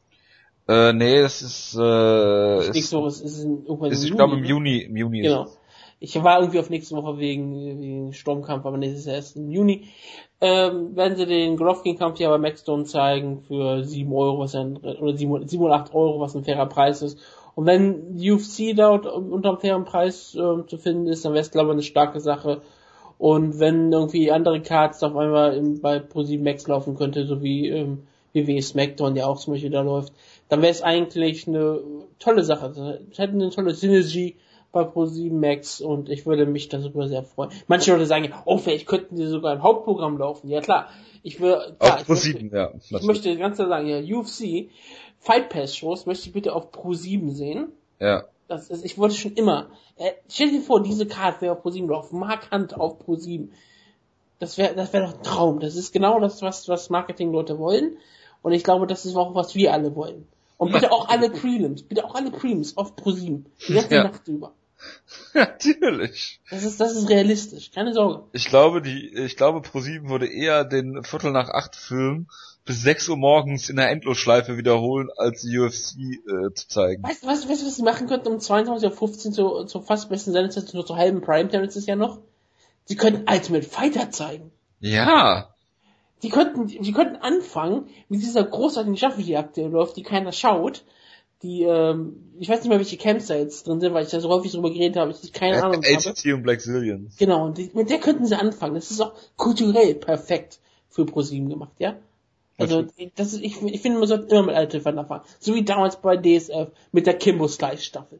Äh, nee, das ist, äh, Ist ist, nächste Woche, ist, ist in, irgendwann ist im ich Juni, glaube im ne? Juni, im Juni Genau. ist es. Ich war irgendwie auf nächste Woche wegen, wegen Sturmkampf, aber nächstes Jahr erst im Juni. Ähm, werden sie den Golovkin-Kampf ja bei Maxdome zeigen für sieben Euro, was ein, oder sieben, sieben oder acht Euro, was ein fairer Preis ist. Und wenn die U F C dort unter einem fairen Preis äh, zu finden ist, dann wäre es, glaube ich, eine starke Sache. Und wenn irgendwie andere Cards auf einmal im, bei ProSieben Max laufen könnte, so wie ähm, W W E SmackDown, der auch zum Beispiel da läuft, dann wäre es eigentlich eine tolle Sache. Es hätte eine tolle Synergie bei ProSieben Max und ich würde mich darüber sehr freuen. Manche Leute sagen ja, oh, vielleicht könnten die sogar im Hauptprogramm laufen. Ja klar, ich will, klar, Auf ProSieben, ja. Ich möchte ganz klar sagen, ja, U F C Fight Pass Shows möchte ich bitte auf ProSieben sehen. Ja. Das ist, ich wollte schon immer. Äh, stell dir vor, diese Karte wäre auf ProSieben drauf, Mark Hunt auf ProSieben. Das wäre, das wäre doch ein Traum. Das ist genau das, was, was Marketing-Leute wollen. Und ich glaube, das ist auch, was wir alle wollen. Und bitte auch alle Prelims, bitte auch alle Prelims auf ProSieben. Die ganze Ja. Nacht über. Natürlich. Das ist, das ist realistisch. Keine Sorge. Ich glaube, die, ich glaube, ProSieben würde eher den Viertel nach acht Film bis sechs Uhr morgens in der Endlosschleife wiederholen, als die U F C äh, zu zeigen. Weißt du, weißt du, weißt du, was sie machen könnten um zweiundzwanzig Uhr fünfzehn zur, zur fast besten Sendezeit, nur zur halben Primetime letztes Jahr noch? Sie könnten Ultimate Fighter zeigen. Ja. Die könnten, die könnten anfangen mit dieser großartigen Staffel, die aktuell läuft, die keiner schaut. Die, ähm, ich weiß nicht mehr, welche Camps da jetzt drin sind, weil ich da so häufig drüber geredet habe, ich keine Ahnung habe. H T und Black Zillions. Genau, und die, mit der könnten sie anfangen. Das ist auch kulturell perfekt für ProSieben gemacht, ja? Also, das ist, ich, ich finde, man sollte immer mit Ultimate Fighter anfangen. So wie damals bei D S F mit der Kimbo Slice Staffel.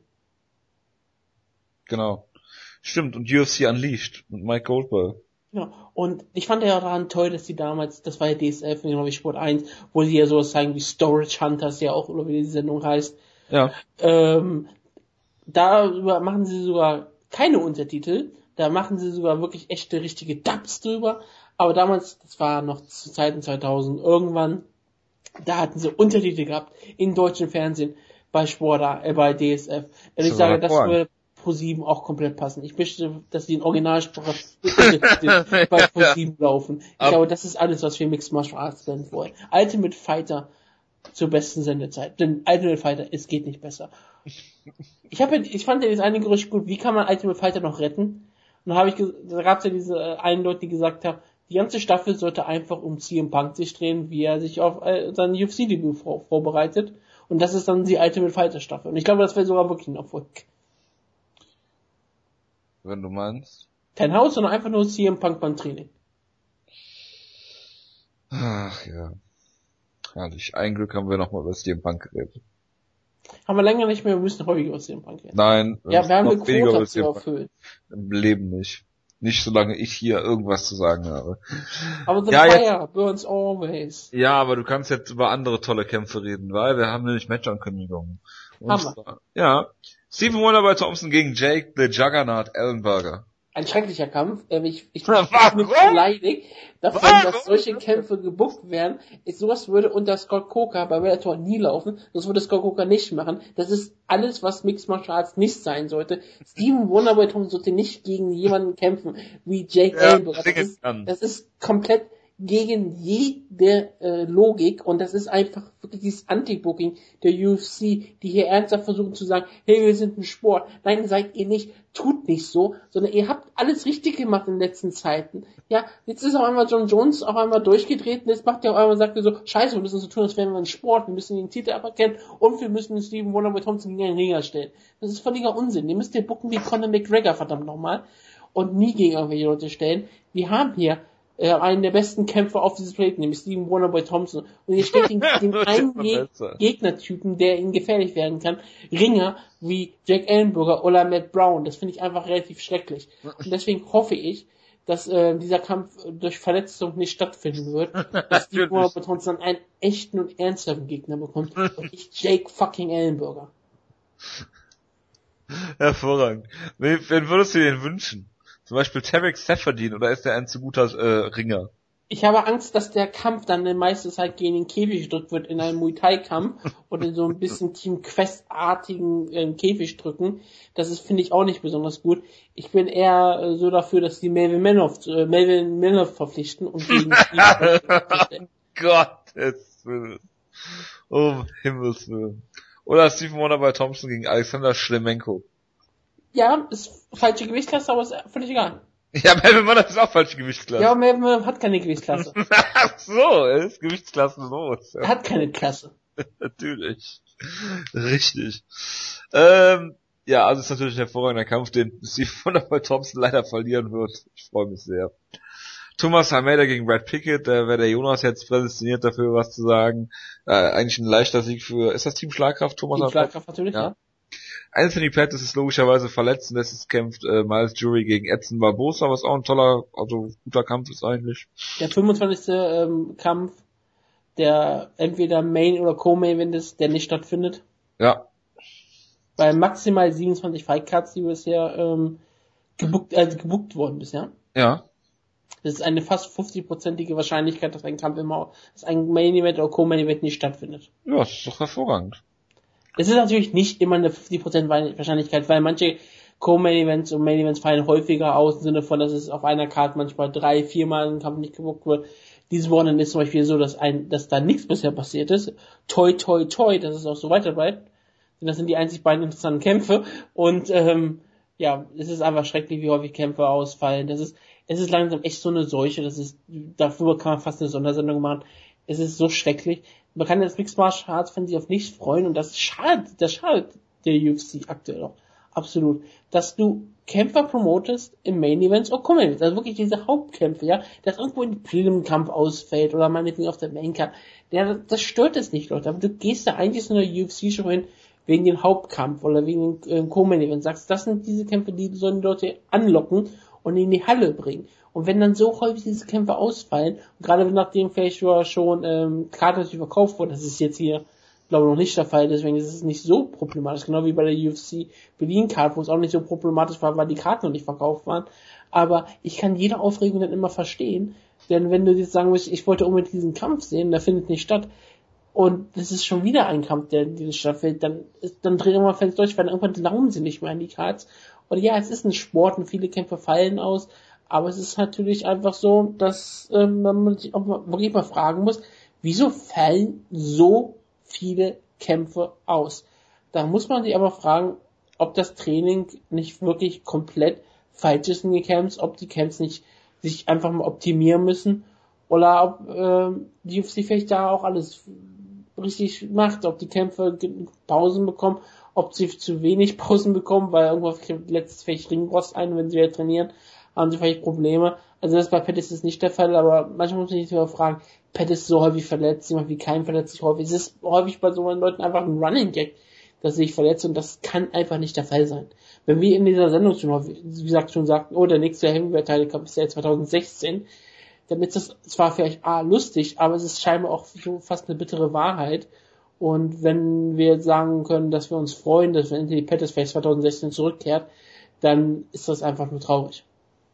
Genau. Stimmt, und U F C Unleashed mit Mike Goldberg. Genau. Und ich fand ja daran toll, dass die damals, das war ja D S F, genau wie Sport eins, wo sie ja sowas zeigen wie Storage Hunters, ja auch, oder wie die Sendung heißt. Ja. Ähm, darüber machen sie sogar keine Untertitel, da machen sie sogar wirklich echte, richtige Dubs drüber. Aber damals, das war noch zu Zeiten zweitausend irgendwann, da hatten sie Untertitel gehabt im deutschen Fernsehen bei Sport, äh, bei D S F. Und ich sage, das würde ProSieben auch komplett passen. Ich möchte, dass die in Originalsprache bei ProSieben laufen. Ich Ab glaube, das ist alles, was wir Mixed Martial Arts Fans wollen. Ultimate Fighter zur besten Sendezeit. Denn Ultimate Fighter, es geht nicht besser. Ich habe, ich fand ja das eine Gerücht gut, wie kann man Ultimate Fighter noch retten? Und da habe ich, da gab es ja diese äh, einen Leute, die gesagt haben, die ganze Staffel sollte einfach um C M Punk sich drehen, wie er sich auf äh, sein U F C-Debüt vor, vorbereitet. Und das ist dann die Ultimate Fighter Staffel. Und ich glaube, das wäre sogar wirklich ein Erfolg. Wenn du meinst. Kein Haus, sondern einfach nur C M Punk beim Training. Ach ja. Herrlich. Ein Glück haben wir nochmal über C M Punk geredet. Haben wir länger nicht mehr, wir müssen häufiger über C M Punk reden. Nein. Ja, wir haben eine Quote zu erfüllen. Im Leben nicht. Nicht solange ich hier irgendwas zu sagen habe. Aber the ja, fire jetzt, burns always. Ja, aber du kannst jetzt über andere tolle Kämpfe reden, weil wir haben nämlich Matchankündigungen. Haben wir. Ja. Stephen Wonderboy Thompson gegen Jake the Juggernaut Ellenberger. Ein schrecklicher Kampf. Ich, ich, ich bin beleidigt davon, Warum? dass solche Kämpfe gebuckt werden. Ich, sowas würde unter Scott Coker bei Bellator nie laufen. Das würde Scott Coker nicht machen. Das ist alles, was Mixed Martial Arts nicht sein sollte. Stephen Wonderboy Thompson sollte nicht gegen jemanden kämpfen wie Jake ja, Ellenberger. Das ist, das ist komplett gegen jede äh, Logik und das ist einfach wirklich dieses Anti-Booking der U F C, die hier ernsthaft versuchen zu sagen, hey, wir sind ein Sport. Nein, seid ihr nicht, tut nicht so, sondern ihr habt alles richtig gemacht in den letzten Zeiten. Ja, jetzt ist auf einmal John Jones auf einmal durchgedreht und jetzt macht er auf einmal, sagt er so, scheiße, wir müssen so tun, als wären wir ein Sport, wir müssen den Titel aberkennen und wir müssen Stephen Wonderboy Thompson gegen einen Ringer stellen. Das ist völliger Unsinn. Den müsst ihr booken wie Conor McGregor, verdammt nochmal, und nie gegen irgendwelche Leute stellen. Wir haben hier äh, einen der besten Kämpfer auf dieses Planeten, nämlich Stephen Wonderboy Thompson. Und ihr stellt den, den einen Ge- Gegnertypen, der ihnen gefährlich werden kann, Ringer wie Jack Ellenberger oder Matt Brown. Das finde ich einfach relativ schrecklich. Und deswegen hoffe ich, dass äh, dieser Kampf durch Verletzung nicht stattfinden wird, dass Stephen Wonderboy Thompson einen echten und ernsthaften Gegner bekommt und nicht Jake fucking Ellenberger. Hervorragend. Wen, wen würdest du dir denn wünschen? Zum Beispiel Tarek Safadin, oder ist der ein zu guter äh, Ringer? Ich habe Angst, dass der Kampf dann in meiste Zeit gegen den Käfig gedrückt wird in einem Muay Thai Kampf oder in so ein bisschen Team Quest-artigen äh, Käfig drücken. Das ist, finde ich, auch nicht besonders gut. Ich bin eher äh, so dafür, dass die Melvin Manhoff, äh, Melvin Manhoff verpflichten und gegen Gottes Willen. Um Himmels Willen. Oder Stephen Wonderboy Thompson gegen Alexander Schlemenko. Ja, ist falsche Gewichtsklasse, aber ist völlig egal. Ja, Melvin Manhoff ist auch falsche Gewichtsklasse. Ja, aber Melvin Manhoff hat keine Gewichtsklasse. Ach so, er ist gewichtsklassenlos. Er hat keine Klasse. Natürlich. Richtig. Ähm, ja, also ist natürlich ein hervorragender Kampf, den Steve Wonderboy Thompson leider verlieren wird. Ich freue mich sehr. Thomas Almeida gegen Brad Pickett, da wäre der Jonas jetzt prädestiniert dafür, was zu sagen. Äh, eigentlich ein leichter Sieg für, ist das Team Schlagkraft, Thomas? Team Schlagkraft natürlich, ja. ja. Anthony Pettis ist logischerweise verletzt und es kämpft äh, Miles Jury gegen Edson Barbosa, was auch ein toller, also guter Kampf ist eigentlich. Der fünfundzwanzigste Ähm, Kampf, der entweder Main oder Co-Main Event ist, der nicht stattfindet. Ja. Bei maximal siebenundzwanzig Fightcards, die bisher ähm, gebuckt, also gebuckt wurden bisher. Ja. Das ist eine fast fünfzig-prozentige Wahrscheinlichkeit, dass ein Kampf immer, dass ein Main Event oder Co-Main Event nicht stattfindet. Ja, das ist doch hervorragend. Es ist natürlich nicht immer eine fünfzig Prozent Wahrscheinlichkeit, weil manche Co-Main-Events und Main-Events fallen häufiger aus, im Sinne von, dass es auf einer Karte manchmal drei, viermal ein Kampf nicht gebuckt wird. Dieses Wochenende ist zum Beispiel so, dass ein, dass da nichts bisher passiert ist. Toi, toi, toi, dass es auch so weiter bleibt. Denn das sind die einzig beiden interessanten Kämpfe. Und, ähm, ja, es ist einfach schrecklich, wie häufig Kämpfe ausfallen. Das ist, es ist langsam echt so eine Seuche, das ist, darüber kann man fast eine Sondersendung machen. Es ist so schrecklich. Man kann jetzt Mixed Martial Arts Fans sich auf nichts freuen und das schadet, das schadet der U F C aktuell auch. Absolut. Dass du Kämpfer promotest im Main Events oder Common Events, also wirklich diese Hauptkämpfe, ja, dass irgendwo ein Prelim-Kampf ausfällt oder meinetwegen auf der Main Card, der, das stört es nicht, Leute, aber du gehst da eigentlich in der U F C-Show hin wegen dem Hauptkampf oder wegen dem äh, Co-Main Event, sagst, das sind diese Kämpfe, die sollen die Leute anlocken und in die Halle bringen. Und wenn dann so häufig diese Kämpfe ausfallen, und gerade nachdem vielleicht schon ähm, Karten verkauft wurden, das ist jetzt hier, glaube ich, noch nicht der Fall, deswegen ist es nicht so problematisch, genau wie bei der U F C Berlin Card, wo es auch nicht so problematisch war, weil die Karten noch nicht verkauft waren. Aber ich kann jede Aufregung dann immer verstehen, denn wenn du jetzt sagen willst, ich wollte unbedingt diesen Kampf sehen, der findet nicht statt, und das ist schon wieder ein Kampf, der nicht stattfindet, dann, ist, dann drehen immer Fans durch, weil irgendwann glauben sie nicht mehr an die Cards. Und ja, es ist ein Sport und viele Kämpfe fallen aus, aber es ist natürlich einfach so, dass ähm, man sich auch mal, wirklich mal fragen muss, wieso fallen so viele Kämpfe aus? Da muss man sich aber fragen, ob das Training nicht wirklich komplett falsch ist in den Camps, ob die Camps nicht sich einfach mal optimieren müssen oder ob äh, die U F C vielleicht da auch alles richtig macht, ob die Kämpfe Pausen bekommen, ob sie zu wenig Pausen bekommen, weil irgendwo letztes vielleicht Ringrost ein, wenn sie wieder trainieren, haben sie vielleicht Probleme. Also das bei Pettis ist nicht der Fall, aber manchmal muss man sich immer fragen, Pettis ist so häufig verletzt, jemand wie Kein verletzt sich häufig. Es ist häufig bei so Leuten einfach ein Running Gag, dass sie sich verletzen und das kann einfach nicht der Fall sein. Wenn wir in dieser Sendung schon häufig, wie gesagt, schon sagten, oh, der nächste Heavyweight-Title-Kampf ist ja zwanzig sechzehn, dann ist das zwar vielleicht A, lustig, aber es ist scheinbar auch fast eine bittere Wahrheit. Und wenn wir sagen können, dass wir uns freuen, dass wenn Anthony Pettis vielleicht zwanzig sechzehn zurückkehrt, dann ist das einfach nur traurig.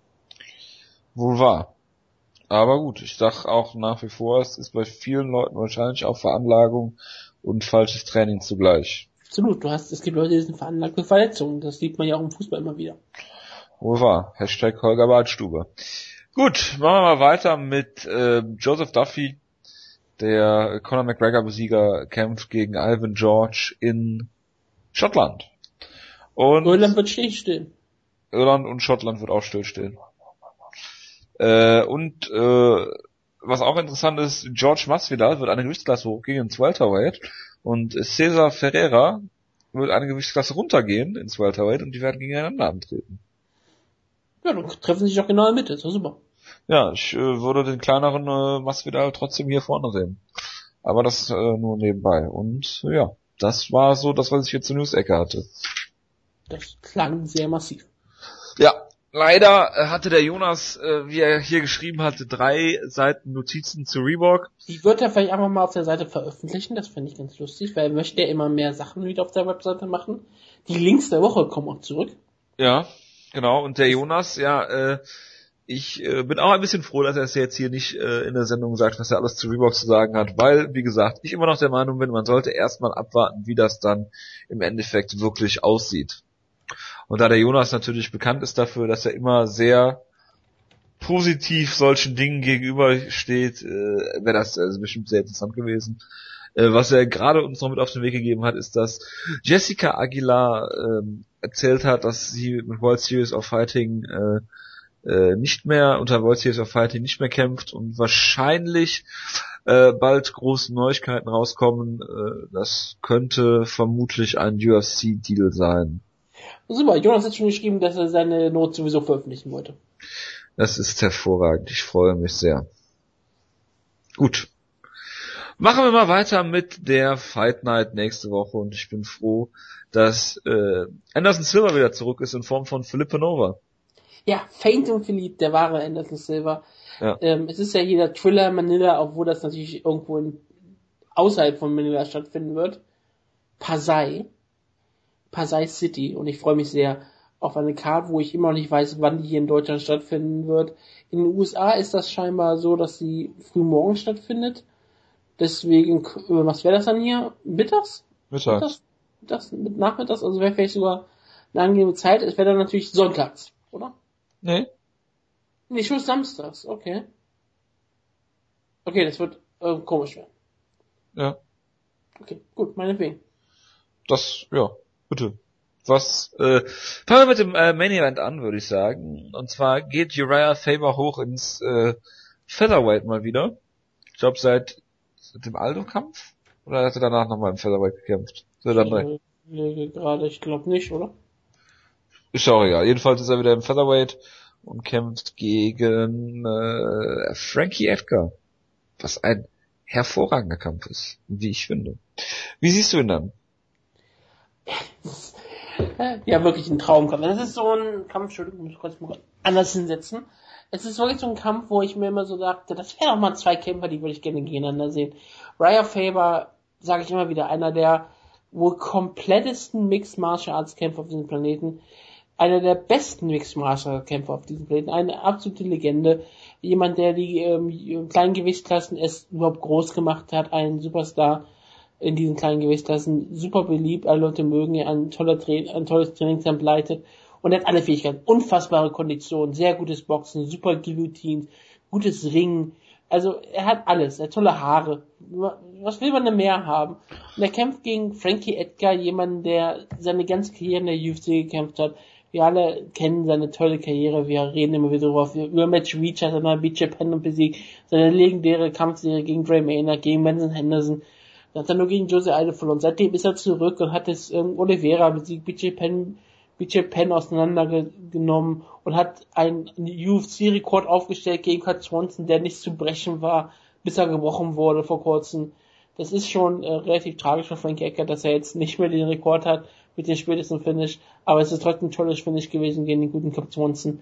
Wohl wahr. Aber gut, ich sag auch nach wie vor, es ist bei vielen Leuten wahrscheinlich auch Veranlagung und falsches Training zugleich. Absolut, du hast, es gibt Leute, die sind veranlagt für Verletzungen, das sieht man ja auch im Fußball immer wieder. Wohl wahr. Hashtag Holger Badstube. Gut, machen wir mal weiter mit äh, Joseph Duffy, der Conor McGregor-Besieger, kämpft gegen Alvin George in Schottland. Und Irland wird stillstehen. Irland und Schottland wird auch stillstehen. Äh, und äh, was auch interessant ist, George Masvidal wird eine Gewichtsklasse hochgehen ins Welterweight und Cesar Ferreira wird eine Gewichtsklasse runtergehen ins Welterweight und die werden gegeneinander antreten. Ja, dann treffen sie sich auch genau in der Mitte, ist doch super. Ja, ich äh, würde den kleineren äh, Masvidal trotzdem hier vorne sehen. Aber das äh, nur nebenbei. Und äh, ja, das war so das, was ich jetzt zur News-Ecke hatte. Das klang sehr massiv. Ja, leider hatte der Jonas, äh, wie er hier geschrieben hatte, drei Seiten Notizen zu Reebok. Die wird er vielleicht einfach mal auf der Seite veröffentlichen, das finde ich ganz lustig, weil er möchte ja immer mehr Sachen wieder auf der Webseite machen. Die Links der Woche kommen auch zurück. Ja, genau. Und der Jonas, ja, äh, ich äh, bin auch ein bisschen froh, dass er es jetzt hier nicht äh, in der Sendung sagt, was er alles zu Reebok zu sagen hat, weil, wie gesagt, ich immer noch der Meinung bin, man sollte erstmal abwarten, wie das dann im Endeffekt wirklich aussieht. Und da der Jonas natürlich bekannt ist dafür, dass er immer sehr positiv solchen Dingen gegenübersteht, äh, wäre das also bestimmt sehr interessant gewesen. Äh, was er gerade uns noch mit auf den Weg gegeben hat, ist, dass Jessica Aguilar ähm, erzählt hat, dass sie mit World Series of Fighting äh, äh, nicht mehr, unter World Series of Fighting nicht mehr kämpft und wahrscheinlich äh, bald große Neuigkeiten rauskommen. Äh, das könnte vermutlich ein U F C-Deal sein. Super, Jonas hat schon geschrieben, dass er seine Not sowieso veröffentlichen wollte. Das ist hervorragend, ich freue mich sehr. Gut. Machen wir mal weiter mit der Fight Night nächste Woche und ich bin froh, dass äh, Anderson Silva wieder zurück ist in Form von Felipe Nova. Ja, Faint und Philippe, der wahre Anderson Silva. Ja. Ähm, es ist ja hier der Thriller Manila, obwohl das natürlich irgendwo in, außerhalb von Manila stattfinden wird. Pasay. Pasay City. Und ich freue mich sehr auf eine Card, wo ich immer noch nicht weiß, wann die hier in Deutschland stattfinden wird. In den U S A ist das scheinbar so, dass sie früh morgens stattfindet. Deswegen, was wäre das dann hier? Mittags? Mittags. Das mit nachmittags, also wäre vielleicht sogar eine angenehme Zeit. Es wäre dann natürlich sonntags, oder? Nee. Nee, schon samstags, okay. Okay, das wird äh, komisch werden. Ja. Okay, gut, meinetwegen. Das, ja, bitte. Was, äh, fangen wir mit dem äh, Main Event an, würde ich sagen. Und zwar geht Uriah Faber hoch ins äh, Featherweight mal wieder. Ich glaube seit, seit dem Aldo-Kampf? Oder hat er danach nochmal im Featherweight gekämpft? So, dann Äh, äh, gerade, ich glaube nicht, oder? Ist auch egal. Jedenfalls ist er wieder im Featherweight und kämpft gegen äh, Frankie Edgar. Was ein hervorragender Kampf ist, wie ich finde. Wie siehst du ihn dann? Ja, wirklich ein Traumkampf. Das ist so ein Kampf, Entschuldigung, ich muss kurz mal anders hinsetzen. Es ist wirklich so ein Kampf, wo ich mir immer so dachte, das wären doch mal zwei Kämpfer, die würde ich gerne gegeneinander sehen. Uriah Faber, sage ich immer wieder, einer der wohl komplettesten Mixed Martial Arts Kämpfer auf diesem Planeten. Einer der besten Mixed Martial Arts Kämpfer auf diesem Planeten. Eine absolute Legende. Jemand, der die ähm, kleinen Gewichtsklassen erst überhaupt groß gemacht hat. Ein Superstar in diesen kleinen Gewichtsklassen. Super beliebt. Alle Leute mögen ihn. Ein, toller Tra- ein tolles Trainingscamp leitet. Und er hat alle Fähigkeiten. Unfassbare Kondition. Sehr gutes Boxen. Super Guillotines. Gutes Ringen. Also er hat alles. Er hat tolle Haare. Was will man denn mehr haben? Und er kämpft gegen Frankie Edgar. Jemanden, der seine ganze Karriere in der U F C gekämpft hat. Wir alle kennen seine tolle Karriere, wir reden immer wieder drüber. Über Match Reach hat er mal B J Penn besiegt, seine legendäre Kampfserie gegen Dre Maynard, gegen Benson Henderson. Dann hat er nur gegen Jose Aldo verloren. Seitdem ist er zurück und hat es ähm, Oliveira besiegt, B J Penn, B J Penn auseinandergenommen und hat einen U F C-Rekord aufgestellt gegen Cut Swanson, der nicht zu brechen war, bis er gebrochen wurde vor kurzem. Das ist schon äh, relativ tragisch für Frankie Edgar, dass er jetzt nicht mehr den Rekord hat mit dem spätesten Finish, aber es ist trotzdem ein tolles Finish gewesen gegen den guten Cut Swanson.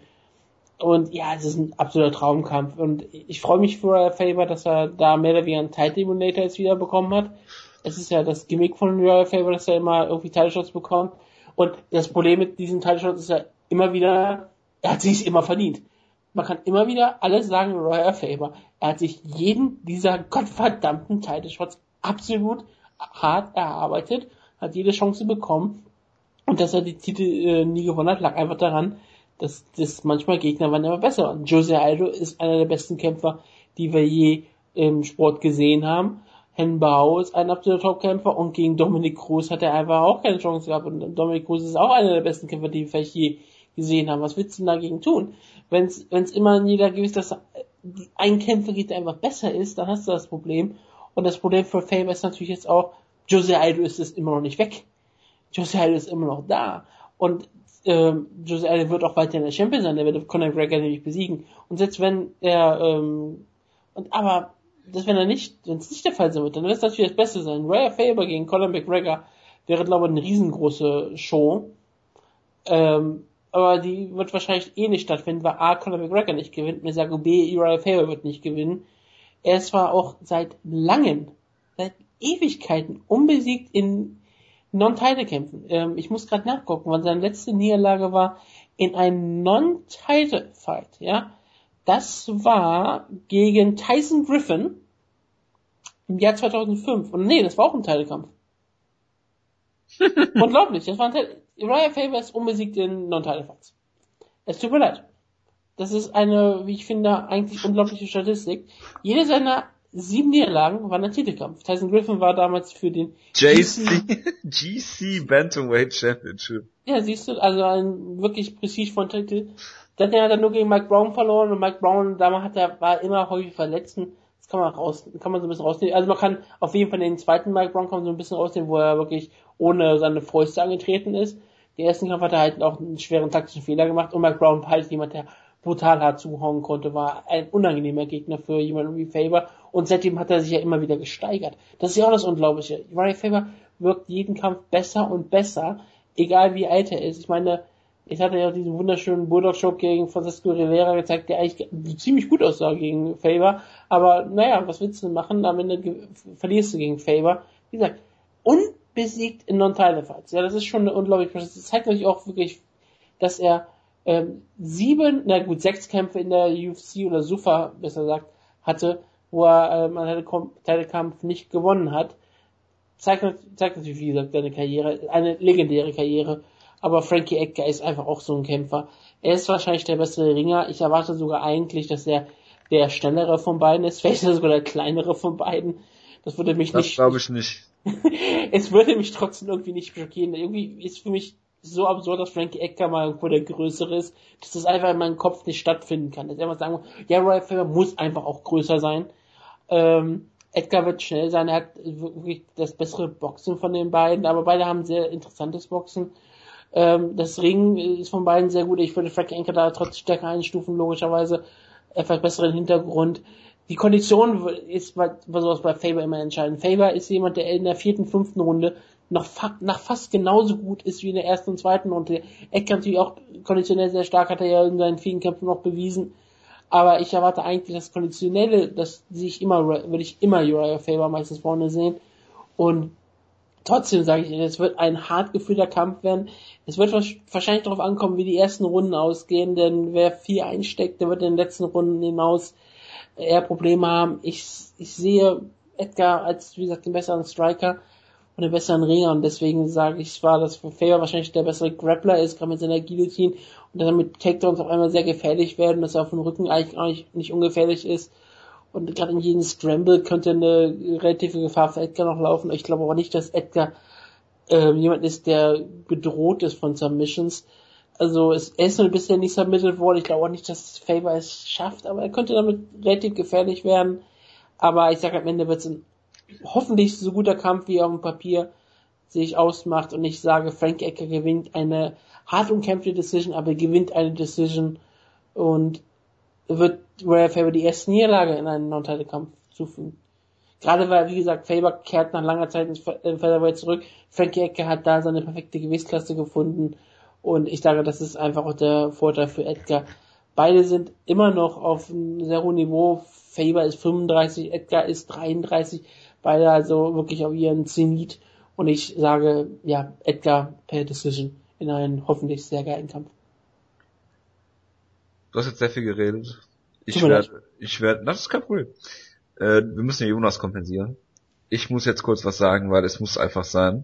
Und ja, es ist ein absoluter Traumkampf und ich freue mich für Faber, dass er da mehr oder weniger einen Title Eliminator jetzt wieder bekommen hat. Es ist ja das Gimmick von Uriah Faber, dass er immer irgendwie Title Shots bekommt. Und das Problem mit diesen Title Shots ist ja immer wieder, er hat sich immer verdient. Man kann immer wieder alles sagen, Uriah Faber. Er hat sich jeden dieser gottverdammten Title Shots absolut hart erarbeitet, hat jede Chance bekommen. Und dass er die Titel äh, nie gewonnen hat, lag einfach daran, dass das manchmal Gegner waren immer besser. Und Jose Aldo ist einer der besten Kämpfer, die wir je im Sport gesehen haben. Hen Bao ist ein absoluter Topkämpfer und gegen Dominic Cruz hat er einfach auch keine Chance gehabt. Und Dominic Cruz ist auch einer der besten Kämpfer, die wir vielleicht je gesehen haben. Was willst du denn dagegen tun? Wenn es immer in jeder gewiss, dass ein Kämpfer geht, der einfach besser ist, dann hast du das Problem. Und das Problem für Faber ist natürlich jetzt auch, Jose Aldo ist es immer noch nicht weg. Jose Aldo ist immer noch da. Und ähm, Jose Aldo wird auch weiterhin der Champion sein, der wird Conor McGregor nämlich besiegen. Und selbst wenn er, ähm, und aber, das wenn er nicht, wenn es nicht der Fall sein wird, dann wird es natürlich das Beste sein. Uriah Faber gegen Conor McGregor wäre, glaube ich, eine riesengroße Show. Ähm, aber die wird wahrscheinlich eh nicht stattfinden, weil A, Conor McGregor nicht gewinnt, und ich sage B, Uriah Faber wird nicht gewinnen. Er ist zwar auch seit langem, seit Ewigkeiten unbesiegt in Non-Title-Kämpfen. Ähm, ich muss gerade nachgucken, wann seine letzte Niederlage war in einem Non-Title-Fight, ja. Das war gegen Tyson Griffin im Jahr zweitausendfünf. Und nee, das war auch ein Titelkampf. Unglaublich, das war ein Titel. Uriah Faber ist unbesiegt in Non-Title-Fights. Es tut mir leid. Das ist eine, wie ich finde, eigentlich unglaubliche Statistik. Jede seiner sieben Niederlagen waren ein Titelkampf. Tyson Griffin war damals für den J C, G C Bantamweight Championship. Ja, siehst du, also ein wirklich prestigevoller Titel. Dann hat er nur gegen Mike Brown verloren, und Mike Brown, damals hat er, war immer häufig verletzt. Das kann man raus, kann man so ein bisschen rausnehmen. Also man kann auf jeden Fall den zweiten Mike Brown kann man so ein bisschen rausnehmen, wo er wirklich ohne seine Fäuste angetreten ist. Den ersten Kampf hat er halt auch einen schweren taktischen Fehler gemacht, und Mike Brown war halt jemand, der brutal hart zuhauen konnte, war ein unangenehmer Gegner für jemanden wie Faber, und seitdem hat er sich ja immer wieder gesteigert. Das ist ja auch das Unglaubliche. Uriah Faber wirkt jeden Kampf besser und besser, egal wie alt er ist. Ich meine, ich hatte ja diesen wunderschönen Bulldog-Show gegen Francisco Rivera gezeigt, der eigentlich ziemlich gut aussah gegen Faber, aber naja, was willst du denn machen? Am Ende ge- verlierst du gegen Faber. Wie gesagt, unbesiegt in Non-Title-Fights. Ja, das ist schon unglaublich. Das zeigt natürlich auch wirklich, dass er ähm, sieben, na gut, sechs Kämpfe in der U F C oder Sufa, besser gesagt, hatte, wo er ähm, einen Titelkampf nicht gewonnen hat. Zeigt, zeigt natürlich, wie gesagt, seine Karriere, eine legendäre Karriere. Aber Frankie Edgar ist einfach auch so ein Kämpfer. Er ist wahrscheinlich der bessere Ringer. Ich erwarte sogar eigentlich, dass er der schnellere von beiden ist. Vielleicht ist er sogar der kleinere von beiden. Das würde mich das nicht... Das glaube ich nicht. Es würde mich trotzdem irgendwie nicht schockieren. Irgendwie ist für mich so absurd, dass Frankie Edgar mal irgendwo der Größere ist, dass das einfach in meinem Kopf nicht stattfinden kann. Dass ich einfach sagen muss, ja, Uriah Faber muss einfach auch größer sein. Ähm, Edgar wird schnell sein. Er hat wirklich das bessere Boxen von den beiden. Aber beide haben sehr interessantes Boxen. Ähm, das Ring ist von beiden sehr gut. Ich würde Frankie Edgar da trotz Stärke einstufen, logischerweise. Etwas besseren Hintergrund. Die Kondition ist bei sowas bei Faber immer entscheidend. Faber ist jemand, der in der vierten, fünften Runde noch fa- nach fast genauso gut ist wie in der ersten und zweiten Runde. Edgar natürlich auch konditionell sehr stark, hat er ja in seinen vielen Kämpfen noch bewiesen. Aber ich erwarte eigentlich das Konditionelle, das sehe ich immer, würde ich immer Uriah Faber meistens vorne sehen. Und trotzdem sage ich Ihnen, es wird ein hart gefühlter Kampf werden. Es wird wahrscheinlich darauf ankommen, wie die ersten Runden ausgehen, denn wer viel einsteckt, der wird in den letzten Runden hinaus eher Probleme haben. Ich, ich sehe Edgar als, wie gesagt, den besseren Striker und den besseren Ringer, und deswegen sage ich zwar, dass Faber wahrscheinlich der bessere Grappler ist, gerade mit seiner Guillotine, und dass er mit Takedowns auf einmal sehr gefährlich werden, dass er auf dem Rücken eigentlich auch nicht, nicht ungefährlich ist. Und gerade in jedem Scramble könnte eine relative Gefahr für Edgar noch laufen. Ich glaube aber nicht, dass Edgar äh, jemand ist, der bedroht ist von Submissions. Also es, er ist nur bisher nicht submitted worden. Ich glaube auch nicht, dass Faber es schafft, aber er könnte damit relativ gefährlich werden. Aber ich sage, am Ende wird es ein hoffentlich so guter Kampf, wie er auf dem Papier sich ausmacht. Und ich sage, Frank Edgar gewinnt eine hart umkämpfte Decision, aber gewinnt eine Decision und wird Uriah Faber die erste Niederlage in einen Non-Title-Kampf zufügen. Gerade weil, wie gesagt, Faber kehrt nach langer Zeit ins Featherweight zurück. Frankie Edgar hat da seine perfekte Gewichtsklasse gefunden. Und ich sage, das ist einfach auch der Vorteil für Edgar. Beide sind immer noch auf einem sehr hohen Niveau. Faber ist fünfunddreißig, Edgar ist dreiunddreißig. Beide also wirklich auf ihren Zenit. Und ich sage, ja, Edgar per Decision in einen hoffentlich sehr geilen Kampf. Du hast jetzt sehr viel geredet. Ich werde, ich werde, das ist kein Problem. Äh, wir müssen ja Jonas kompensieren. Ich muss jetzt kurz was sagen, weil es muss einfach sein.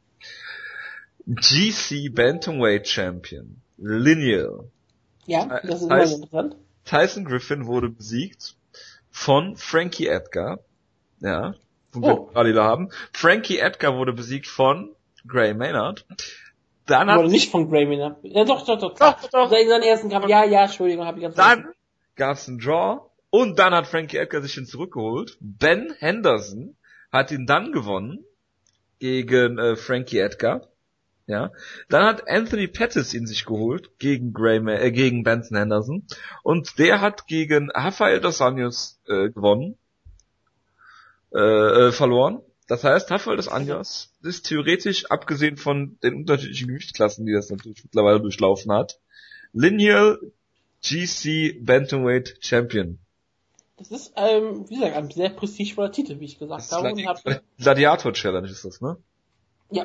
G C Bantamweight Champion, Lineal. Ja, das ist Tyson, immer interessant. Tyson Griffin wurde besiegt von Frankie Edgar. Ja, wo wir Oh. gerade da haben. Frankie Edgar wurde besiegt von Gray Maynard. Dann hat Wurde nicht von Gray Maynard. Ja, doch, doch, doch. Doch, doch, doch. In seinem ersten Kampf. Ja, ja, Entschuldigung, habe ich ganz Dann gab's einen Draw und dann hat Frankie Edgar sich ihn zurückgeholt. Ben Henderson hat ihn dann gewonnen gegen äh, Frankie Edgar. Ja. Dann hat Anthony Pettis ihn sich geholt gegen Gray Ma- äh, gegen Benson Henderson und der hat gegen Rafael dos Anjos äh, gewonnen. Äh, äh, verloren. Das heißt, Rafael dos Anjos ist theoretisch, abgesehen von den unterschiedlichen Gewichtsklassen, die das natürlich mittlerweile durchlaufen hat, Lineal G C Bantamweight Champion. Das ist, ähm, wie gesagt, ein sehr prestigevoller Titel, wie ich gesagt habe. Und hab, Gladiator Challenge ist das, ne? Ja.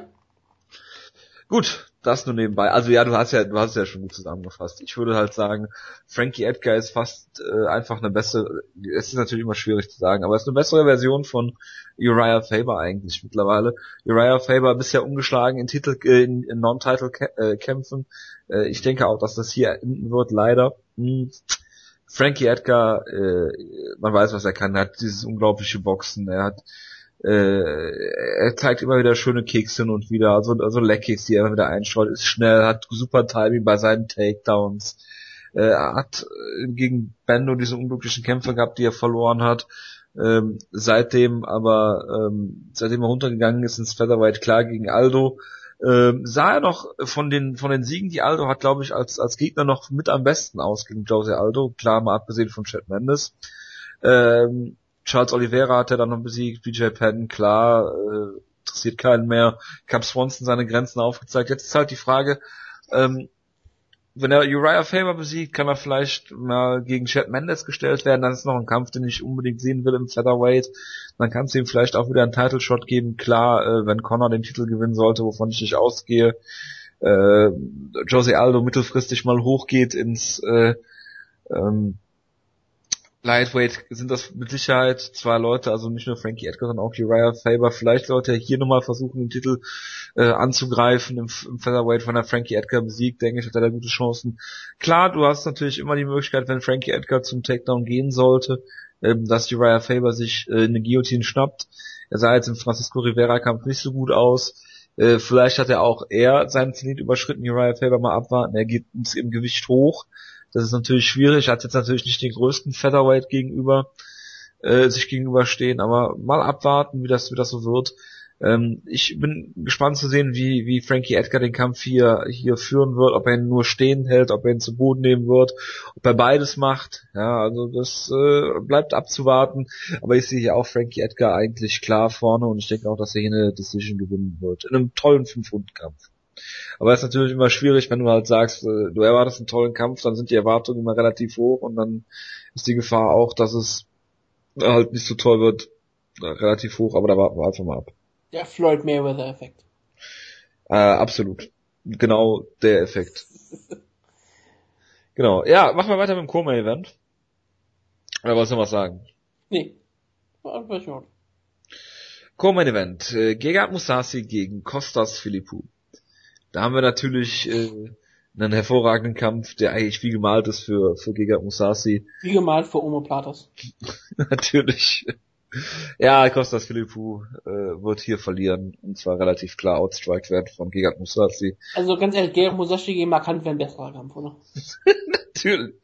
Gut, das nur nebenbei. Also ja, du hast ja, du hast es ja schon gut zusammengefasst. Ich würde halt sagen, Frankie Edgar ist fast äh, einfach eine bessere, es ist natürlich immer schwierig zu sagen, aber es ist eine bessere Version von Uriah Faber eigentlich mittlerweile. Uriah Faber bisher ungeschlagen in Titel, äh, in, in Non-Title-Kämpfen. Äh, ich denke auch, dass das hier enden wird, leider. Hm. Frankie Edgar, äh, man weiß, was er kann. Er hat dieses unglaubliche Boxen, er hat Äh, er zeigt immer wieder schöne Kicks hin und wieder, also, also Leg-Kicks, die er immer wieder einstreut, ist schnell, hat super Timing bei seinen Takedowns, äh, er hat gegen Bando diese unglücklichen Kämpfe gehabt, die er verloren hat, ähm, seitdem aber, ähm, seitdem er runtergegangen ist ins Featherweight, klar gegen Aldo, ähm, sah er noch von den, von den Siegen, die Aldo hat, glaube ich, als, als Gegner noch mit am besten aus gegen Jose Aldo, klar mal abgesehen von Chad Mendes, ähm, Charles Oliveira hat er dann noch besiegt, B J Penn, klar, äh, interessiert keinen mehr. Cub Swanson seine Grenzen aufgezeigt. Jetzt ist halt die Frage, ähm, wenn er Uriah Faber besiegt, kann er vielleicht mal gegen Chad Mendes gestellt werden. Das ist noch ein Kampf, den ich unbedingt sehen will im Featherweight. Dann kann es ihm vielleicht auch wieder einen Title-Shot geben. Klar, äh, wenn Conor den Titel gewinnen sollte, wovon ich nicht ausgehe, äh, Jose Aldo mittelfristig mal hochgeht ins äh, ähm, Lightweight, sind das mit Sicherheit zwei Leute, also nicht nur Frankie Edgar, sondern auch Uriah Faber. Vielleicht sollte er hier nochmal versuchen, den Titel äh, anzugreifen im, im Featherweight, wenn er Frankie Edgar besiegt, denke ich, hat er da gute Chancen. Klar, du hast natürlich immer die Möglichkeit, wenn Frankie Edgar zum Takedown gehen sollte, ähm, dass Uriah Faber sich äh, eine Guillotine schnappt. Er sah jetzt im Francisco Rivera-Kampf nicht so gut aus. Äh, vielleicht hat er auch eher seinen Zenit überschritten, Uriah Faber mal abwarten. Er geht im Gewicht hoch. Das ist natürlich schwierig, hat jetzt natürlich nicht den größten Featherweight gegenüber, äh, sich gegenüberstehen, aber mal abwarten, wie das, wie das so wird. Ähm, ich bin gespannt zu sehen, wie, wie Frankie Edgar den Kampf hier, hier führen wird, ob er ihn nur stehen hält, ob er ihn zu Boden nehmen wird, ob er beides macht. Ja, also das, äh, bleibt abzuwarten, aber ich sehe hier auch Frankie Edgar eigentlich klar vorne und ich denke auch, dass er hier eine Decision gewinnen wird. In einem tollen fünf-Runden-Kampf. Aber es ist natürlich immer schwierig, wenn du halt sagst, du erwartest einen tollen Kampf, dann sind die Erwartungen immer relativ hoch und dann ist die Gefahr auch, dass es halt nicht so toll wird, relativ hoch, aber da warten wir einfach mal ab. Der Floyd Mayweather-Effekt. Äh, absolut. Genau der Effekt. Genau. Ja, machen wir weiter mit dem Co-Main-Event. Oder wolltest du noch was sagen? Nee. War schon. Co-Main-Event. Äh, Gegard Mousasi gegen Kostas Philippou. Da haben wir natürlich äh, einen hervorragenden Kampf, der eigentlich wie gemalt ist für für Gegard Mousasi. Wie gemalt für Omoplatas. Natürlich. Ja, Kostas Philippou äh, wird hier verlieren und zwar relativ klar outstriked werden von Gegard Mousasi. Also ganz ehrlich, Gegard Mousasi gegen Markant wäre ein besserer Kampf, oder? Natürlich.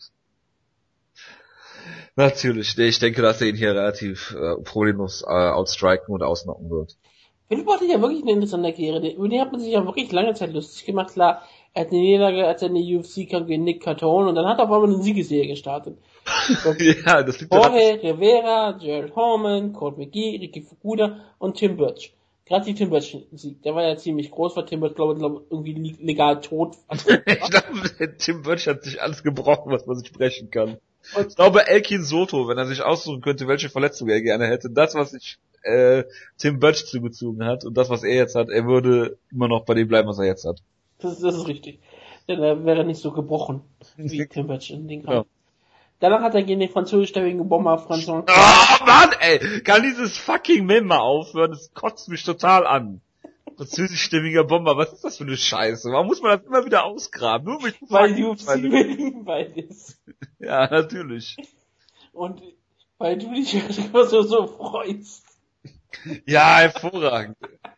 Natürlich. Ich denke, dass er ihn hier relativ äh, problemlos äh, outstriken und ausnocken wird. Philippou hatte ja wirklich eine interessante Karriere. Über den hat man sich ja wirklich lange Zeit lustig gemacht. Klar, er hat eine Niederlage, als er in der U F C kam gegen Nick Cardone und dann hat er auf einmal eine Siegesserie gestartet. Ja, das liegt Jorge Rivera, Gerald Horman, Colt McGee, Ricky Fukuda und Tim Birch. Gerade die Tim Birch-Sieg, der war ja ziemlich groß, weil Tim Birch, glaube ich, glaub, irgendwie legal tot. Ich glaube, Tim Birch hat sich alles gebrochen, was man sich brechen kann. Und ich glaube, Elkin Soto, wenn er sich aussuchen könnte, welche Verletzung er gerne hätte, das, was sich äh, Tim Birch zugezogen hat und das, was er jetzt hat, er würde immer noch bei dem bleiben, was er jetzt hat. Das, das ist richtig. Denn er wäre nicht so gebrochen wie Tim Birch in den Kampf. Ja. Danach hat er gegen den französischstämmigen Bomber François. Oh Mann, ey! Kann dieses fucking Meme mal aufhören? Das kotzt mich total an. Französischstämmiger Bomber, was ist das für eine Scheiße? Warum muss man das immer wieder ausgraben? Nur mit Weil die U F C Berlin weit ist. Ja, natürlich. Und weil du dich immer so, so freust. Ja, hervorragend.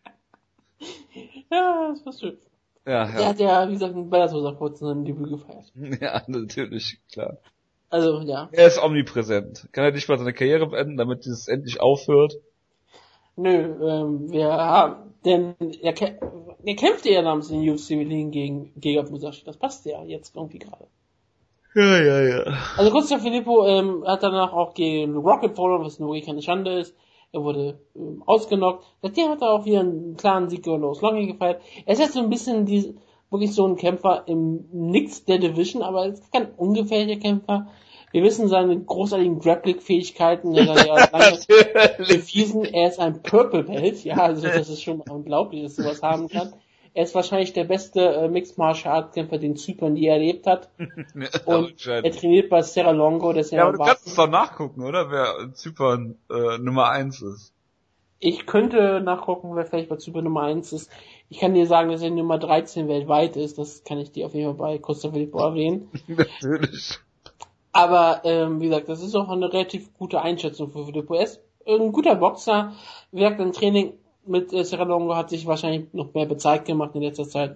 Ja, das war schön. Ja, Der ja. hat ja, wie gesagt, ein Bellator vor seinem Debüt gefeiert. Ja, natürlich, klar. Also, ja. Er ist omnipräsent. Kann er nicht mal seine Karriere beenden, damit dieses endlich aufhört? Nö, ähm, wir haben, denn er, er kämpfte ja damals in U F C Berlin gegen Gegard Mousasi. Das passt ja jetzt irgendwie gerade. Ja, ja, ja. Also Kostas Philippou ähm, hat danach auch gegen Rocket verloren, was nur keine Schande ist. Er wurde ähm, ausgenockt. Seitdem hat er auch wieder einen klaren Sieg über Lois Longy gefeiert. Er ist jetzt so ein bisschen die, wirklich so ein Kämpfer im Nix der Division, aber es ist kein ungefährlicher Kämpfer. Wir wissen seine großartigen Grappling-Fähigkeiten, er hat ja lange bewiesen, er ist ein Purple Belt, ja, also das ist schon unglaublich, dass er sowas haben kann. Er ist wahrscheinlich der beste äh, Mixed Martial Arts Kämpfer, den Zypern je erlebt hat. Und er trainiert bei Serra Longo, das ist ja, ja aber du kannst es doch nachgucken, oder? Wer in Zypern äh, Nummer eins ist. Ich könnte nachgucken, wer vielleicht bei Zypern Nummer eins ist. Ich kann dir sagen, dass er Nummer dreizehn weltweit ist, das kann ich dir auf jeden Fall bei Costa Filippo erwähnen. Natürlich. Aber, ähm, wie gesagt, das ist auch eine relativ gute Einschätzung für Filippo. Er ist ein guter Boxer. Wie gesagt, im Training mit äh, Serra Longo hat sich wahrscheinlich noch mehr bezahlt gemacht in letzter Zeit.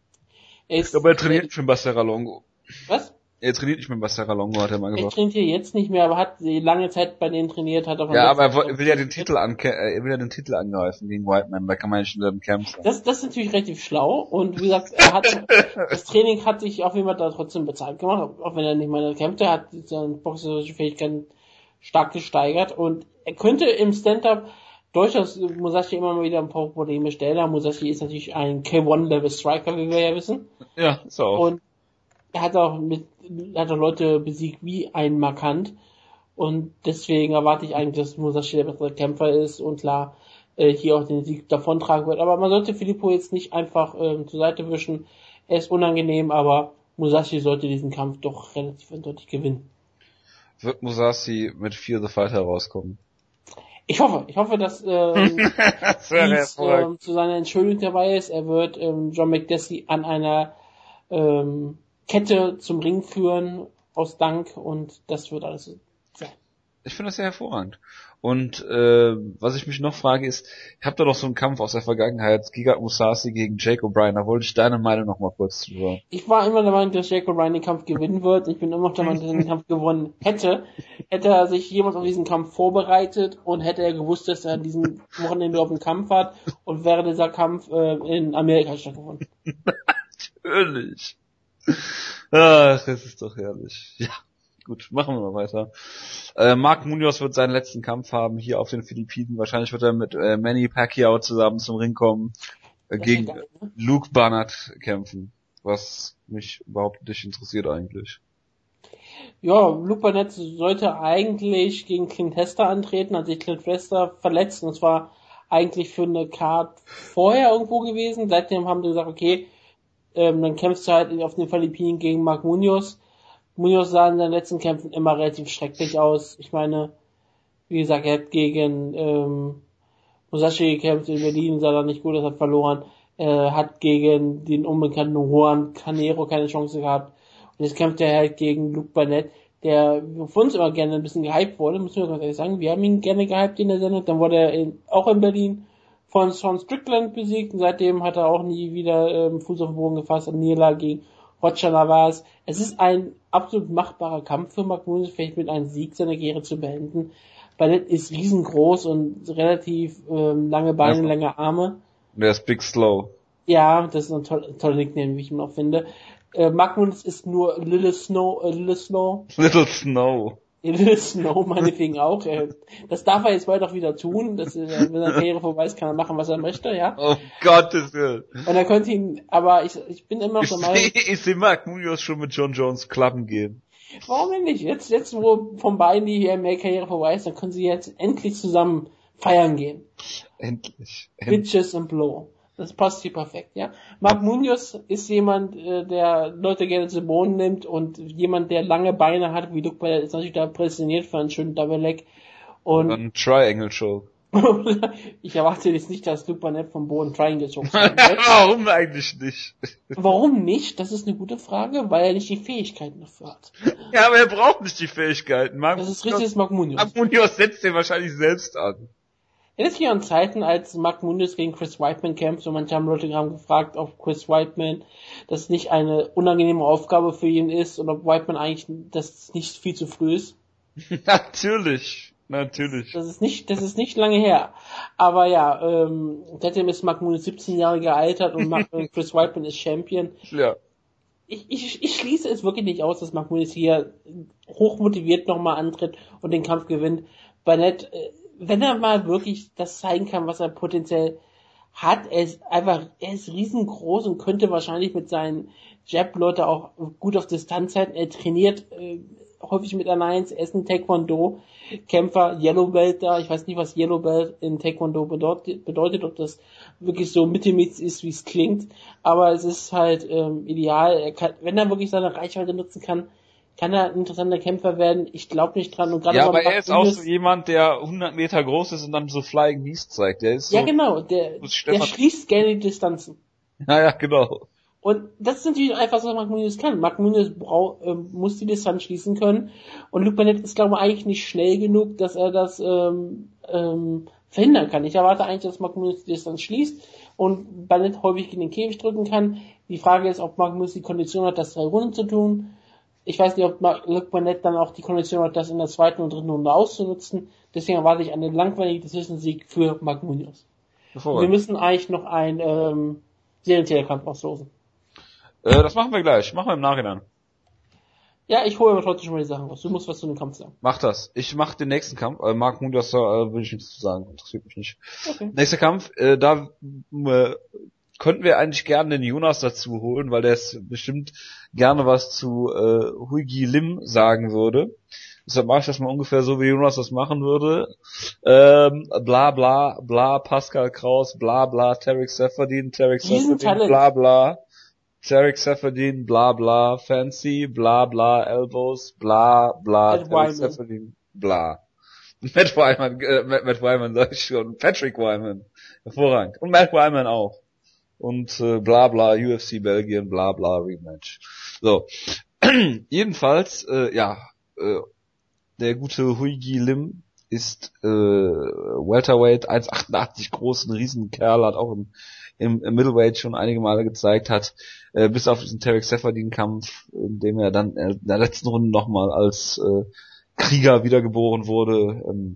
Er ist, aber er trainiert nicht mit bei Serra Longo. Was? Er trainiert nicht mit bei Serra Longo, hat er mal gesagt. Er trainiert hier jetzt nicht mehr, aber hat lange Zeit bei denen trainiert, hat auch ja, aber er will, will ja den Titel an, er will ja den Titel angreifen gegen Whiteman, da kann man ja schon dann kämpfen. Das, das ist natürlich relativ schlau und wie gesagt, er hat, das Training hat sich auf jeden Fall da trotzdem bezahlt gemacht, auch wenn er nicht mal kämpfte, er hat seine boxerische Fähigkeiten stark gesteigert und er könnte im Stand-Up durchaus Musashi immer mal wieder ein paar Probleme stellen. Musashi ist natürlich ein K eins Level Striker, wie wir ja wissen. Ja, ist auch. Und er hat auch mit, hat auch Leute besiegt wie ein Markant. Und deswegen erwarte ich eigentlich, dass Musashi der bessere Kämpfer ist und klar, äh, hier auch den Sieg davontragen wird. Aber man sollte Filippo jetzt nicht einfach, ähm, zur Seite wischen. Er ist unangenehm, aber Musashi sollte diesen Kampf doch relativ eindeutig gewinnen. Wird Musashi mit Fear the Fight herauskommen? Ich hoffe, ich hoffe, dass ähm, dies ähm, zu seiner Entschuldigung dabei ist. Er wird ähm, John McDessie an einer ähm, Kette zum Ring führen aus Dank und das wird alles sein. Ich finde das sehr hervorragend. Und äh, was ich mich noch frage ist, ich habe da doch so einen Kampf aus der Vergangenheit, Giga Mousasi gegen Jake O'Brien, da wollte ich deine Meinung noch mal kurz zu hören. Ich war immer der Meinung, dass Jake O'Brien den Kampf gewinnen wird. Ich bin immer noch der Meinung, dass er den Kampf gewonnen hätte. Hätte er sich jemand auf diesen Kampf vorbereitet und hätte er gewusst, dass er diesen Wochenende auf einen Kampf hat und wäre dieser Kampf äh, in Amerika stattgefunden. Natürlich. Ach, das ist doch herrlich. Ja. Gut, machen wir mal weiter. Äh, Mark Munoz wird seinen letzten Kampf haben hier auf den Philippinen. Wahrscheinlich wird er mit äh, Manny Pacquiao zusammen zum Ring kommen, äh, gegen geil, ne? Luke Barnett kämpfen, was mich überhaupt nicht interessiert eigentlich. Ja, Luke Barnett sollte eigentlich gegen Clint Hester antreten, hat sich Clint Hester verletzt und zwar eigentlich für eine Card vorher irgendwo gewesen. Seitdem haben sie gesagt, okay, ähm, dann kämpfst du halt auf den Philippinen gegen Mark Munoz. Munoz sah in seinen letzten Kämpfen immer relativ schrecklich aus. Ich meine, wie gesagt, er hat gegen ähm, Musashi gekämpft in Berlin, sah da nicht gut, er hat verloren. Er hat gegen den unbekannten Juan Canero keine Chance gehabt. Und jetzt kämpft er halt gegen Luke Barnett, der von uns immer gerne ein bisschen gehypt wurde, müssen wir ganz ehrlich sagen. Wir haben ihn gerne gehypt in der Sendung. Dann wurde er in, auch in Berlin von Sean Strickland besiegt und seitdem hat er auch nie wieder ähm, Fuß auf den Boden gefasst und Niederlage gegen Roger Navas. Es ist ein absolut machbarer Kampf für Mark Munoz, vielleicht mit einem Sieg seine Karriere zu beenden. Barnett ist riesengroß und relativ ähm, lange Beine, ja. lange Arme. Der ist Big Slow. Ja, das ist ein toll, toller Nickname, wie ich ihn noch finde. Äh, Mark Munoz ist nur Little Snow, äh, Little Snow. Little Snow. Little Snow meinetwegen auch. Äh, das darf er jetzt bald auch wieder tun. Das, äh, wenn seine Karriere vorbei ist, kann er machen, was er möchte, ja. Oh Gottes Willen. Und er könnte ihn, aber ich, ich bin immer noch ich der Meinung. Seh, ich sehe Mark Munoz schon mit John Jones Clubben gehen. Warum denn nicht? Jetzt, jetzt, wo von beiden die hier mehr Karriere vorbei ist, dann können sie jetzt endlich zusammen feiern gehen. Endlich. Bitches and Blow. Das passt hier perfekt, ja. Mark Munoz ist jemand, äh, der Leute gerne zu Boden nimmt und jemand, der lange Beine hat, wie Luke Barnett ist natürlich da prädestiniert für einen schönen Double Leg. Und ein Triangle Choke. Ich erwarte jetzt nicht, dass Luke Barnett vom Boden Triangle Choke wird. Warum eigentlich nicht? Warum nicht? Das ist eine gute Frage, weil er nicht die Fähigkeiten dafür hat. Ja, aber er braucht nicht die Fähigkeiten. Mark das ist richtig, das ist Mark Munoz. Mark Munoz setzt den wahrscheinlich selbst an. Es gibt an Zeiten, als Mark Munoz gegen Chris Weidman kämpft und manche haben Leute haben gefragt, ob Chris Weidman das nicht eine unangenehme Aufgabe für ihn ist und ob Weidman eigentlich das nicht viel zu früh ist. Natürlich, natürlich. Das ist nicht, das ist nicht lange her. Aber ja, ähm, seitdem ist Mark Munoz siebzehn Jahre gealtert und Mark, Chris Weidman ist Champion. Ja. Ich, ich, ich schließe es wirklich nicht aus, dass Mark Munoz hier hochmotiviert nochmal antritt und den Kampf gewinnt. Barnett, äh, wenn er mal wirklich das zeigen kann, was er potenziell hat, er ist einfach, er ist riesengroß und könnte wahrscheinlich mit seinen Jab-Leute auch gut auf Distanz halten. Er trainiert äh, häufig mit Alliance, er ist ein Taekwondo-Kämpfer, Yellow Belt da, ich weiß nicht, was Yellow Belt in Taekwondo bedeutet, bedeutet ob das wirklich so mittelmäßig ist, wie es klingt, aber es ist halt ähm, ideal, er kann, wenn er wirklich seine Reichweite nutzen kann, kann er ein interessanter Kämpfer werden, ich glaube nicht dran. Und gerade ja, so aber er ist auch Magnus, so jemand, der hundert Meter groß ist und dann so Flying Beast zeigt, der ist so... Ja genau, der, der schließt gerne die Distanzen. Ja, ja, genau. Und das ist natürlich einfach so, was Mark Munoz kann. Mark Munoz brauch, äh, muss die Distanz schließen können. Und Luke Burnett ist, glaube ich, eigentlich nicht schnell genug, dass er das ähm, ähm, verhindern kann. Ich erwarte eigentlich, dass Mark Munoz die Distanz schließt und Burnett häufig in den Käfig drücken kann. Die Frage ist, ob Mark Munoz die Kondition hat, das drei Runden zu tun. Ich weiß nicht, ob Luke Burnett dann auch die Kondition hat, das in der zweiten und dritten Runde auszunutzen. Deswegen erwarte ich einen langweiligen Decision-Sieg für Mark Munoz. Wir müssen eigentlich noch einen ähm, Serientitelkampf auslosen. Äh, das machen wir gleich. Machen wir im Nachhinein. Ja, ich hole aber trotzdem schon mal die Sachen raus. Du musst was zu dem Kampf sagen. Mach das. Ich mach den nächsten Kampf. Äh, Mark Munoz, äh, will ich nichts zu sagen. Interessiert mich nicht. Okay. Nächster Kampf. Äh, da äh, könnten wir eigentlich gerne den Jonas dazu holen, weil der es bestimmt gerne was zu äh, Hui Gi Lim sagen würde. Deshalb mache ich das mal ungefähr so, wie Jonas das machen würde. Ähm, bla bla bla, Pascal Kraus, bla bla, Tarek Seferdin, Tarek Seferdin, bla bla, Tarek Seferdin, bla bla, Fancy, bla bla, Elbows, bla bla, Matt Tarek Wyman. Seferdin, bla. Matt Wyman, äh, Matt, Matt Wyman sag ich schon, Patrick Wyman, hervorragend. Und Matt Wyman auch. Und äh, bla bla, U F C Belgien, bla bla, Rematch. So, jedenfalls, äh, ja, äh, der gute Hui Gi Lim ist äh, Welterweight, eins Komma achtundachtzig groß, ein Riesenkerl, hat auch im, im, im Middleweight schon einige Male gezeigt, hat äh, bis auf diesen Tarek Seferdin-Kampf, in dem er dann in der letzten Runde nochmal als äh, Krieger wiedergeboren wurde, ähm,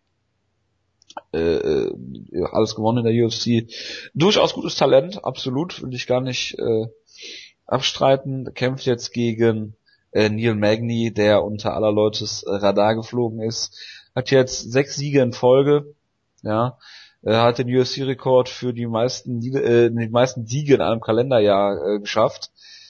äh, ja, alles gewonnen in der U F C. Durchaus gutes Talent, absolut, will ich gar nicht äh, abstreiten. Kämpft jetzt gegen äh, Neil Magny, der unter aller Leutes Radar geflogen ist. Hat jetzt sechs Siege in Folge, ja, äh, hat den U F C-Rekord für die meisten äh, die meisten Siege in einem Kalenderjahr äh, geschafft.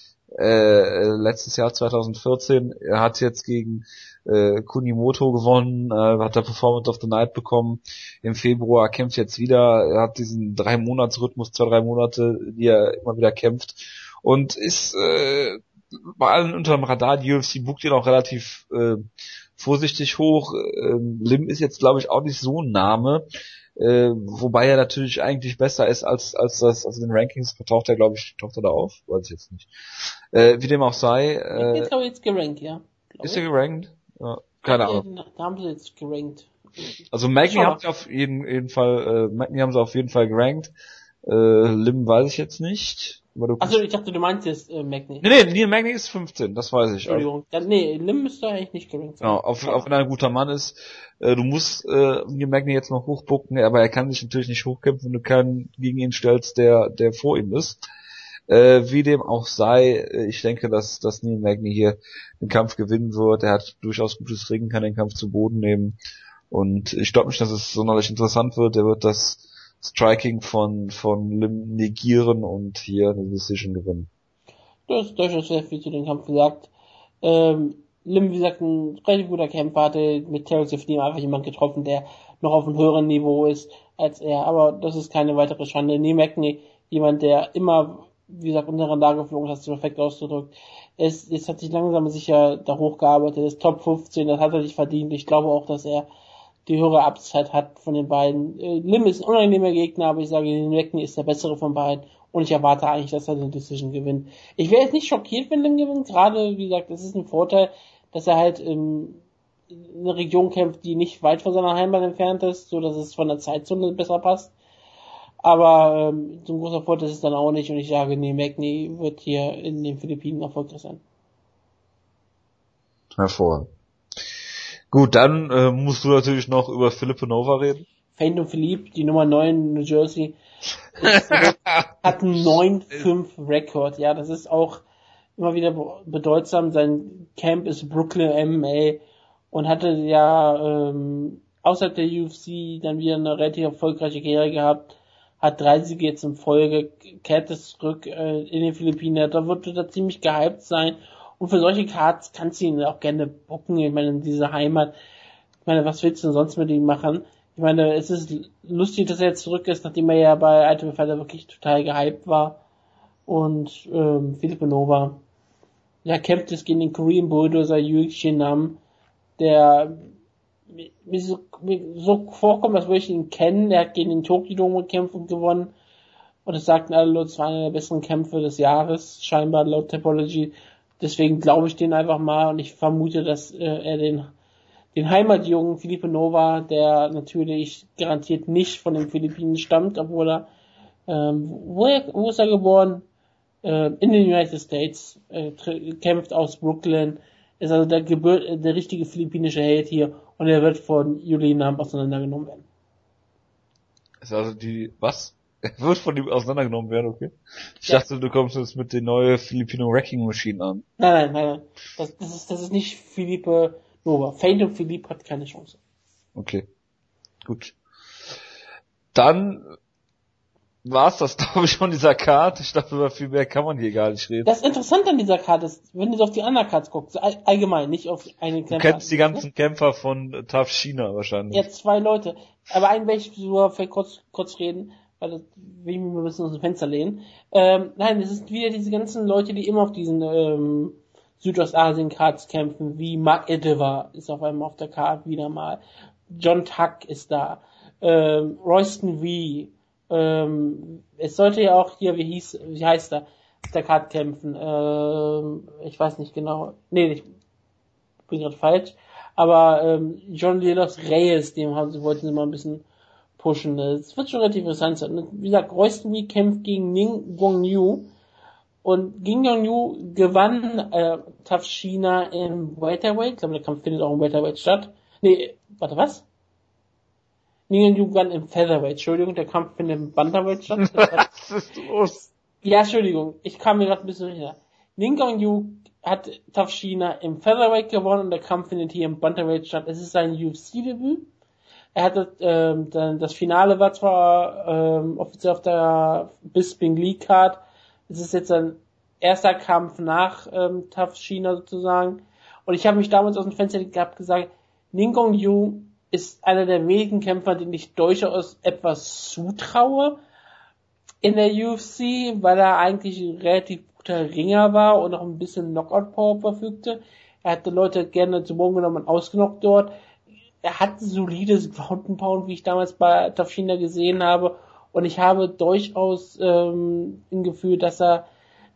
Äh, letztes Jahr zwanzig vierzehn. Er hat jetzt gegen äh, Kunimoto gewonnen, äh, hat der Performance of the Night bekommen. Im Februar kämpft jetzt wieder. Er hat diesen drei Monats Rhythmus, zwei, drei Monate, die er immer wieder kämpft. Und ist äh, bei allen unter dem Radar. Die U F C bucht ihn auch relativ äh, vorsichtig hoch. Ähm, Lim ist jetzt, glaube ich, auch nicht so ein Name. Äh, wobei er natürlich eigentlich besser ist als als das, also in den Rankings taucht er, glaube ich, taucht er da auf, weiß ich jetzt nicht. Äh, wie dem auch sei. Äh, jetzt glaube ich jetzt gerankt, ja. Ist er gerankt? Ja, keine Ahnung. Ja, da haben sie jetzt gerankt. Also Magny haben sie auf jeden, jeden Fall, äh, Magny haben sie auf jeden Fall gerankt. Äh, Lim weiß ich jetzt nicht. Also ich dachte, du meinst jetzt äh, Magny. Nee, nee, Neil Magny ist fünfzehn, das weiß ich. Entschuldigung. Ja, nee, Lim müsste eigentlich nicht gerankt sein. Genau, auf, auf wenn er ein guter Mann ist. Äh, du musst äh, Neil Magny jetzt noch hochbucken, aber er kann sich natürlich nicht hochkämpfen, wenn du keinen gegen ihn stellst, der der vor ihm ist. Äh, wie dem auch sei, ich denke, dass, dass Neil Magny hier den Kampf gewinnen wird. Er hat durchaus gutes Ringen, kann den Kampf zu Boden nehmen. Und ich glaube nicht, dass es sonderlich interessant wird. Er wird das Striking von, von Lim negieren und hier eine Decision gewinnen. Du hast durchaus sehr viel zu dem Kampf gesagt. Ähm, Lim, wie gesagt, ein relativ guter Kämpfer, hatte mit Tarek Seferdin einfach jemand getroffen, der noch auf einem höheren Niveau ist als er. Aber das ist keine weitere Schande. Neil Magny, jemand, der immer, wie gesagt, unter Radar geflogen ist, hast du perfekt ausgedrückt. Es, es hat sich langsam sicher da hochgearbeitet. Das Top fünfzehn, das hat er sich verdient. Ich glaube auch, dass er die höhere Upside hat von den beiden. Äh, Lim ist ein unangenehmer Gegner, aber ich sage, Magny ist der bessere von beiden. Und ich erwarte eigentlich, dass er den Decision gewinnt. Ich wäre jetzt nicht schockiert, wenn Lim gewinnt. Gerade, wie gesagt, das ist ein Vorteil, dass er halt ähm, in einer Region kämpft, die nicht weit von seiner Heimat entfernt ist, so dass es von der Zeitzone besser passt. Aber ähm, so ein großer Vorteil ist es dann auch nicht. Und ich sage, nee, Magny wird hier in den Philippinen erfolgreich sein. Hervorragend. Gut, dann äh, musst du natürlich noch über Philippe Nova reden. Phantom Philippe, die Nummer neun in New Jersey, ist, hat einen neun fünf Rekord. Ja, das ist auch immer wieder bedeutsam. Sein Camp ist Brooklyn M M A und hatte ja ähm, außerhalb der U F C dann wieder eine relativ erfolgreiche Karriere gehabt. hat drei Siege jetzt in Folge, kehrt es zurück äh, in den Philippinen, da wird er ziemlich gehypt sein. Und für solche Cards kannst du ihn auch gerne bucken. Ich meine, diese Heimat, ich meine, was willst du denn sonst mit ihm machen? Ich meine, es ist lustig, dass er jetzt zurück ist, nachdem er ja bei Ultimate Fighter wirklich total gehypt war. Und ähm, Felipe Nova, ja, kämpft es gegen den Korean Bulldozer Yui Shinam, der mir so, mir so vorkommt, als würde ich ihn kennen. Der hat gegen den Tokyo Dome gekämpft und gewonnen. Und es sagten alle Leute, es war einer der besseren Kämpfe des Jahres, scheinbar laut Topology. Deswegen glaube ich den einfach mal und ich vermute, dass äh, er den den Heimatjungen Felipe Nova, der natürlich garantiert nicht von den Philippinen stammt, obwohl er ähm, wo, er, wo ist er geboren? Äh, in den United States, äh, kämpft aus Brooklyn, ist also der Geburt, der richtige philippinische Held hier und er wird von Yuli Nam auseinandergenommen werden. Ist also die, was? Er wird von ihm auseinandergenommen werden, okay? Ich Ja. dachte, du kommst jetzt mit den neuen Filipino Wrecking Machine an. Nein, nein, nein, nein. Das, das ist, das ist nicht Felipe Nova. Phantom Philippe hat keine Chance. Okay. Gut. Dann war's das, glaube ich, von dieser Karte. Ich dachte, über viel mehr kann man hier gar nicht reden. Das Interessante an dieser Karte ist, wenn du auf die Undercards guckst, all, allgemein, nicht auf eine Du kennst die ganzen Kämpfer von Tough China wahrscheinlich. Ja, zwei Leute. Aber einen werde ich sogar vielleicht kurz, kurz reden, weil das will ich mir ein bisschen aus dem Fenster lehnen. Ähm, nein, es ist wieder diese ganzen Leute, die immer auf diesen ähm, Südostasien-Cards kämpfen, wie Mark Edeva ist auf einmal auf der Karte wieder mal. John Tuck ist da. Ähm, Royston V. Ähm, es sollte ja auch hier, wie hieß, wie heißt er, auf der Karte kämpfen. Ähm, ich weiß nicht genau. Nee, ich bin gerade falsch. Aber ähm, John Lelos Reyes, dem haben sie, wollten sie mal ein bisschen pushen. Es wird schon relativ interessant sein. Wie gesagt, Royston V kämpft gegen Ning Gong-Yu. Und Ning Gong-Yu gewann äh, Tough China im Welterweight. Ich glaube, der Kampf findet auch im Welterweight statt. Nee, warte, was? Ning Gong-Yu gewann im Featherweight. Entschuldigung, der Kampf findet im Bantamweight statt. Was ist los? Ja, Entschuldigung, ich kam mir gerade ein bisschen sicher. Ning Gong-Yu hat Tough China im Featherweight gewonnen und der Kampf findet hier im Bantamweight statt. Es ist sein U F C-Debüt. Er hatte, ähm, dann, das Finale war zwar ähm, offiziell auf der Bisping League Card. Es ist jetzt sein erster Kampf nach ähm, Tough China sozusagen. Und ich habe mich damals aus dem Fenster gehabt gesagt, Ning Gong-Yu ist einer der wenigen Kämpfer, denen ich durchaus etwas zutraue in der U F C, weil er eigentlich ein relativ guter Ringer war und auch ein bisschen Knockout-Power verfügte. Er hatte Leute gerne zu Boden genommen und ausgenockt dort. Er hat ein solides Ground and Pound, wie ich damals bei Tough China gesehen habe. Und ich habe durchaus ähm, ein Gefühl, dass er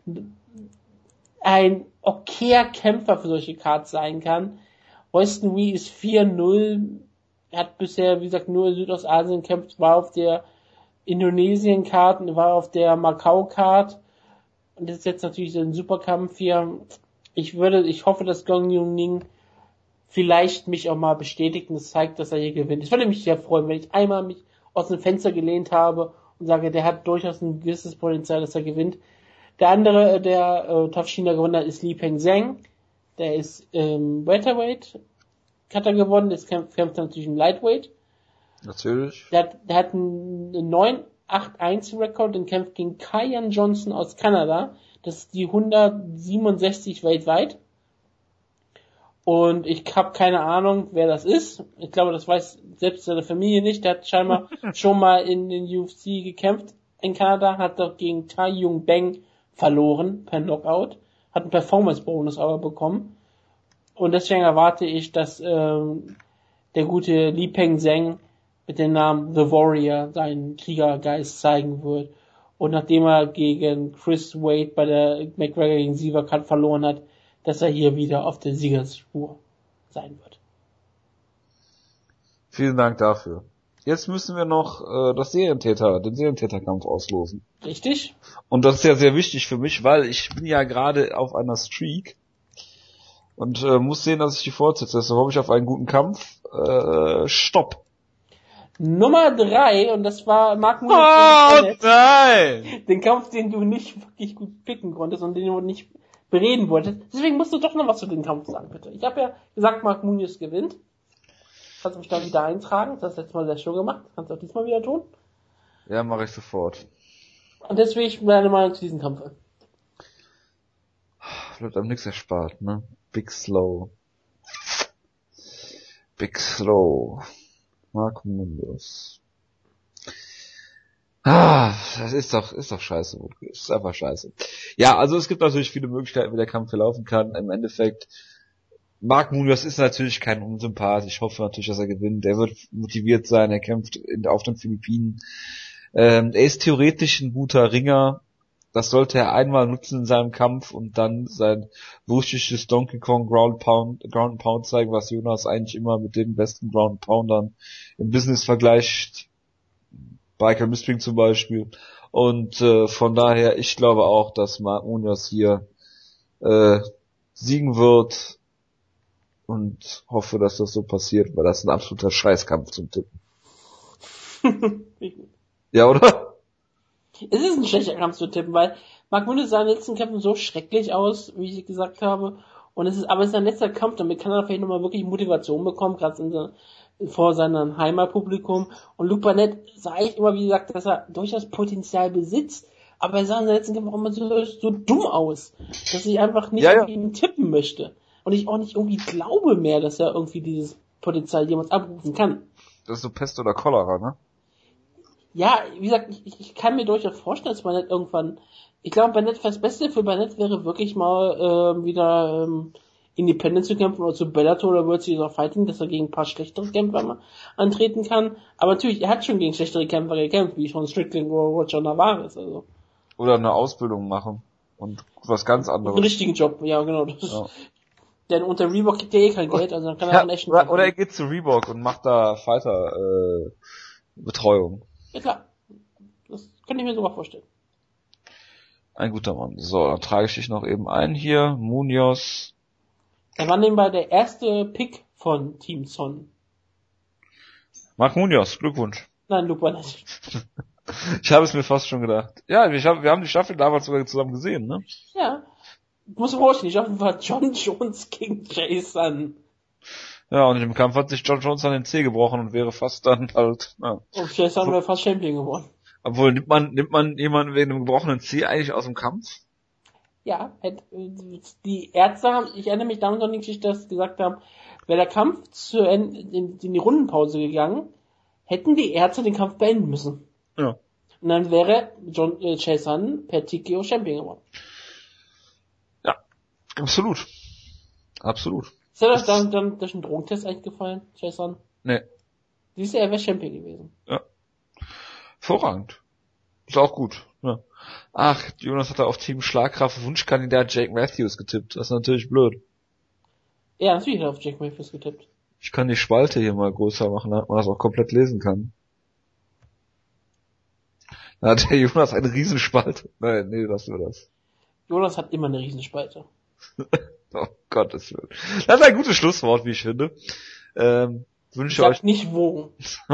ein okayer Kämpfer für solche Cards sein kann. Royston V ist vier null. Er hat bisher, wie gesagt, nur in Südostasien gekämpft, war auf der Indonesien-Card und war auf der Macau-Card. Und das ist jetzt natürlich so ein Superkampf hier. Ich würde, ich hoffe, dass Gong-Yu Ning vielleicht mich auch mal bestätigt und es zeigt, dass er hier gewinnt. Ich würde mich sehr freuen, wenn ich einmal mich aus dem Fenster gelehnt habe und sage, der hat durchaus ein gewisses Potenzial, dass er gewinnt. Der andere, der äh, Tough China gewonnen hat, ist Li Peng Zheng. Der ist ähm, Welterweight, hat er gewonnen, das kämpft, kämpft natürlich im Lightweight. Natürlich. Der hat, der hat einen neun acht eins Rekord und kämpft gegen Kyan Johnson aus Kanada. Das ist die hundertsiebenundsechzig weltweit. Und ich habe keine Ahnung, wer das ist. Ich glaube, das weiß selbst seine Familie nicht. Der hat scheinbar schon mal in den U F C gekämpft in Kanada, hat dort gegen Tai Jung Beng verloren per Knockout, hat einen Performance-Bonus aber bekommen. Und deswegen erwarte ich, dass ähm, der gute Li Peng Zheng mit dem Namen The Warrior seinen Kriegergeist zeigen wird. Und nachdem er gegen Chris Wade bei der McGregor gegen Siever Cup verloren hat, dass er hier wieder auf der Siegerspur sein wird. Vielen Dank dafür. Jetzt müssen wir noch äh, das Serientäter, den Serientäterkampf auslosen. Richtig? Und das ist ja sehr wichtig für mich, weil ich bin ja gerade auf einer Streak und äh, muss sehen, dass ich die fortsetze. Deshalb hoffe ich auf einen guten Kampf. Äh, Stopp. Nummer drei, und das war Mark Munoz Oh gegen nein! den Kampf, den du nicht wirklich gut picken konntest und den du nicht bereden wolltest. Deswegen musst du doch noch was zu dem Kampf sagen, bitte. Ich habe ja gesagt, Mark Munoz gewinnt. Kannst du mich da wieder eintragen? Das hast du letztes Mal sehr schön gemacht. Kannst du auch diesmal wieder tun. Ja, mache ich sofort. Und deswegen meine Meinung zu diesem Kampf. Bleibt einem nichts erspart, ne? Big Slow. Big Slow. Mark Munoz. Ah, das ist doch, ist doch scheiße. Das ist einfach scheiße. Ja, also es gibt natürlich viele Möglichkeiten, wie der Kampf verlaufen kann. Im Endeffekt, Mark Munoz ist natürlich kein Unsympath. Ich hoffe natürlich, dass er gewinnt. Er wird motiviert sein. Er kämpft in, auf den Philippinen. Ähm, er ist theoretisch ein guter Ringer. Das sollte er einmal nutzen in seinem Kampf und dann sein wuschiges Donkey Kong Ground Pound, Ground and Pound zeigen, was Jonas eigentlich immer mit den besten Ground and Poundern im Business vergleicht. Biker Bisping zum Beispiel. Und äh, von daher, ich glaube auch, dass Mark Munoz hier äh, siegen wird und hoffe, dass das so passiert, weil das ein absoluter Scheißkampf zum Tippen. Ja, oder? Es ist ein schlechter Kampf zu tippen, weil Mark Munoz sah in den letzten Kämpfen so schrecklich aus, wie ich gesagt habe. Und es ist aber es ist sein letzter Kampf, damit kann er vielleicht nochmal wirklich Motivation bekommen, gerade vor seinem Heimatpublikum. Und Luke Barnett sah ich immer, wie gesagt, dass er durchaus Potenzial besitzt, aber er sah in seinem letzten Kampf auch immer so, so dumm aus, dass ich einfach nicht Ja, ja. auf ihn tippen möchte. Und ich auch nicht irgendwie glaube mehr, dass er irgendwie dieses Potenzial jemals abrufen kann. Das ist so Pest oder Cholera, ne? Ja, wie gesagt, ich, ich kann mir durchaus vorstellen, dass Barnett irgendwann, ich glaube, Barnett, das Beste für Barnett wäre wirklich mal ähm, wieder ähm, Independent zu kämpfen oder zu Bellator oder World Series of Fighting, dass er gegen ein paar schlechtere Kämpfer mal antreten kann. Aber natürlich, er hat schon gegen schlechtere Kämpfer gekämpft, wie schon Strickland oder Roger Navarez. Also. Oder eine Ausbildung machen und was ganz anderes. Einen richtigen Job, ja genau. Das ist, Ja. denn unter Reebok kriegt er eh kein Geld, also dann kann er Ja, auch einen echten oder, Job oder er machen. geht zu Reebok und macht da Fighter äh, Betreuung. Ja klar, das könnte ich mir sogar vorstellen. Ein guter Mann. So, dann trage ich dich noch eben ein hier. Munoz. Er war nebenbei der erste Pick von Team Son. Mark Munoz, Glückwunsch. Nein, Luke Barnett. Ich habe es mir fast schon gedacht. Ja, ich hab, wir haben die Staffel damals sogar zusammen gesehen, ne? Ja. Ich muss mir vorstellen, ich hoffe, war John Jones gegen Jason. Ja, und in dem Kampf hat sich John Jones an den Zeh gebrochen und wäre fast dann halt, ja. Und Jason wäre fast Champion geworden. Obwohl, nimmt man, nimmt man jemanden wegen einem gebrochenen Zeh eigentlich aus dem Kampf? Ja, hätt- die Ärzte haben, ich erinnere mich damals noch nicht, dass sie gesagt haben, wäre der Kampf zu Ende, in, in die Rundenpause gegangen, hätten die Ärzte den Kampf beenden müssen. Ja. Und dann wäre John äh, Jason per T K O Champion geworden. Ja, absolut. Absolut. Ist dir das dann, dann durch einen Drogentest eigentlich gefallen, Jason? Nee. Siehst du, er wäre Champion gewesen. Ja. Hervorragend. Ist auch gut. Ja. Ach, Jonas hat da auf Team Schlagkraft Wunschkandidat Jake Matthews getippt. Das ist natürlich blöd. Ja, natürlich hat er auf Jake Matthews getippt. Ich kann die Spalte hier mal größer machen, damit man das auch komplett lesen kann. Da hat der Jonas eine Riesenspalte. Nein, nee, lassen wir das. Jonas hat immer eine Riesenspalte. Oh Gottes Willen. Das ist ein gutes Schlusswort, wie ich finde. Ähm, Ich wünsche sag euch... nicht wo.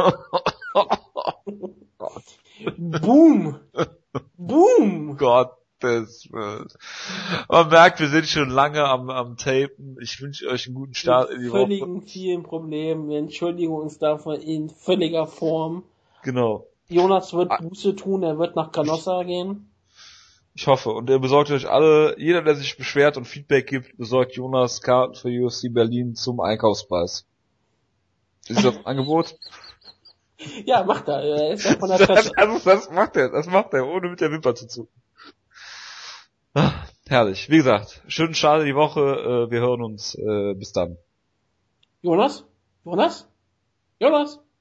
Boom! Boom! Gottes Willen. Man merkt, wir sind schon lange am, am Tapen. Ich wünsche euch einen guten Start in die Woche. Völligen vielen Problemen. Wir entschuldigen uns dafür in völliger Form. Genau. Jonas wird Buße tun, er wird nach Canossa gehen. Ich hoffe. Und ihr besorgt euch alle, jeder, der sich beschwert und Feedback gibt, besorgt Jonas Karten für U F C Berlin zum Einkaufspreis. Ist das ein Angebot? Ja, macht er. Er ist ja von der Das, Presse. also, das macht er, das macht er, ohne mit der Wimper zu zucken. Ah, herrlich. Wie gesagt, schönen Start in die Woche. äh, Wir hören uns. äh, Bis dann. Jonas? Jonas? Jonas?